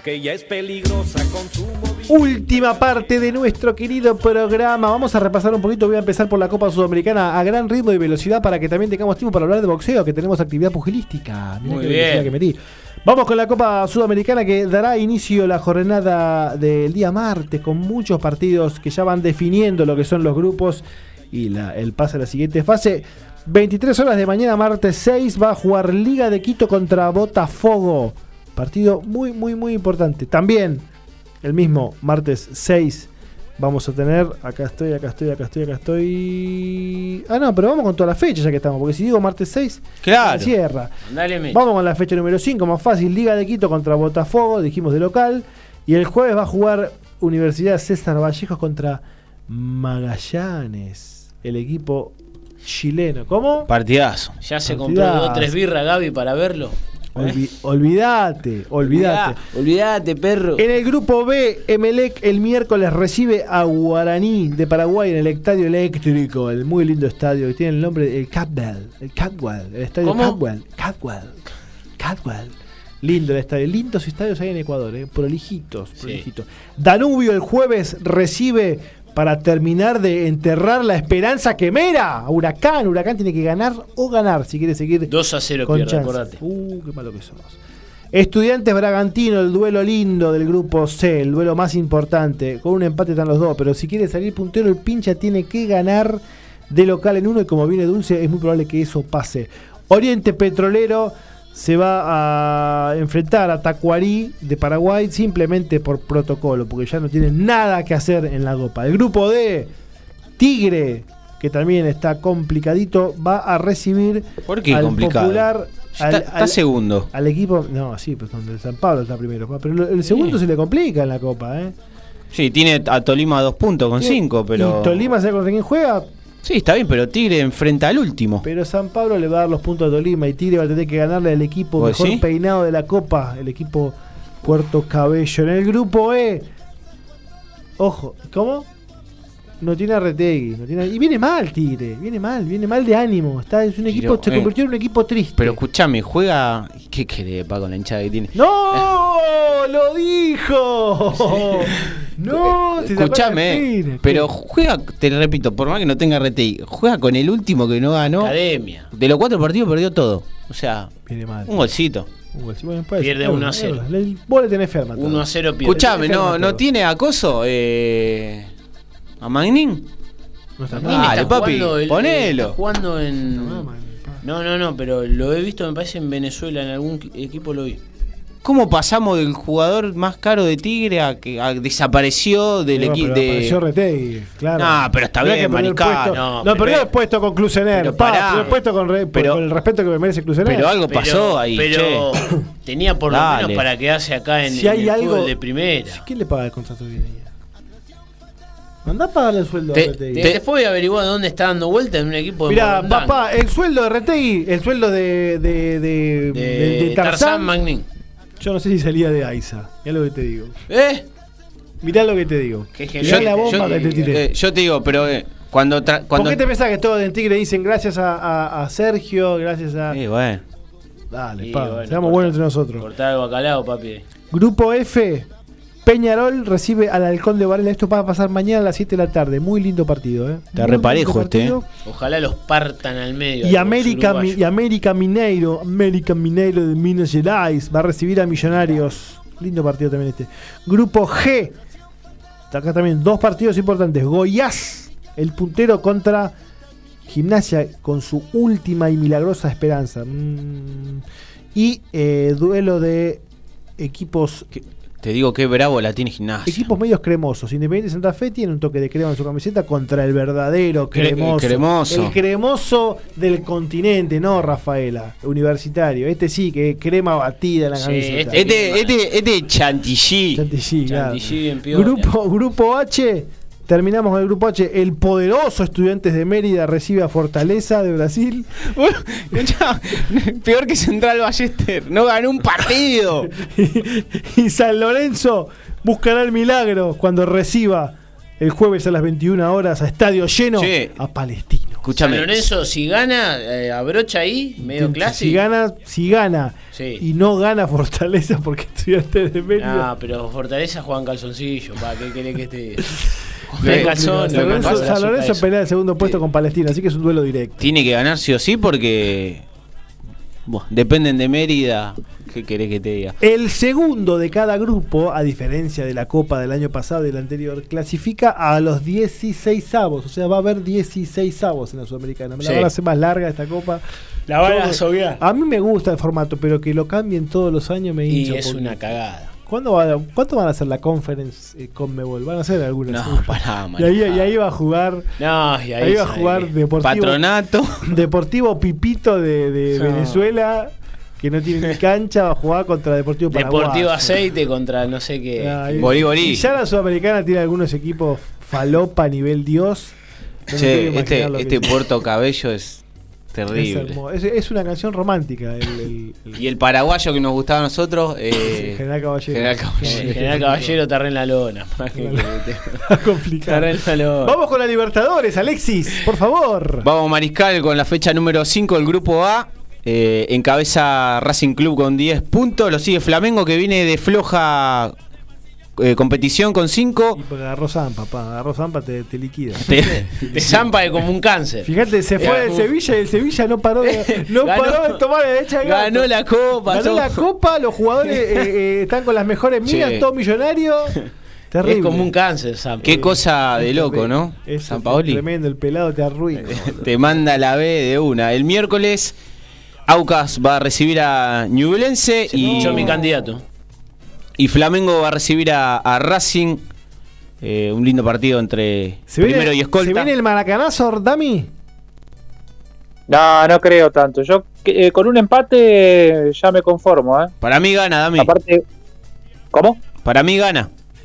aunque ella es peligrosa con su movimiento. Última parte de nuestro querido programa. Vamos a repasar un poquito. Voy a empezar por la Copa Sudamericana a gran ritmo y velocidad para que también tengamos tiempo para hablar de boxeo, que tenemos actividad pugilística. Mirá Muy qué bien. velocidad que metí. Vamos con la Copa Sudamericana, que dará inicio la jornada del día martes con muchos partidos que ya van definiendo lo que son los grupos y la, el pase a la siguiente fase. veintitrés horas de mañana, martes seis, va a jugar Liga de Quito contra Botafogo. Partido muy, muy, muy importante. También, el mismo martes seis, vamos a tener... Acá estoy, acá estoy, acá estoy, acá estoy... Ah, no, pero vamos con toda la fecha ya que estamos. Porque si digo martes seis, Claro. se cierra. Dale, me. Vamos con la fecha número cinco, más fácil. Liga de Quito contra Botafogo, dijimos de local. Y el jueves va a jugar Universidad César Vallejos contra Magallanes, el equipo chileno. ¿Cómo? Partidazo. Ya se Partidazo. compró dos o tres birras, Gaby, para verlo. Olvi- olvídate, olvídate. Olvídate, perro. En el grupo B, Emelec el miércoles recibe a Guaraní de Paraguay en el Estadio Eléctrico, el muy lindo estadio que tiene el nombre de el Catwell, el Catwell, el estadio ¿Cómo? Catwell, Catwell, Catwell. Lindo el estadio, lindos estadios hay en Ecuador, eh, prolijitos, prolijitos. Danubio el jueves recibe para terminar de enterrar la esperanza quemera a Huracán. Huracán tiene que ganar o ganar si quiere seguir dos a cero con pierde, chance. acordate. Uh, qué malo que sos. Estudiantes Bragantino, el duelo lindo del grupo C, el duelo más importante. Con un empate están los dos, pero si quiere salir puntero, el pincha tiene que ganar de local en uno. Y como viene Dulce, es muy probable que eso pase. Oriente Petrolero se va a enfrentar a Tacuarí de Paraguay simplemente por protocolo, porque ya no tienen nada que hacer en la Copa. El grupo D, Tigre, que también está complicadito, va a recibir ¿Por qué al complicado? Popular. Está, al- está al- segundo. Al equipo, no, sí, pues donde el San Pablo está primero, pa, pero lo- el segundo se le complica en la Copa, ¿eh? Sí, tiene a Tolima a dos puntos con Tiene- cinco, pero. Y Tolima, ¿sabe contra quién juega? Sí, está bien, pero Tigre enfrenta al último. Pero San Pablo le va a dar los puntos a Tolima y Tigre va a tener que ganarle al equipo ¿Vos mejor decís? peinado de la Copa, el equipo Puerto Cabello. En el grupo E, ojo, ¿cómo? No tiene a Retegui, no tiene, y viene mal Tigre, viene mal, viene mal de ánimo. Está, es un equipo, Pero, se eh, convirtió en un equipo triste. Pero escúchame, juega. ¿Qué querés, pa, con la hinchada que tiene? ¡No! ¡Lo dijo! ¡No! si sacó Escúchame, la eh, Tigre. pero juega, te lo repito, por más que no tenga R T I, juega con el último que no ganó. Academia. De los cuatro partidos perdió todo. O sea, Viene mal. un golcito. Un gol, sí, bueno, puede Pierde ser. uno a Es cero. verdad, el- Vos le tenés ferma. todo. uno a cero pierde. Escúchame, enferma ¿no, no todo. tiene acoso? Eh, ¿A Magnin? No está Magnin mal. Dale, está papi, jugando el- ponelo. Está jugando en. No, man, pa. No, no, no, pero lo he visto, me parece, en Venezuela, en algún equipo lo vi. ¿Cómo pasamos del jugador más caro de Tigre a que a- desapareció del No, equipo pero de. apareció Retegui, claro. No, pero está Mirá bien, que perdió el maricá, puesto. no, No, pero- perdió el puesto con Clusener. pero pa, pará. perdió el puesto con, re- Pero- con el respeto que me merece Clusener. Pero algo Pero- pasó ahí, Pero che. tenía por lo Dale. menos para quedarse acá en, Si en hay el algo- fútbol de primera. ¿Quién le paga el contrato que viene? Mandá a pagarle el sueldo Te- a Retegui. De- Después voy a averiguar dónde está dando vuelta en un equipo de Mirá, Morondanga. papá, el sueldo de Retegui, el sueldo de, de, de, de, de- de Tarzán Tarzán, Magnin. yo no sé si salía de Aiza. Mirá lo que te digo. ¿Eh? Mirá lo que te digo. Qué Mirá genial. la bomba yo, que te tiré. eh, yo te digo, pero eh, cuando. tra- cuando ¿Por qué te pensás que todos en Tigre dicen gracias a, a, a Sergio, gracias a... Eh, bueno. Dale, Sí, pa, bueno, seamos corta- buenos entre nosotros. Cortar el bacalao, papi. Grupo F, Peñarol recibe al Halcón de Varela. Esto va a pasar mañana a las siete de la tarde. Muy lindo partido, ¿eh? Está Muy reparejo lindo este, partido. Ojalá los partan al medio. Y a los América, uruguayos. y América Mineiro, América Mineiro de Minas Gerais va a recibir a Millonarios. Lindo partido también este. Grupo G. Acá también dos partidos importantes. Goiás, el puntero contra Gimnasia con su última y milagrosa esperanza. Mm. Y eh, duelo de equipos Te digo que bravo la tiene Gimnasia. equipos medios cremosos. Independiente Santa Fe tiene un toque de crema en su camiseta contra el verdadero Cre- cremoso. cremoso. El cremoso del continente, no Rafaela, universitario. Este sí, que crema batida en la Sí, camiseta. Este, este, este Chantilly. Chantilly, claro. Chantilly en piola. Grupo, grupo H, terminamos con el grupo H. El poderoso Estudiantes de Mérida recibe a Fortaleza de Brasil. Bueno, escuchá, peor que Central Ballester. No ganó un partido. Y San Lorenzo buscará el milagro cuando reciba el jueves a las veintiuna horas a estadio lleno Che. a Palestino. Escúchame. San Lorenzo, si gana, eh, abrocha ahí, medio clásico. Si gana, si gana Sí. y no gana Fortaleza porque Estudiantes de Mérida. Ah, pero Fortaleza juegan calzoncillo, ¿para qué querés que esté? No De es calzón, San no, Lorenzo, no, San no, Lorenzo eso. pelea el segundo puesto con Palestina, así que es un duelo directo. Tiene que ganar sí o sí porque buah, dependen de Mérida. ¿Qué querés que te diga? El segundo de cada grupo, a diferencia de la Copa del año pasado y del anterior, clasifica a los dieciseisavos. O sea, va a haber dieciseisavos en la Sudamericana. Me la Sí. van a hacer más larga esta Copa. La van a Todo- sobear. A mí me gusta el formato, pero que lo cambien todos los años me Y hincho. es porque- una cagada. ¿Cuándo, va, ¿Cuánto van a hacer la conference eh, Conmebol? ¿Van a hacer algunas? No, pará, y, ahí, manejá. y ahí va a jugar. No, y ahí, Ahí va a sabe jugar que- Deportivo, Patronato. Deportivo Pipito de, de No. Venezuela, que no tiene ni cancha, va a jugar contra Deportivo Paraguay. Deportivo Aceite contra no sé qué. Ay, Borí, borí. Y ya la Sudamericana tiene algunos equipos falopa a nivel Dios. No me quiero Che, imaginar este, lo que este es. Puerto Cabello es Es, terrible. hermoso. Es, es una canción romántica. El, el- el- Y el paraguayo que nos gustaba a nosotros, eh, General Caballero. General Caballero. El General Caballero te en la lona. Está complicado. Te en la lona. Vamos con la Libertadores, Alexis, por favor. Vamos Mariscal con la fecha número cinco del grupo A. Eh, encabeza Racing Club con diez puntos. Lo sigue Flamengo que viene de floja eh, competición con cinco. Y porque agarró Zampa, papá. Agarró Zampa, te, te liquida. Te- Te zampa de como un cáncer. Fíjate, se fue del Sevilla y el Sevilla no paró de, no Ganó- paró de tomar derecha de gato. Ganó la copa. Ganó todo. la copa, los jugadores eh, eh, están con las mejores minas, Che. todos millonarios. Terrible. Es como un cáncer, Zampa. Qué cosa de loco, ¿no? Es San Paoli tremendo, el pelado te arruina. te manda la B de una. El miércoles Aucas va a recibir a Ñublense y, Yo mi candidato. y Flamengo va a recibir a, a Racing. Eh, un lindo partido entre ¿Se viene, primero y escolta. ¿Se viene el maracanazo, Dami? No, no creo tanto. Yo eh, con un empate ya me conformo, ¿eh? Para mí gana, Dami. Aparte, ¿cómo? Para mí gana.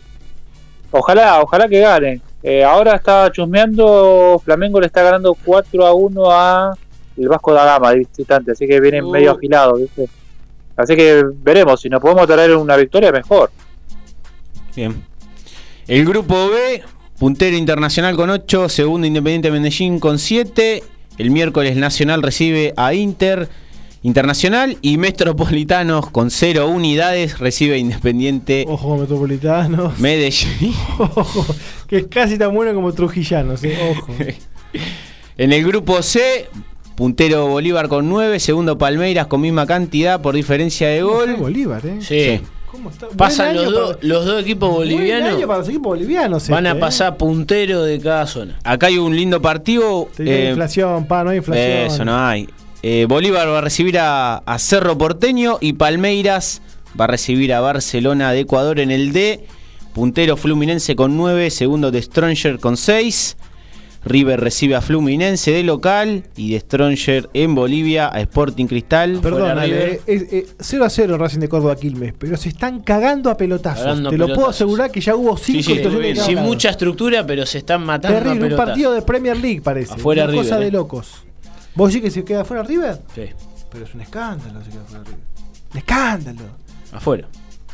Ojalá, ojalá que gane. Eh, ahora está chusmeando, Flamengo le está ganando cuatro a uno a el Vasco da Gama de visitante, así que viene Uh. medio afilado, ¿viste? Así que veremos, si nos podemos traer una victoria mejor. Bien. El grupo B, puntero Internacional con ocho, segundo Independiente Medellín con siete. El miércoles Nacional recibe a Inter Internacional y Metropolitanos con cero unidades recibe Independiente Ojo, Metropolitano. Medellín. Ojo, que es casi tan bueno como Trujillanos, ¿eh? Ojo. En el grupo C, puntero Bolívar con nueve, segundo Palmeiras con misma cantidad por diferencia de Está gol. Bolívar, ¿eh? Sí. ¿Cómo está? Pasan Buen los, año dos para- los dos equipos buen año bolivianos. para los equipos bolivianos. Van este, a pasar puntero de cada zona. Acá hay un lindo partido. ¿eh? Tenía eh, inflación, pa, no hay inflación. Eso no hay. Eh, Bolívar va a recibir a, a Cerro Porteño y Palmeiras va a recibir a Barcelona de Ecuador en el D. Puntero Fluminense con nueve, segundo de Stronger con seis. River recibe a Fluminense de local y de Stronger en Bolivia a Sporting Cristal. Perdón, Fuera River. Ale, es, es cero a cero Racing de Córdoba Quilmes, pero se están cagando a pelotazos. Cagando a Te lo puedo pelotazos. asegurar que ya hubo cinco Sí, sí, situaciones de cada Sin lado. mucha estructura, pero se están matando a Terrible, un pelotazos. partido de Premier League parece. Afuera Una River, cosa de eh. locos. ¿Vos decís que se queda fuera River? Sí, Pero es un escándalo se queda fuera River. Un escándalo. afuera.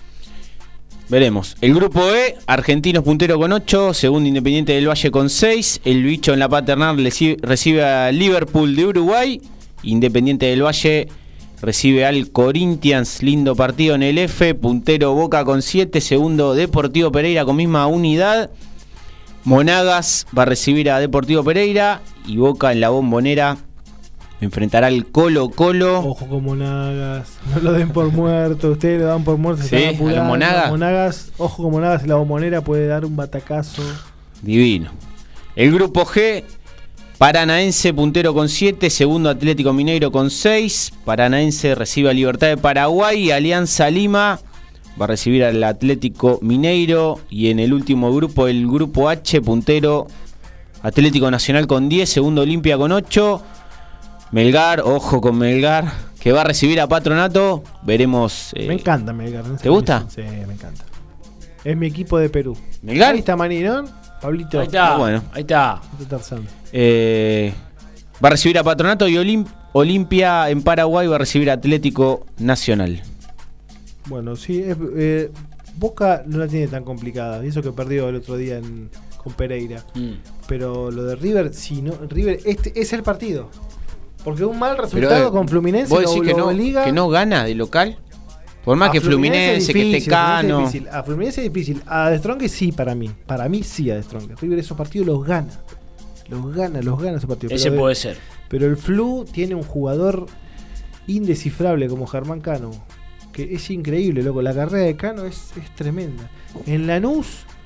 Veremos. El grupo E, Argentinos puntero con ocho, segundo Independiente del Valle con seis. El bicho en la paternal reci- recibe a Liverpool de Uruguay. Independiente del Valle recibe al Corinthians, lindo partido en el F. Puntero Boca con siete, segundo Deportivo Pereira con misma unidad. Monagas va a recibir a Deportivo Pereira y Boca en la Bombonera enfrentará al Colo Colo. Ojo con Monagas. No lo den por muerto. Ustedes lo dan por muerto. Se Sí, están a los apurando. Monagas. Monagas. Ojo con Monagas. La bombonera puede dar un batacazo. Divino. El grupo G, Paranaense puntero con siete, segundo Atlético Mineiro con seis. Paranaense recibe a Libertad de Paraguay y Alianza Lima va a recibir al Atlético Mineiro. Y en el último grupo, el grupo H, puntero Atlético Nacional con diez, segundo Olimpia con ocho. Melgar, ojo con Melgar, que va a recibir a Patronato. Veremos. eh, Me encanta Melgar. ¿no? ¿Te gusta? Sí, me encanta. Es mi equipo de Perú. ¿Melgar? Ahí está Maní, ¿no? Pablito. Ahí está, Ah, bueno. ahí está. Este Tarzán. Eh, va a recibir a Patronato y Olim- Olimpia en Paraguay va a recibir a Atlético Nacional. Bueno, sí. es- eh, Boca no la tiene tan complicada. Y eso que perdió el otro día en- con Pereira. Mm. Pero lo de River, si no, River, este es el partido. Porque un mal Pero, resultado eh, con Fluminense ¿vos lo, decís que lo no, obliga. que no gana de local? Por más A que Fluminense, es que esté difícil, a Fluminense Cano. es difícil. A Fluminense es difícil. A De Strongest sí, para mí. Para mí sí a De Strongest. River esos partidos los gana. Los gana, los gana esos partidos. Ese Pero de- puede ser. Pero el Flu tiene un jugador indescifrable como Germán Cano. Que es increíble, loco. La carrera de Cano es, es tremenda. En Lanús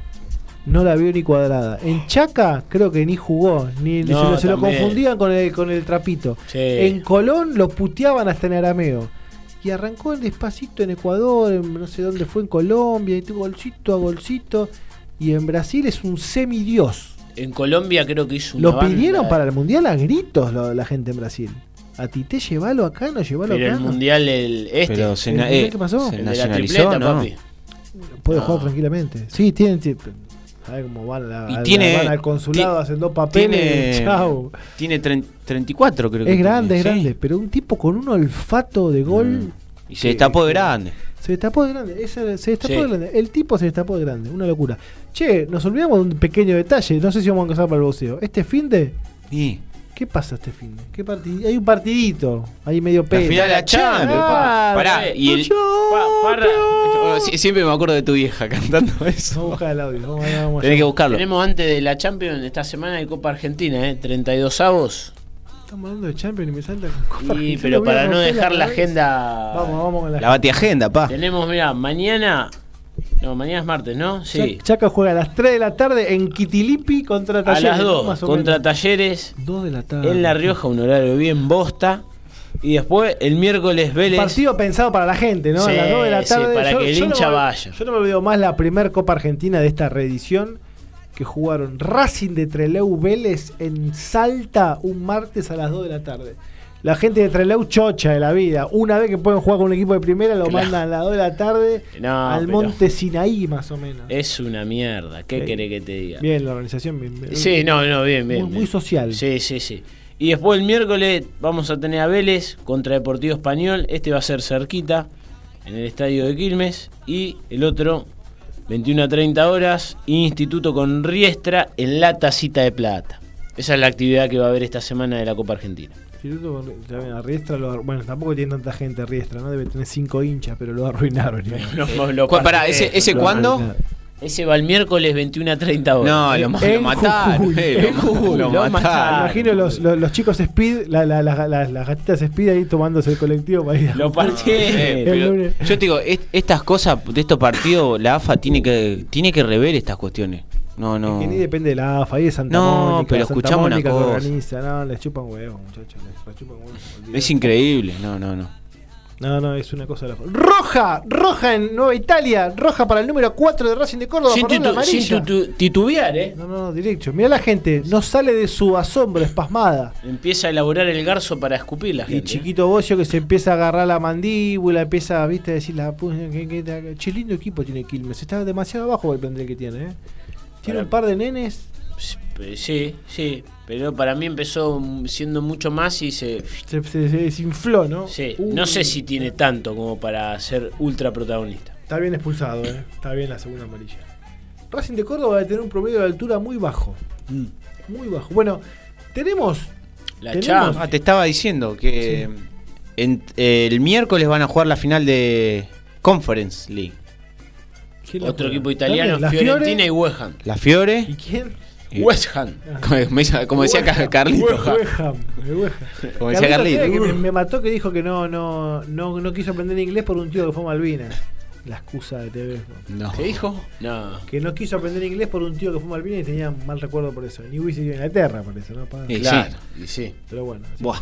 no la vio ni cuadrada. En Chaca creo que ni jugó. Ni No, se, lo, se lo también. confundían con el, con el trapito. Sí. En Colón lo puteaban hasta en arameo. Y arrancó el despacito en Ecuador, en no sé dónde fue, en Colombia, y tuvo golcito a golcito. Y en Brasil es un semidios. En Colombia creo que hizo una Lo banda pidieron de- para el mundial a gritos lo- la gente en Brasil. A Tite, llévalo acá, no llévalo Pero acá. el no. mundial el este. Pero se ¿El na- mundial eh, qué pasó? se el de la nacionalizó, tripleta, ¿no? papi. Puede No. jugar tranquilamente. Sí, tienen. ¿Sabes cómo van, la- Y al- tiene- van al consulado, ti- hacen dos papeles? tiene- Chau. Tiene tre- treinta y cuatro, creo que Es grande, tiene, es sí. grande. Pero un tipo con un olfato de gol. Mm. Y se destapó de grande. Se destapó de grande, ese- se destapó Sí. de grande. El tipo se destapó de grande, una locura. Che, nos olvidamos de un pequeño detalle, no sé si vamos a casar para el boxeo. Este fin de. Y ¿Qué pasa este fin de? ¿Qué partid- Hay un partidito, ahí medio la pelo. final de la Champions, Ah, pa. Pará, y el. Pa- parra. Yo, sie- siempre me acuerdo de tu vieja cantando eso. Vamos a buscar el audio. Vamos, a- vamos a- Tenés que buscarlo. Tenemos antes de la Champions esta semana de Copa Argentina, ¿eh? treinta y dos avos. Estamos hablando de Champions y me salta con Copa Y, Argentina, pero voy a para no romper dejar la cabeza. agenda. Vamos, vamos con la, La batiagenda, pa. Tenemos, mira, mañana. No, mañana es martes, ¿no? Sí. Chac- Chaca juega a las tres de la tarde en Quitilipi contra A Talleres. las dos, más o contra menos. Talleres. dos de la tarde. En La Rioja, un horario bien bosta. Y después el miércoles Vélez. Partido pensado para la gente, ¿no? Sí, a las dos de la sí, tarde. para que el no hincha me- vaya. Yo no me olvido más la primer Copa Argentina de esta reedición. Que jugaron Racing de Trelew Vélez en Salta un martes a las dos de la tarde. La gente de Trelew chocha de la vida. Una vez que pueden jugar con un equipo de primera, lo Claro. mandan a las dos de la tarde No, al pero Monte Sinaí, más o menos. es una mierda. ¿Qué Sí. querés que te diga? Bien, la organización. Bien, bien. Sí, no, no, bien, bien. Muy, muy bien. social. Sí, sí, sí. Y después el miércoles vamos a tener a Vélez contra Deportivo Español. Este va a ser cerquita, en el estadio de Quilmes. Y el otro, veintiuna a treinta horas, Instituto con Riestra en la Tacita de Plata. Esa es la actividad que va a haber esta semana de la Copa Argentina. Instituto con- ya ven, a Riestra lo- bueno, tampoco tiene tanta gente Riestra, ¿no? Debe tener cinco hinchas, pero lo arruinaron. Lo- lo ¿Cu- pará, parqué. ese, ese Lo cuándo? arruinaron. Ese va el miércoles veintiuna a treinta horas. No, lo, ma- En lo mataron. Jujuy, eh, en lo, Jujuy, lo lo mataron. mataron. Imagino los, los, los chicos Speed, la, la, la- la- las gatitas Speed ahí tomándose el colectivo para ir a Lo jugar. partí. Eh, pero lunes. yo te digo, est- estas cosas de estos partidos, la A F A tiene que tiene que rever estas cuestiones. No, no. Que ni depende de la A F A, ahí de Santa No, Mónica. pero Santa escuchame una Mónica que cosa. organiza, no, les chupan huevos, muchachos, les chupan huevos. olvídate. Es increíble. No, no, no. No, no, es una cosa de la... Roja, roja en Nueva Italia, roja para el número cuatro de Racing de Córdoba, Sin, por la titu- sin amarilla. tutu- titubear, ¿eh? No, no, no, directo. Mirá la gente, no sale de su asombro, espasmada. Empieza a elaborar el garzo para escupir la Y gente. Chiquito Bocio que se empieza a agarrar la mandíbula, empieza, viste, a decir la pu- que, que, que- che, lindo equipo tiene Quilmes, está demasiado abajo el plantel que tiene, ¿eh? Tiene Para- un par de nenes, ¿eh? Sí, sí. Pero para mí empezó siendo mucho más y se. se, se- se desinfló, ¿no? Sí. Uh, No sé si tiene tanto como para ser ultra protagonista. Está bien expulsado, ¿eh? Está bien la segunda amarilla. Racing de Córdoba va a tener un promedio de altura muy bajo. Muy bajo. Bueno, tenemos. La Tenemos- Champions. Ah, te estaba diciendo que en- eh, el miércoles van a jugar la final de Conference League. ¿quién la Otro juega? equipo italiano, También, la Fiorentina Fiore. y West Ham. La Fiore. ¿Y quién? y- West Ham. Como, me hizo- como decía West Ham, Carlito. West Ham, West Ham. Como decía Carlito, Carlito. que me, me mató que dijo que no, no, no, no quiso aprender inglés por un tío que fue a Malvinas. La excusa de T V. No. ¿Qué dijo? No. Que no quiso aprender inglés por un tío que fue a Malvinas y tenía mal recuerdo por eso. Ni hubiese ido a Inglaterra por eso, ¿no? Pa- Sí. Claro. Y sí. Pero bueno. así. Buah.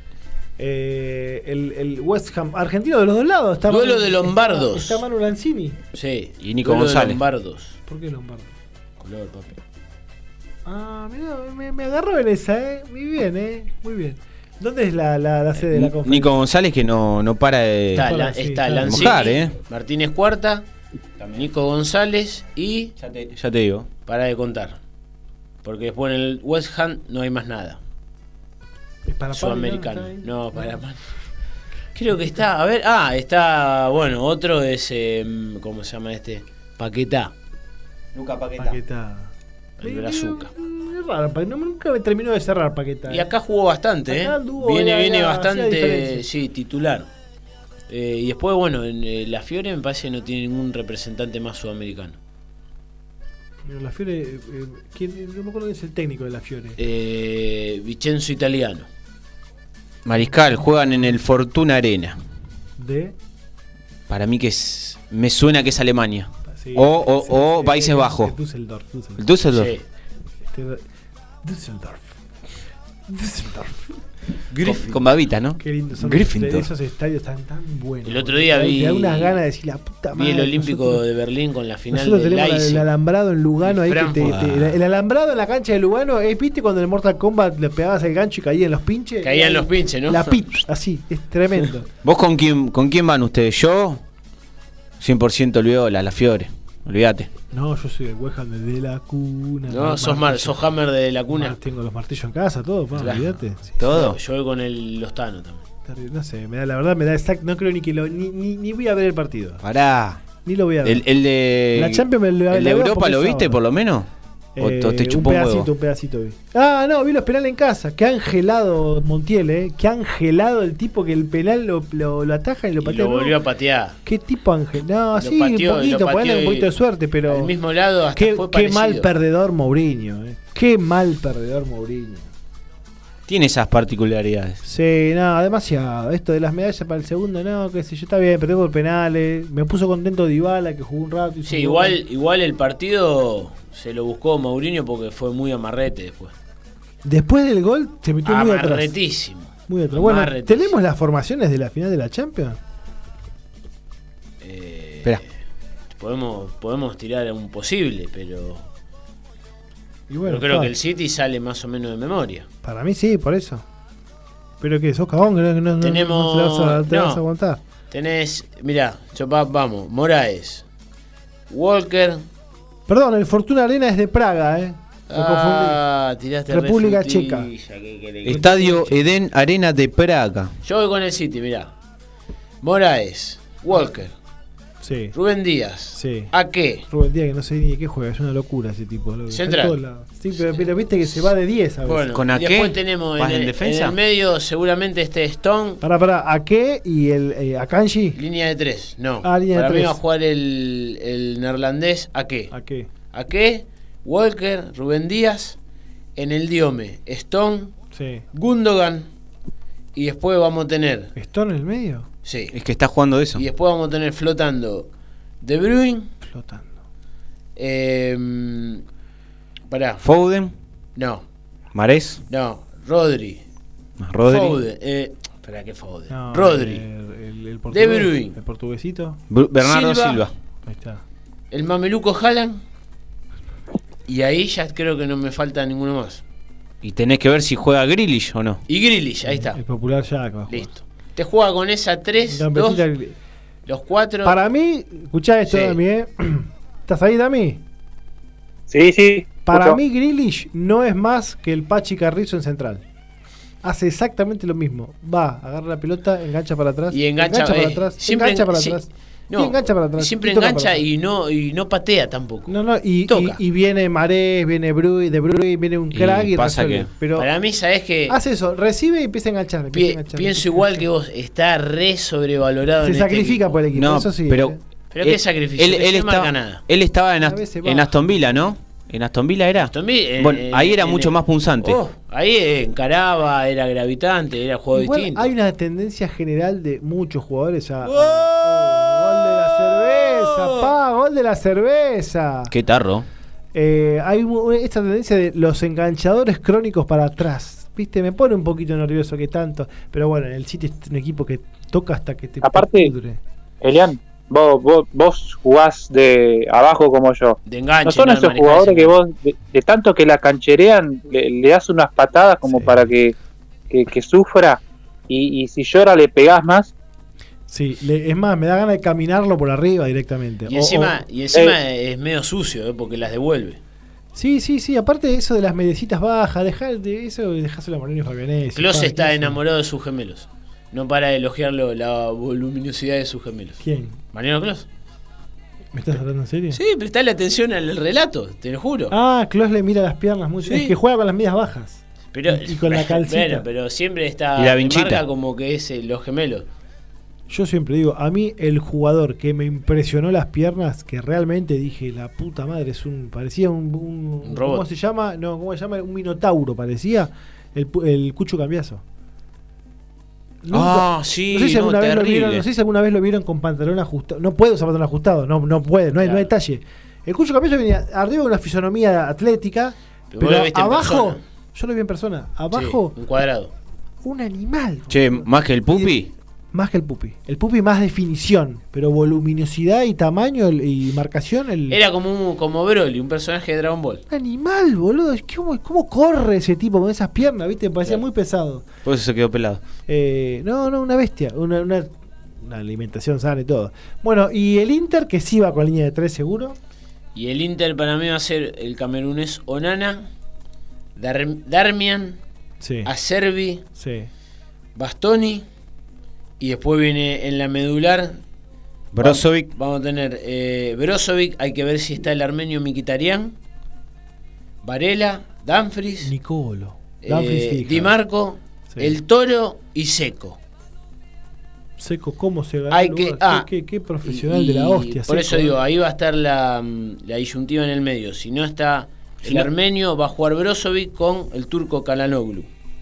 Eh, el, el West Ham argentino de los dos lados. Está Duelo Manu- de Lombardos. Está, está Manu Lanzini. Sí. Y Nico Duelo de González. Lombardos. ¿Por qué Lombardo? Color, papi. Ah, mirá, me, me agarró en esa, ¿eh? Muy bien, ¿eh? Muy bien. ¿Dónde es la, la, la sede de la conferencia? Nico González que no, no para de. Está, Hola, la, sí, está está. Lanzini, Mojar, ¿eh? Martínez Cuarta, Nico González y. Ya te, ya te digo. Para de contar. Porque después en el West Ham no hay más nada. ¿Es para Sudamericano. Pablo, No, para Pan. Creo que está. A ver. Ah, está. Bueno, otro es. Eh, ¿Cómo se llama este? Paquetá. Luca Paquetá. El Brazuca. Es raro, Pa- no, nunca me terminó de cerrar Paquetá. Y acá jugó bastante, Acá ¿eh? anduvo, Viene, era- viene era- hacía bastante, diferencia. sí, titular. Eh, y después, bueno, en eh, la Fiore me parece que no tiene ningún representante más sudamericano. Pero la Fiore, eh, eh, ¿quién, no me acuerdo quién es el técnico de la Fiore. Eh, Vincenzo Italiano. Mariscal, juegan en el Fortuna Arena. De. Para mí que es. Me suena que es Alemania. Sí, o o, sí, o sí, Países es- Bajos. es Düsseldorf. Düsseldorf. El Düsseldorf. Sí. Este- Düsseldorf. Düsseldorf. Con, con babita, ¿no? Qué lindo son Gryffindor. esos estadios tan tan buenos. El otro día Te- vi- Te da unas ganas de decir la puta Vi madre. el Olímpico nosotros- de Berlín con la final Nosotros del tenemos la- Leipzig. el alambrado en Lugano ahí que te, Frankfurt. te- el, el alambrado en la cancha de Lugano, ¿eh? ¿Viste cuando en el Mortal Kombat le pegabas el gancho y caían los pinches? Caían los pinches, ¿no? La pit, así, es tremendo. ¿Vos con quién, con quién van ustedes? Yo, cien por ciento Olviola, la Fiore. Olvídate. No, yo soy el West Ham de la cuna. No, mar- sos, mar, martillo. sos Hammer de la cuna. Mar- Tengo los martillos en casa, todo, pa, Claro. olvídate. Sí, ¿Todo? Yo voy con el Lostano también. terrible. No sé, me da, la verdad me da exacto, no creo ni que lo, ni, ni, ni voy a ver el partido. Pará. Ni lo voy a ver. El, el de. La Champions me lo- ¿El la de veo Europa porque lo es viste sábado. por lo menos? ¿O Eh, te- te un chupó un pedacito, huevo? un pedacito vi. Ah, no, vi los penales en casa. Qué angelado Montiel, eh. Qué angelado el tipo que el penal lo, lo, lo ataja y lo Y patea. lo ¿no? volvió a patear. Qué tipo ángel. No, Lo sí, pateó, un poquito, lo ponele pateó un poquito y- de suerte, pero. Al mismo lado hasta Qué, fue qué parecido. mal perdedor Mourinho, eh. Qué mal perdedor Mourinho. Tiene esas particularidades. Sí, no, demasiado. Esto de las medallas para el segundo, no, qué sé yo, está bien, pero por penales. Me puso contento Dybala que jugó un rato. hizo Sí, un igual, gol. igual el partido se lo buscó Mourinho porque fue muy amarrete después. Después del gol se metió muy atrás. Amarretísimo. Muy atrás. Bueno, Amarretísimo. ¿tenemos las formaciones de la final de la Champions? Eh, Espera. Podemos, podemos tirar un posible, pero, Y bueno, pero creo está. que el City sale más o menos de memoria. Para mí sí, por eso. Pero que sos cagón, que no, que no, no- Tenemos- no te la vas a, te la no. vas a aguantar. Tenés, mirá, yo pa- vamos, Moraes, Walker. Perdón, el Fortuna Arena es de Praga, eh. Me Ah, tiraste República re frutilla, Checa. ¿qué querés que- Estadio Edén Arena de Praga. Yo voy con el City, mirá. Moraes, Walker, confundí. Sí, Rubén Díaz. sí. ¿A qué? Rubén Díaz, que no sé ni de qué juega, es una locura ese tipo. loco. Está en Central. todos lados. Sí, pero, pero viste que se va de diez a veces. Bueno, ¿Con y a qué? después tenemos en ¿Vas en el, defensa? en el medio seguramente este Stone, Pará, pará, ¿a qué? ¿Y el eh, Akanji? línea de tres. No, Ah, línea de para mí tres. va a jugar el, el neerlandés. ¿A qué? ¿A qué? ¿A qué? Walker, Rubén Díaz, en el Diome, Stone, Sí. Gundogan, y después vamos a tener, ¿Stone en el medio? sí, Es que está jugando eso. y después vamos a tener flotando De Bruyne, Flotando. eh, pará, Foden, no, Marés, no, Rodri, Rodri, Foden, eh, espera, ¿qué Foden? No, Rodri, El, el, el De portugués, Bruyne. El portuguesito. Bru- Bernardo Silva. Silva. Ahí está. el Mameluco Haaland, y ahí ya creo que no me falta ninguno más. Y tenés que ver si juega Grealish o no. Y Grealish, ahí está, El popular ya que va a jugar. listo. Te juega con esa tres, dos, Gambetita Gri- los cuatro. Para mí, escuchá esto, Sí. Dami, ¿eh? ¿Estás ahí, Dami? Sí, sí. Para escucho. mí, Grealish no es más que el Pachi Carrizo en central. Hace exactamente lo mismo. Va, agarra la pelota, engancha para atrás. Y engancha, para eh, atrás. siempre engancha en- para sí, atrás. no, y engancha para atrás. Siempre y toca engancha para atrás. y no, y no patea tampoco. No, no, y, toca. y, y viene Marés, viene Bruyne, De Bruyne, viene un Y crack y pasa resuelve. que- Pero Para mí, sabes que hace eso, recibe y empieza a enganchar. empieza a pi- enganchar, pienso empieza a igual enganchar. que vos, está re sobrevalorado. Se en este sacrifica equipo. por el equipo, No, eso sí. pero ¿eh? Pero qué Él- sacrificio, Él, que él se estaba, marca nada. él estaba en, A Ast- veces en baja. Aston Villa, ¿no? ¿En Aston Villa era? Aston Villa, en- Bueno, en- ahí era en- mucho más punzante. Oh, ahí encaraba, era gravitante, era juego Igual distinto. hay una tendencia general de muchos jugadores a. a- oh, gol de la cerveza, pa, gol de la cerveza. Qué tarro. Eh, hay mu- esta tendencia de los enganchadores crónicos para atrás. Viste, me pone un poquito nervioso que tanto. Pero bueno, el City es un equipo que toca hasta que te Aparte- pudre. Elian, vos, vos, vos jugás de abajo como yo. De enganche. ¿No son no de esos manejar jugadores ese- que vos, de, de tanto que la cancherean, le, le das unas patadas como Sí. para que, que, que sufra? Y, y si llora le pegás más. Sí, le- es más, me da ganas de caminarlo por arriba directamente. Y O- encima, o- y encima es medio sucio, eh, porque las devuelve. sí, sí, sí. Aparte de eso de las mediecitas bajas, dejar de eso, dejáselo a Moreno y Fabianesi. Klose pa, está ¿quién son? enamorado de sus gemelos. No para de elogiarlo la voluminosidad de sus gemelos. ¿Quién? ¿Mariano Klose? ¿Me estás hablando en serio? Sí, prestale atención al relato, te lo juro. Ah, Klose le mira las piernas muy Sí. Es que juega con las medias bajas. Pero, y, y con la calcita. Bueno, pero siempre está. Y la te vinchita. marca como que es eh, los gemelos. Yo siempre digo, a mí el jugador que me impresionó las piernas, que realmente dije, la puta madre, es un parecía un, un, Un robot. ¿cómo se llama? No, ¿cómo se llama? Un minotauro parecía el, pu- el Cucho Cambiaso. Ah, sí, no sé si no, alguna vez lo terrible. vieron, no sé si alguna vez lo vieron con pantalón ajustado. No puede usar pantalón ajustado, no, no puede, no hay, no hay talle. El Cucho Cambiaso venía arriba de una fisonomía atlética, Pero pero, vos lo viste en abajo, persona. yo lo vi en persona, abajo Sí, un cuadrado. un animal. Che, más que el Pupi. Más que el Pupi. El Pupi más definición, pero voluminosidad y tamaño el- y marcación. El Era como un, como Broly, un personaje de Dragon Ball. un animal, boludo. Es que ¿Cómo, cómo corre ese tipo con esas piernas? ¿Viste? Me parecía muy pesado. Por eso se quedó pelado. Eh, no, no, una bestia. Una, una, una alimentación sana y todo. Bueno, y el Inter que sí va con línea de tres seguro. Y el Inter para mí va a ser el camerunés Onana, Dar- Darmian, Sí. Acerbi, Sí. Bastoni. Y después viene en la medular. Brozovic. Va- Vamos a tener eh, Brozovic. Hay que ver si está el armenio Mkhitaryan. Varela, Dumfries, Nicolo. eh, Dumfries fija. Di Marco, Sí. El Toro y Seco. Seco, ¿cómo se ganó Hay el que, lugar? ah, qué, qué- qué profesional y- de la hostia. Por Seco, eso digo, ¿eh? ahí va a estar la, mm, la disyuntiva en el medio. Si no está el Si no- armenio, va a jugar Brozovic con el turco Kalanoglu.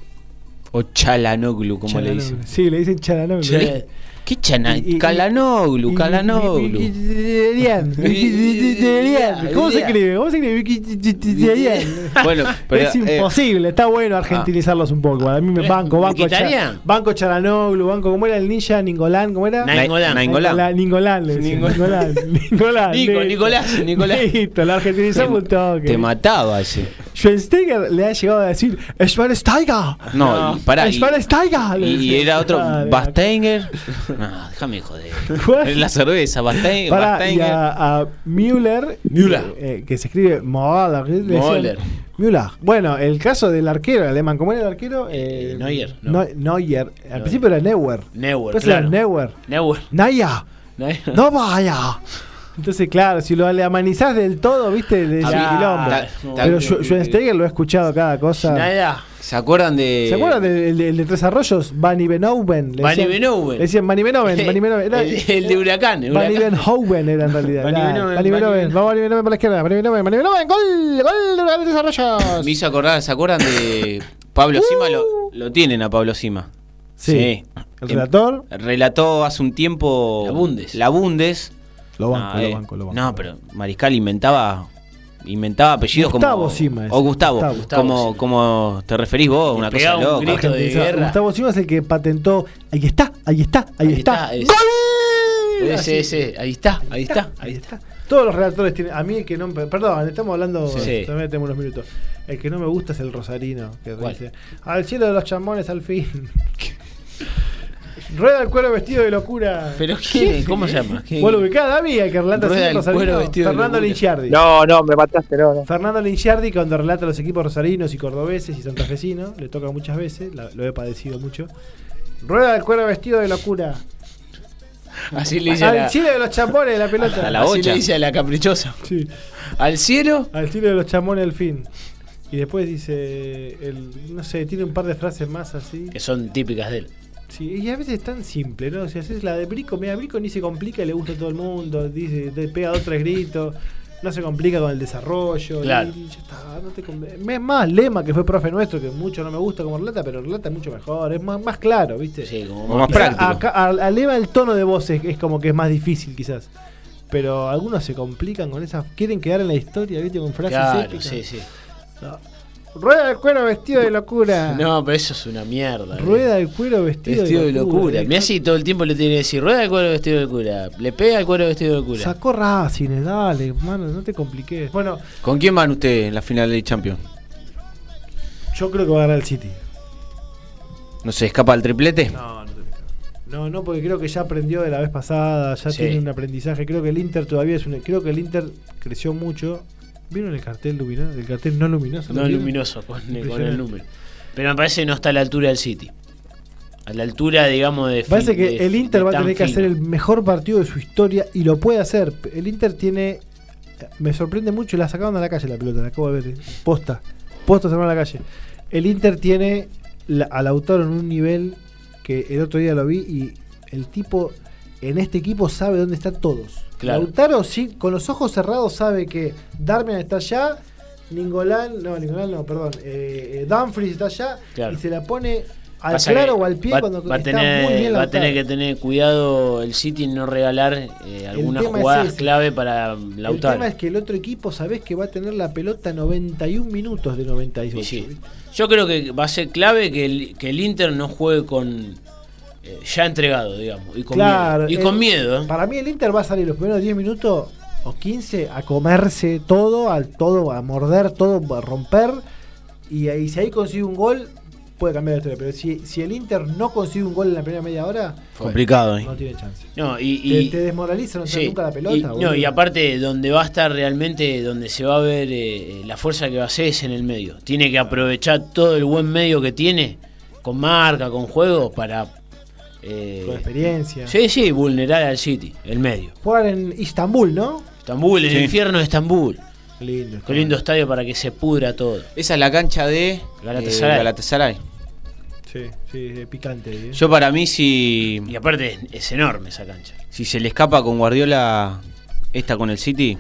O Chalanoglu, como le Chalanoglu. dicen. Sí, le dicen Chalanoglu. Che, ¿Qué chana? Y- y- Calanoglu, Y- Calanoglu. Mkhitaryan. Mkhitaryan. ¿Cómo se escribe? ¿Cómo se escribe? Mkhitaryan. Bueno, pero Es eh, imposible, está bueno argentinizarlos un poco. A mí me banco, banco, ¿Mkhitaryan? Cha- banco Charanoglu, banco, ¿cómo era el ninja? Ningolán, ¿cómo era? Nainggolan. Nainggolan. Ningolán, le decía, Ningolán, Ningolán. Nico, listo. Nicolás, Nicolás. Listo, la argentinizamos un toque. te mataba ese. Schweinsteiger le ha llegado a decir Schweinsteiger. No, y pará. Y, Schweinsteiger. le y decía. era otro, Dale, Bastenger. No, déjame joder. ¿Cuál? Es la cerveza, Bastenger. Pará, y Bastenger. a, a Müller, Müller. eh, que se escribe Müller. le decían- Müller. Müller. Bueno, el caso del arquero el alemán, ¿cómo era el arquero? Eh, Neuer, no. No- Neuer. Al principio era Neuer. Neuer, Después claro. era Neuer. Neuer. Naya. Neuer. No vaya. Entonces, claro, si lo alemanizás del todo, viste, de Ah, quilombo. ta- ta- Pero Schwe- Schweinsteiger lo he escuchado cada cosa. Nada. ¿Se acuerdan de. ¿Se acuerdan del de, de Tres Arroyos? Bani Benouben. Le Bani decían- Benouben. Le decían Bani Benouben. Bani Benouben. Era- El, el de Huracán. el Bani Huracán. Benhouben era en realidad. Bani Bani Benouben, Bani Bani Benouben. Benouben. Vamos Bani Benouben por la izquierda. Bani Benouben. Bani Benouben. Gol. Gol de Huracán de Tres Arroyos. Me hizo acordar, ¿se acuerdan de Pablo Sima? Lo, lo tienen a Pablo Sima. Sí. El relator. Em, relató hace un tiempo. La Bundes. La Bundes. Lo banco, No, lo eh, banco, lo banco. No, pero Mariscal inventaba. Inventaba apellidos Gustavo como. Sima es. O Gustavo. Gustavo. Gustavo como, Sima. como te referís vos, Le una cosa pegaba un loca. grito de Argentinizado. guerra. Gustavo Sima es el que patentó. Ahí está, ahí está, ahí, Ahí está. está, es- ¡Gol! Ese, Así. ese. Ahí está, ahí está, ahí está. Todos los relatores tienen. A mí el que no. Perdón, estamos hablando. Sí. También tenemos unos minutos. El que no me gusta es el Rosarino. Que ¿Cuál? dice: Al cielo de los chambones al fin. Rueda el cuero vestido de locura. ¿Pero quién? ¿Cómo se llama? ¿Quién? Bueno, ubicada a mí, el que relata así Rueda el el Rosarino. cuero vestido de Fernando locura. Linciardi. No, no, me mataste, no, no. Fernando Linciardi, cuando relata los equipos rosarinos y cordobeses y santafesinos, le toca muchas veces, la- lo he padecido mucho. Rueda el cuero vestido de locura. Así le dice a Al la, chile de los chambones la pelota. A la así bocha. le dice a la caprichosa. Sí. Al cielo. Al chile de los chambones al fin. Y después dice, el, no sé, tiene un par de frases más así. Que son típicas de él. Sí, y a veces es tan simple, ¿no? Si haces la de Brico, mira, Brico ni se complica y le gusta a todo el mundo, dice, te pega dos tres gritos, no se complica con el desarrollo, Claro. y ya está, no te conven- Es más, Lema, que fue profe nuestro, que mucho no me gusta como relata, pero relata mucho mejor, es más, más claro, ¿viste? Sí, como Como más Quizá práctico. acá- a, a Lema el tono de voz es, es como que es más difícil, quizás. Pero algunos se complican con esas, quieren quedar en la historia, ¿viste? Con frases Claro, épicas. sí, sí. No. Rueda el cuero vestido de locura. No, pero eso es una mierda. eh. Rueda el cuero vestido, Vestido de locura. eh. Mirá si todo el tiempo le tiene que decir, rueda el cuero vestido de locura. Le pega el cuero vestido de locura. Sacó Racing, dale, mano, no te compliques. Bueno, ¿Con quién van ustedes en la final de Champions? yo creo que va a ganar el City. ¿No se escapa el triplete? No, no te No, no, porque creo que ya aprendió de la vez pasada, ya Sí. tiene un aprendizaje. Creo que el Inter todavía es un. Creo que el Inter creció mucho. ¿Vieron el cartel luminoso? El cartel no luminoso. No ¿lo vieron? luminoso con, con el Impresionante. número. Pero me parece que no está a la altura del City. a la altura, digamos, de... Parece que de- el Inter de va a tan tener que fino. hacer el mejor partido de su historia y lo puede hacer. El Inter tiene... Me sorprende mucho, la sacaron a la calle la pelota, la acabo de ver. Posta. Posta se a la calle. El Inter tiene la- a Lautaro en un nivel que el otro día lo vi y el tipo en este equipo sabe dónde están todos. Claro. Lautaro sí, con los ojos cerrados sabe que Darmian está allá, Ningolán, no, Ningolán no, perdón, eh, eh, Dumfries está allá Claro. y se la pone al Pasa claro que o al pie va, cuando va a está tener, muy bien va a Lautaro. tener que tener cuidado el City en no regalar eh, algunas tema es jugadas ese. clave para El Lautaro. tema es que el otro equipo sabés que va a tener la pelota noventa y un minutos de noventa y ocho. Y sí. Yo creo que va a ser clave que el, que el Inter no juegue con eh, ya entregado, digamos, y con Claro, miedo. Y con el- miedo, ¿eh? Para mí el Inter va a salir los primeros diez minutos o quince a comerse todo, al todo, a morder todo, a romper. Y ahí, si ahí consigue un gol, puede cambiar la historia. Pero si, si el Inter no consigue un gol en la primera media hora, Complicado, ¿eh? no tiene chance. No, y, Te, y- te desmoraliza, no te da sí, nunca la pelota. y, boludo. no, y aparte, donde va a estar realmente, donde se va a ver eh, la fuerza que va a hacer es en el medio. Tiene que aprovechar todo el buen medio que tiene, con marca, con juego, para. eh, Con experiencia. Sí, sí, vulnerar al City, el medio. Jugar en Istambul, ¿no? Estambul, Sí. el infierno de Estambul. Qué lindo. Qué lindo estadio para que se pudra todo. Esa es la cancha de Galatasaray. eh, Galatasaray. Sí, sí, es picante. ¿eh? Yo para mí si, Y aparte es, es enorme esa cancha. si se le escapa con Guardiola esta con el City,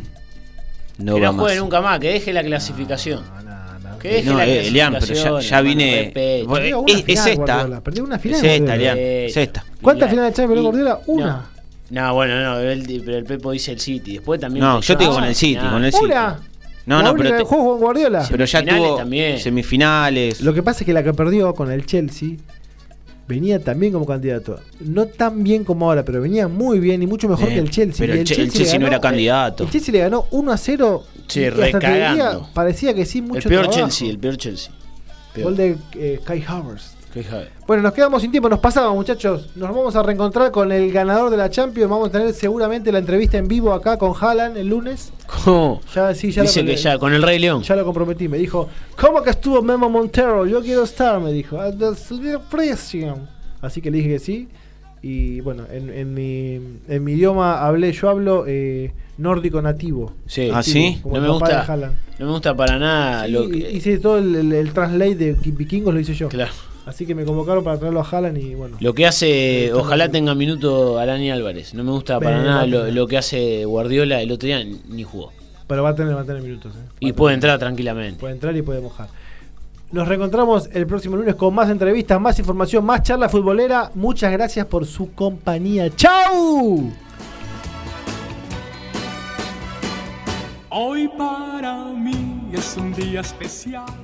no que va no juegue más. nunca más, que deje la clasificación. No, no, no. Que deje No, la eh, Elian, pero ya, clasificación, ya hermano, vine. respeto. Bueno, Perdió una es, es final, esta. Guardiola, perdió una final, Es esta, Guardiola. Elian. Eh, Es esta. ¿Cuántas La- finales de Champions y- Guardiola? Una. No, No, bueno, no, el- pero el Pepo dice el City. Después también. No, yo te digo con el City, Ah, con el City. Una. No, la no, única pero, que te- jugó con Guardiola. pero ya Semifinales tuvo también. semifinales. Lo que pasa es que la que perdió con el Chelsea venía también como candidato. No tan bien como ahora, pero venía muy bien y mucho mejor Eh, que el Chelsea. pero Y el Che- el le Chelsea no ganó- era candidato. El Chelsea le ganó uno a cero. Sí, y hasta te recagando. diría, parecía que sí, mucho El peor trabajo. Chelsea, el peor Chelsea. Peor. Gol de eh, Kai Havertz. Qué jade. Bueno, nos quedamos sin tiempo, nos pasamos, muchachos. Nos vamos a reencontrar con el ganador de la Champions. Vamos a tener seguramente la entrevista en vivo acá con Haaland el lunes. ¿Cómo? Ya, sí, ya Dice lo, que ya, con el Rey León. ya lo comprometí. Me dijo, ¿cómo que estuvo Memo Montero? Yo quiero estar, me dijo. "A the celebration". Así que le dije que sí. Y bueno, en, en, mi, en mi idioma hablé, yo hablo eh, nórdico nativo. Sí. ¿Ah, sí? Como No el me papá de gusta. Haaland. No me gusta para nada Sí, lo que. hice todo el, el- el translate de vikingos, lo hice yo. Claro. Así que me convocaron para traerlo a Haaland y bueno. Lo que hace, Está ojalá bien. tenga minuto Arani Álvarez. No me gusta para Ve, nada va a lo, tener. lo que hace Guardiola. El otro día ni jugó. Pero va a tener, va a tener minutos. eh. Va Y a puede tener. entrar tranquilamente. Puede entrar y puede mojar. Nos reencontramos el próximo lunes con más entrevistas, más información, más charla futbolera. Muchas gracias por su compañía. ¡Chau! Hoy para mí es un día especial.